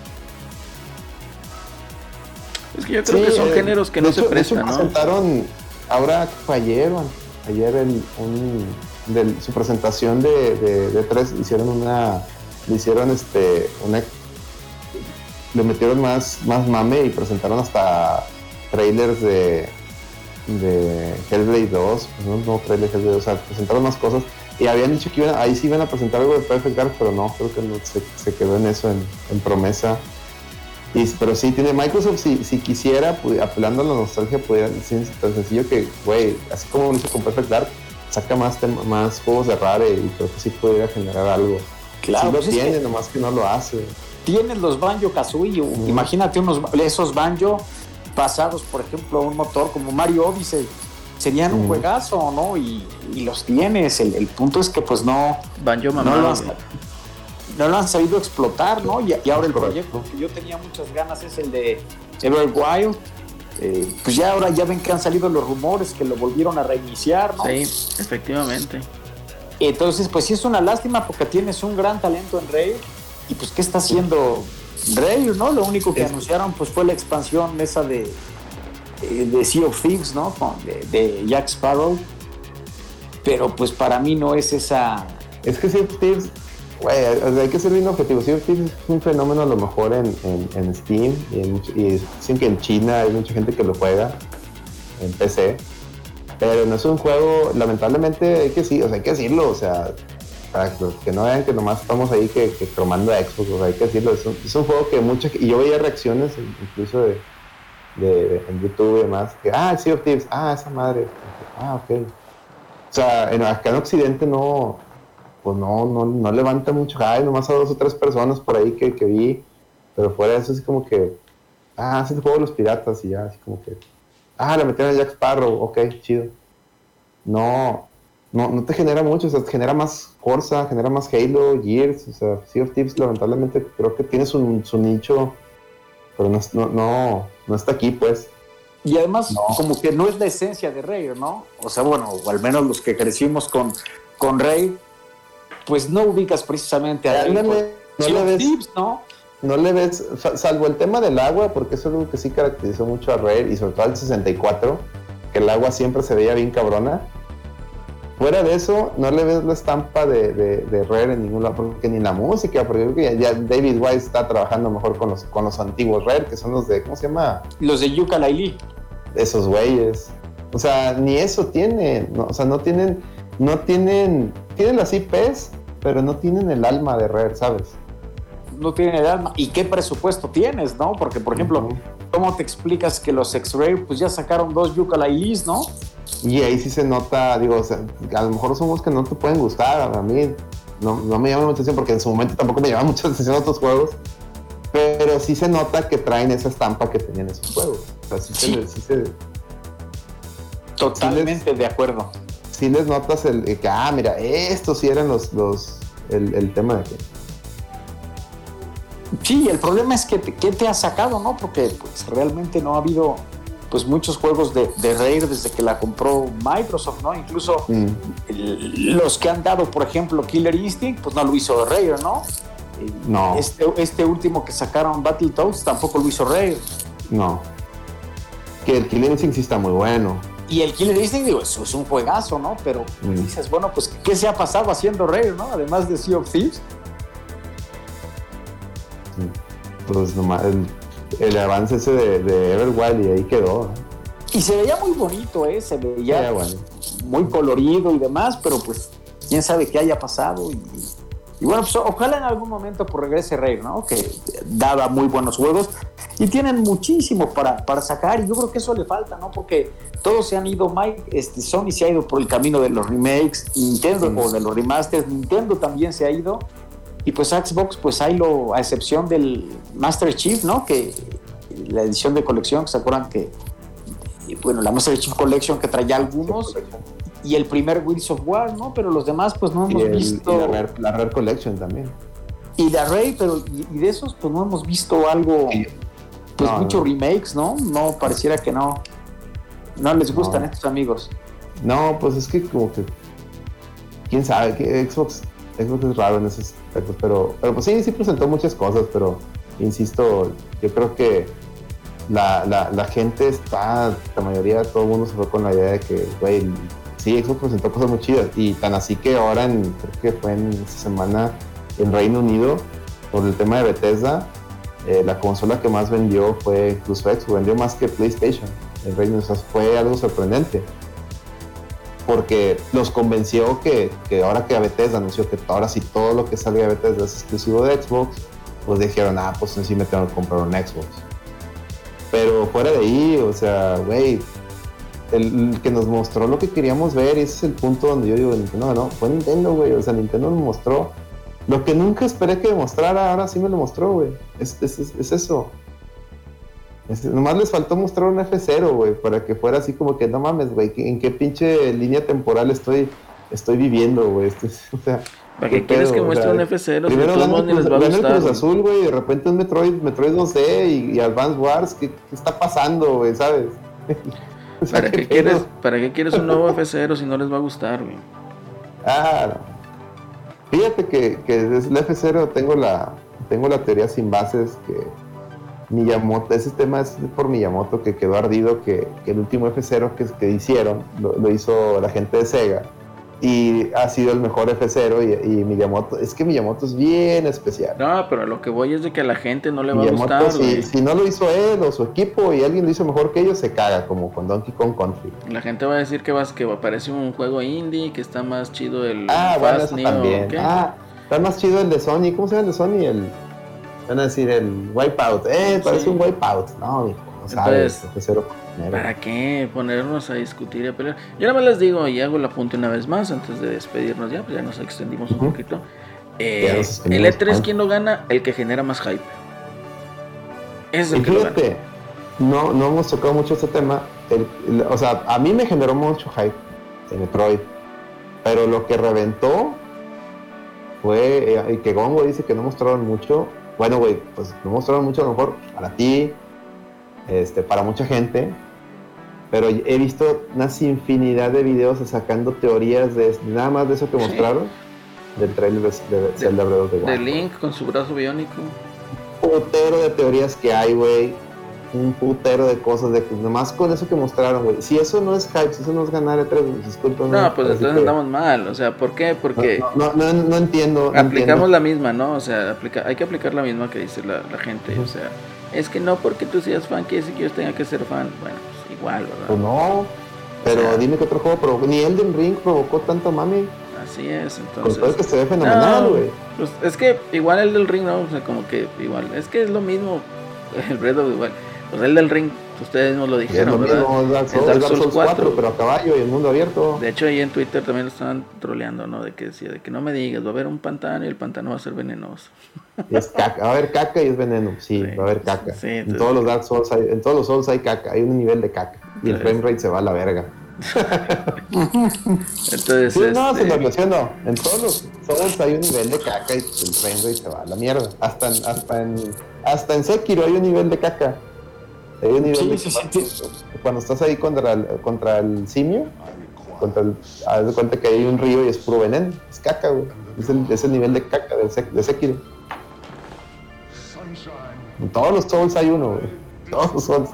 Es que yo creo sí, que son eh, géneros que no hecho, se prestan, de hecho, ¿no? presentaron, ahora fue ayer, ayer el, un, de su presentación de, de, de tres, hicieron una, le hicieron este, una, le metieron más, más mame y presentaron hasta trailers de, de Hellblade dos, no, no trailers de Hellblade dos, o sea, presentaron más cosas, y habían dicho que iban, ahí sí iban a presentar algo de Perfect Dark, pero no, creo que no, se, se quedó en eso, en, en promesa. Y, pero sí, tiene Microsoft, si, si quisiera, pues, apelando a la nostalgia, pudiera decir tan sencillo que, güey, así como lo hizo con Perfect Dark, saca más, tema, más juegos de Rare, y creo que sí pudiera generar algo. Claro, sí pues lo tiene, es que nomás que no lo hace. Tienes los Banjo-Kazooie, mm. imagínate unos, esos Banjo pasados, por ejemplo, a un motor como Mario Odyssey, serían mm. un juegazo, ¿no? Y, y los tienes, el, el punto es que pues no... Banjo mamá. No lo has, no lo han sabido explotar, ¿no? Y, y ahora el proyecto que yo tenía muchas ganas es el de Everwild. Eh, pues ya ahora ya ven que han salido los rumores que lo volvieron a reiniciar, ¿no? Sí, efectivamente. Entonces, pues sí es una lástima porque tienes un gran talento en Rare. Y pues, ¿qué está haciendo Rare, no? Lo único que es... anunciaron pues fue la expansión esa de, de Sea of Thieves, ¿no? De, de Jack Sparrow. Pero pues para mí no es esa... Es que Sea of Thieves, güey, hay que ser bien objetivo. Sea of Thieves es un fenómeno a lo mejor en, en, en Steam y, en, y dicen que en China hay mucha gente que lo juega en P C. Pero no es un juego, lamentablemente hay que, sí, o sea, hay que decirlo, o sea, para que, que no vean que nomás estamos ahí que, que cromando a Xbox, o sea, hay que decirlo, es un, es un juego que mucha, y yo veía reacciones incluso de, de, de en YouTube y demás, que, ah, Sea of Thieves, ah, esa madre, ah, ok. O sea, en, acá en Occidente no, pues no, no, no levanta mucho hype, nomás a dos o tres personas por ahí que, que vi, pero fuera de eso es como que, ah, es el juego de los piratas y ya, así como que, ah, le metieron a Jack Sparrow, ok, chido. No, no, no te genera mucho, o sea, te genera más Forza, genera más Halo, Gears, o sea, Sea of Thieves lamentablemente creo que tiene su, su nicho, pero no, no, no, no está aquí, pues. Y además, no. como que no es la esencia de Rare, ¿no? O sea, bueno, o al menos los que crecimos con, con Rare, pues no ubicas precisamente a Rare. No, no le ves, Thieves, ¿no? No le ves, salvo el tema del agua, porque eso es algo que sí caracterizó mucho a Rare, y sobre todo al sesenta y cuatro, que el agua siempre se veía bien cabrona. Fuera de eso, no le ves la estampa de, de, de Rare en ningún lado, porque ni la música, porque creo que ya, ya David Wise está trabajando mejor con los, con los antiguos Rare, que son los de, ¿cómo se llama? Los de Yooka-Laylee. Esos güeyes. O sea, ni eso tienen, no, o sea, no tienen, no tienen, tienen las I Pes, pero no tienen el alma de Rare, ¿sabes? No tienen el alma. ¿Y qué presupuesto tienes, no? Porque, por ejemplo, uh-huh. ¿cómo te explicas que los ex-Rare pues ya sacaron dos Yooka-Laylees, no? Y ahí sí se nota, digo, o sea, a lo mejor son juegos que no te pueden gustar, a mí no, no me llama mucha atención porque en su momento tampoco me llamaban mucha atención otros juegos, pero sí se nota que traen esa estampa que tenían esos juegos. O sea, sí, sí. Se, sí se... Totalmente sí les, de acuerdo. Sí les notas el, el que, ah, mira, estos sí eran los, los el, el tema de que... Sí, el problema es que te, que te ha sacado, ¿no? Porque pues realmente no ha habido pues muchos juegos de, de Rare desde que la compró Microsoft, ¿no? Incluso mm. el, los que han dado, por ejemplo, Killer Instinct, pues no lo hizo Rare, ¿no? No. Este, este último que sacaron, Battletoads, tampoco lo hizo Rare. No. Que el Killer Instinct sí está muy bueno. Y el Killer Instinct, digo, eso es un juegazo, ¿no? Pero mm. dices, bueno, pues, ¿qué se ha pasado haciendo Rare, no? Además de Sea of Thieves. Pues nomás el, el avance ese de, de Everwild y ahí quedó. Y se veía muy bonito, ¿eh? Se veía yeah, bueno. muy colorido y demás, pero pues quién sabe qué haya pasado. Y, y bueno, pues ojalá en algún momento pues regrese Rare, ¿no? Que daba muy buenos juegos y tienen muchísimo para, para sacar y yo creo que eso le falta, ¿no? Porque todos se han ido, Mike, este, Sony se ha ido por el camino de los remakes, Nintendo sí. o de los remasters, Nintendo también se ha ido. Y pues Xbox, pues hay lo, a excepción del Master Chief, ¿no? Que la edición de colección, que se acuerdan que, y bueno, la Master Chief Collection que traía algunos, y el primer Wheels of War, ¿no? Pero los demás, pues no hemos y el, visto. Y la, Rare, la Rare Collection también. Y la Rare, pero y, y de esos, pues no hemos visto algo, pues no, muchos no. remakes, ¿no? No, pareciera que no, no les gustan no. estos amigos. No, pues es que como que, quién sabe, que Xbox. Xbox es raro en ese aspecto, pero, pero pues sí, sí presentó muchas cosas, pero insisto, yo creo que la, la, la gente está, la mayoría, todo el mundo se fue con la idea de que, güey, sí, Xbox presentó cosas muy chidas, y tan así que ahora, en, creo que fue en esta semana en Reino Unido, por el tema de Bethesda, eh, la consola que más vendió fue incluso Xbox, vendió más que PlayStation en Reino Unido, o sea, fue algo sorprendente. Porque los convenció que, que ahora que Bethesda anunció que ahora sí todo lo que salga de Bethesda es exclusivo de Xbox, pues dijeron, ah, pues en sí me tengo que comprar un Xbox. Pero fuera de ahí, o sea, güey, el, el que nos mostró lo que queríamos ver, y ese es el punto donde yo digo, Nintendo, no, fue Nintendo, güey, o sea, Nintendo nos mostró lo que nunca esperé que demostrara, ahora sí me lo mostró, güey, es, es, es, es eso. Es, nomás les faltó mostrar un F cero, güey, para que fuera así como que, no mames, güey, ¿en qué pinche línea temporal estoy, estoy viviendo, güey? Este, o sea, ¿para qué quieres que muestre un F cero? Primero gana el, Cruz, gana el Cruz Azul, güey, y de repente un Metroid, Metroid dos D y, y Advance Wars, ¿qué, qué está pasando, güey, sabes? O sea, ¿Para, qué quieres, ¿Para qué quieres un nuevo F cero si no les va a gustar, güey? Ah, no. Fíjate que, que desde el F cero tengo la, tengo la teoría sin bases que Miyamoto, ese tema es por Miyamoto que quedó ardido que, que el último F cero que, que hicieron lo, lo hizo la gente de Sega y ha sido el mejor F cero y, y Miyamoto, es que Miyamoto es bien especial. No, pero lo que voy es de que a la gente no le va Miyamoto, a gustar. Si, si no lo hizo él o su equipo y alguien lo hizo mejor que ellos, se caga, como con Donkey Kong Country. La gente va a decir que vas que aparece un juego indie, que está más chido el Ah, bueno, Fast eso Neo, también. ¿qué? Ah, está más chido el de Sony. ¿Cómo se llama el de Sony? El, van a decir el Wipeout. Eh, parece Sí. un Wipeout. No, mijo, no sabes. Entonces, Cero. ¿Para qué ponernos a discutir y a pelear? Yo nada más les digo y hago el apunte una vez más antes de despedirnos ya, pues ya nos extendimos un Ujú. poquito. Ya Eh, nos extendimos. el E tres, Ah. ¿quién lo gana? El que genera más hype. Ese es Y el que lo gana. fíjate, no, no hemos tocado mucho este tema. El, el- o sea, a mí me generó mucho hype en Metroid. Pero lo que reventó fue, eh, y que Gongo dice que no mostraron mucho. Bueno, güey, pues no mostraron mucho a lo mejor para ti, este, para mucha gente. Pero he visto una infinidad de videos sacando teorías de nada más de eso que Sí. mostraron del trailer de, de Zelda Breath of the Wild. De Link con su brazo biónico. Un putero de teorías que hay, güey. Un putero de cosas, de que nomás con eso que mostraron, güey. Si eso no es hype, si eso no es ganar E tres, disculpen. No, pues entonces andamos mal. O sea, ¿por qué? Porque No, no, no, no entiendo. no aplicamos entiendo. la misma, ¿no? O sea, aplica, hay que aplicar la misma que dice la, la gente. O sea, es que no porque tú seas fan quiere decir que yo tenga que ser fan. Bueno, pues igual, Pues ¿verdad? no. Pero O sea, dime que otro juego provocó. Ni Elden Ring provocó tanto mami. Así es, Con todo es entonces. que se ve fenomenal, No, güey. pues es que igual el del ring, ¿no? O sea, como que igual. Es que es lo mismo el Breath of the Wild. Pues el del ring, ustedes nos lo Y es dijeron, lo ¿verdad? mismo, Dark Es Souls, Dark Dark Souls Souls cuatro, cuatro, pero a caballo y en mundo abierto. De hecho, ahí en Twitter también lo estaban troleando, ¿no? De que decía, de que no me digas, va a haber un pantano y el pantano va a ser venenoso. Y es caca. Va a haber caca y es veneno. Sí, Sí, va a haber caca. sí, en entonces- todos los Dark Souls hay, en todos los Souls hay caca. Hay un nivel de caca. Y el Entonces- frame rate se va a la verga. Entonces, Sí, no, este, se lo menciono. En todos los Souls hay un nivel de caca y el frame rate se va a la mierda. Hasta en, hasta en, hasta en Sekiro hay un nivel de caca. Hay un nivel Sí, de sí, sí, Cuando estás ahí contra el, contra el simio, contra el, haz de cuenta que hay un río y es puro veneno. Es caca, güey. Es el, es el nivel de caca del Sek- de Sekiro. En todos los Souls hay uno, güey. Todos los Souls.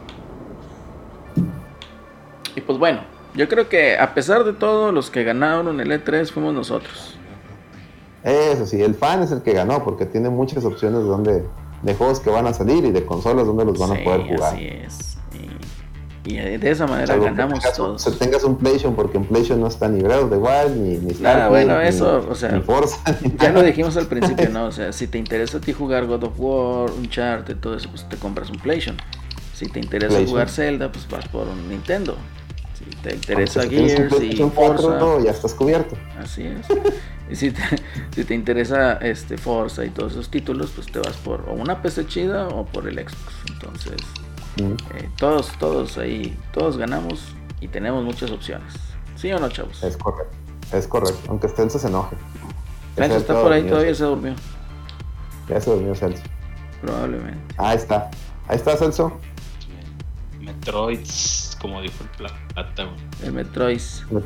y pues bueno, yo creo que a pesar de todo, los que ganaron el E tres fuimos nosotros. Eso sí, el fan es el que ganó porque tiene muchas opciones de, donde, de juegos que van a salir y de consolas donde los van Sí, a poder jugar. así es. Y, y de esa manera Salvo que ganamos tengas, todos. se tengas un PlayStation, porque en PlayStation no está ni Breath of the Wild, ni, ni Nada, Starfield, bueno, ni- eso, o sea, ni Forza. ni Ya lo nada. dijimos al principio, ¿no? O sea, si te interesa a ti jugar God of War, Uncharted, todo eso, pues te compras un PlayStation. Si te interesa PlayStation. jugar Zelda, pues vas por un Nintendo. Si te interesa Aunque si tienes un Gears y PlayStation cuatro, Forza, ya estás cubierto. así es. Y si te, si te interesa este Forza y todos esos títulos, pues te vas por o una P C chida o por el Xbox. Entonces, Mm. eh, todos, todos ahí, todos ganamos y tenemos muchas opciones. ¿Sí o no, chavos? Es correcto. Es correcto. Aunque Celso se enoje. Celso Ese está todo por ahí, mío. todavía se durmió. Ya se durmió Celso. Probablemente. Ahí está. Ahí está Celso. Metroid, como dijo el plata, güey. El Metroid.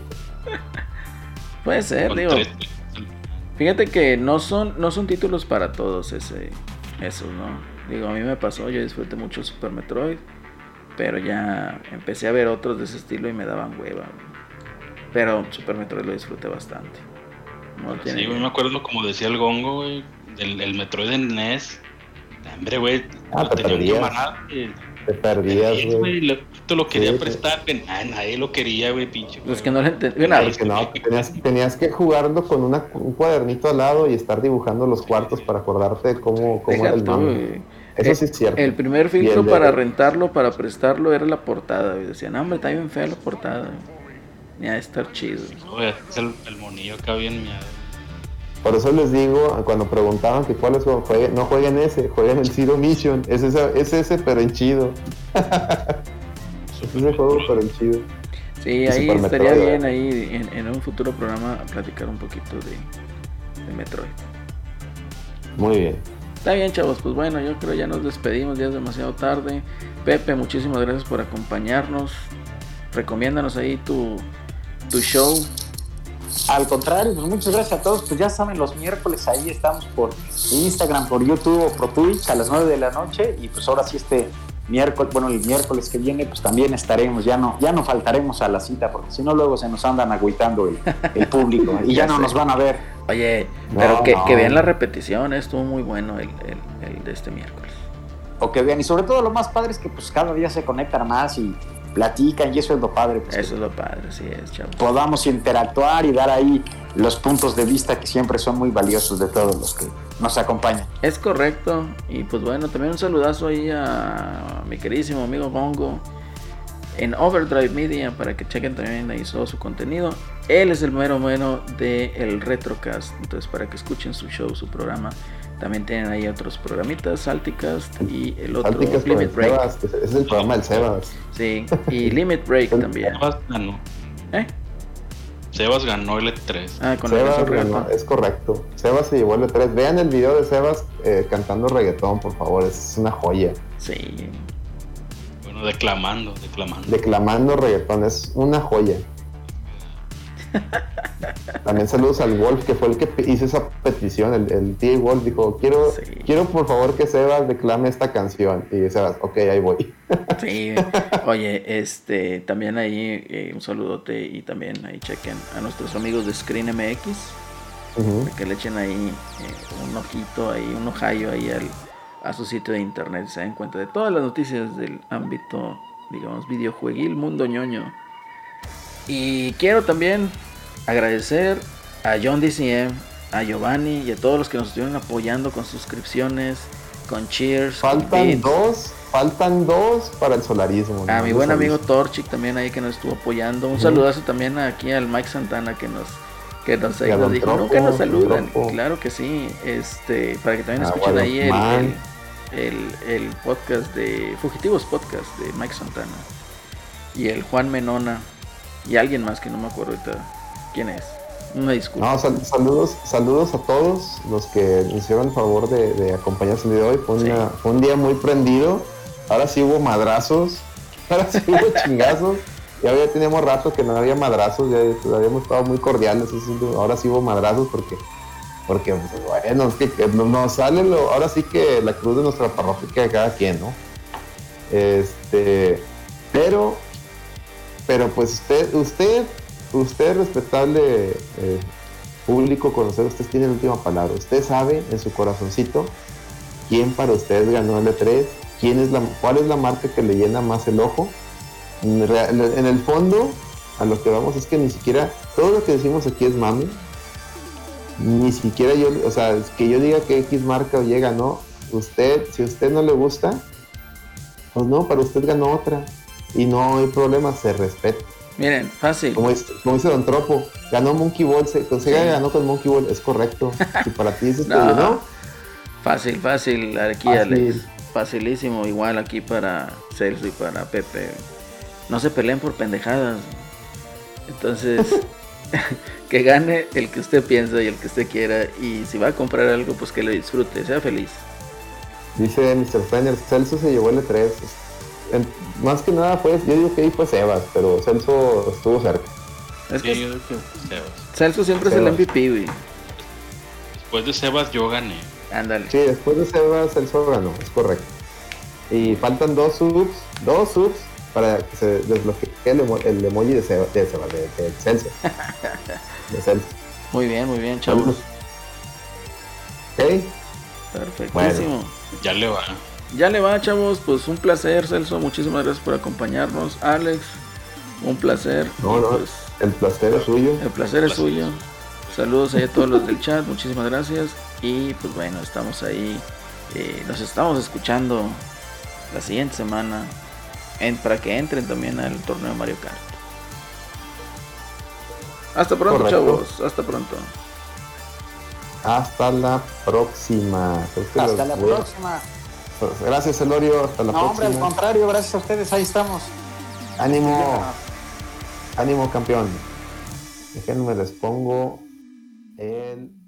Puede ser, Con digo. tres- Fíjate que no son, no son títulos para todos ese, esos, ¿no? Digo, a mí me pasó, yo disfruté mucho el Super Metroid, pero ya empecé a ver otros de ese estilo y me daban hueva. Pero Super Metroid lo disfruté bastante. No tiene Sí, güey, me acuerdo como decía el Gongo, güey, el, el Metroid en N E S. Hombre, güey, Ah, lo te tenía un perdías. camarada, güey. Te perdías, Sí, güey. güey, lo- te lo quería Sí, sí. prestar, güey. Ah, nadie lo quería, güey, pinche. Los güey. que no le entendí. Bueno, Porque no, tenías, tenías que jugarlo con una, un cuadernito al lado y estar dibujando los cuartos para acordarte de cómo, cómo era deja el tú, mame. güey. Eso El- sí es cierto. El primer Y filtro el de- para rentarlo, para prestarlo, era la portada. Y decían, no, hombre, está bien fea la portada. güey. Ni ha de estar chido. Güey, es el, el monillo acá bien miado. Por eso les digo, cuando preguntaban que cuál es su juego, no jueguen ese, jueguen el Zero Mission. Es ese, es ese pero en chido. Es ese juego, pero en chido. Sí, Y ahí Super estaría Metroid, bien ahí en, en un futuro programa platicar un poquito de, de Metroid. Muy bien. Está bien, chavos, pues bueno, yo creo ya nos despedimos, ya es demasiado tarde. Pepe, muchísimas gracias por acompañarnos. Recomiéndanos ahí tu, tu show. Al contrario, pues muchas gracias a todos. Pues ya saben, los miércoles ahí estamos por Instagram, por YouTube o por Twitch a las nueve de la noche. Y pues ahora sí este miércoles, bueno, el miércoles que viene, pues también estaremos. Ya no, ya no faltaremos a la cita, porque si no luego se nos andan agüitando el, el público y ya, ya no sé. Nos van a ver. Oye, pero no, que, no. que vean la repetición, estuvo muy bueno el, el, el de este miércoles. O que vean, y sobre todo lo más padre es que pues cada día se conectan más y platican, y eso es lo padre. Pues, eso es lo padre, sí es, chavos. Podamos interactuar y dar ahí los puntos de vista que siempre son muy valiosos de todos los que nos acompañan. Es correcto, y pues bueno, también un saludazo ahí a mi queridísimo amigo Bongo en Overdrive Media para que chequen también ahí todo su contenido. Él es el mero mero de el Retrocast, entonces para que escuchen su show, su programa. También tienen ahí otros programitas, Salticast y el otro Salticast Limit Break. Sebas, ese es el programa del Sebas. Sí, y Limit Break también. Sebas ganó. ¿Eh? Sebas ganó el E tres. Ah, con Sebas el ganó, es correcto. Sebas se llevó el E tres. Vean el video de Sebas eh, cantando reggaetón, por favor, es una joya. Sí. Bueno, declamando, declamando. Declamando reggaetón, es una joya. También saludos al Wolf, que fue el que hizo esa petición. El, el T A Wolf dijo, quiero, sí. quiero por favor que Sebas declame esta canción. Y Sebas, ok, ahí voy. Sí, oye, este, también ahí eh, un saludote y también ahí chequen a nuestros amigos de Screen M X, uh-huh. que le echen ahí eh, un ojito, ahí un ojallo ahí al, a su sitio de internet y se den cuenta de todas las noticias del ámbito, digamos, videojueguil, mundo ñoño. Y quiero también agradecer a John D C M, a Giovanni y a todos los que nos estuvieron apoyando con suscripciones, con cheers. Faltan con dos, faltan dos para el solarismo. A ¿no? mi buen amigo Torchic también ahí que nos estuvo apoyando. Un uh-huh. saludazo también aquí al Mike Santana que nos que nos, ahí nos dijo, tropo, nunca nos saludan. Claro que sí, este para que también ah, escuchen bueno, ahí el, el, el, el podcast de Fugitivos Podcast de Mike Santana y el Juan Menona. Y alguien más que no me acuerdo ahorita quién es. Una disculpa. No, sal- saludos, saludos a todos los que nos hicieron el favor de, de acompañarnos el día de hoy. Fue, una, sí. fue un día muy prendido. Ahora sí hubo madrazos. Ahora sí hubo chingazos. Ya, ya teníamos rato que no había madrazos. Ya, ya habíamos estado muy cordiales. Ahora sí hubo madrazos porque, porque bueno, es que, que nos sale lo, ahora sí que la cruz de nuestra parroquia que cada quien, ¿no? Este, pero Pero pues usted, usted, usted respetable eh, público, conocer, usted tiene la última palabra. Usted sabe en su corazoncito quién para usted ganó el E tres, quién es la, cuál es la marca que le llena más el ojo. En, en el fondo, a lo que vamos es que ni siquiera, todo lo que decimos aquí es mame. Ni siquiera yo, o sea, es que yo diga que X marca o Y ganó, usted, si a usted no le gusta, pues no, para usted ganó otra. Y no hay problema, se respeta. Miren, fácil. Como dice, como dice Don Tropo, ganó Monkey Ball, se, se sí. ganó con Monkey Ball, es correcto. Si para ti es este, no. ¿no? Fácil, fácil, aquí fácil. Alex. Facilísimo, igual aquí para Celso y para Pepe. No se peleen por pendejadas. Entonces, que gane el que usted piensa y el que usted quiera. Y si va a comprar algo, pues que lo disfrute, sea feliz. Dice mister Fenner, Celso se llevó el E tres. En, más que nada fue, yo digo que ahí fue Sebas, pero Celso estuvo cerca. Es que sí, yo digo que Sebas. Celso siempre Sebas. Es el M V P, güey. Después de Sebas yo gané. Ándale. Sí, después de Sebas Celso ganó, es correcto. Y faltan dos subs, dos subs para que se desbloquee el, emo, el emoji de Sebas, de, Sebas, de, de Celso. De Celso. Muy bien, muy bien, chavos. Ok. Perfectísimo. Bueno, ya le va. Ya le va, chavos, pues un placer, Celso, muchísimas gracias por acompañarnos. Alex, un placer. No, no, pues, el placer es suyo. El placer es suyo. Saludos ahí a todos los del chat, muchísimas gracias. Y pues bueno, estamos ahí, eh, nos estamos escuchando la siguiente semana en, para que entren también al torneo Mario Kart. Hasta pronto, correcto. Chavos, hasta pronto. Hasta la próxima. Hasta la voy. próxima. Gracias, Elorio. Hasta la no, próxima. No, hombre, al contrario, gracias a ustedes. Ahí estamos. Ánimo. Ánimo, campeón. Déjenme les pongo el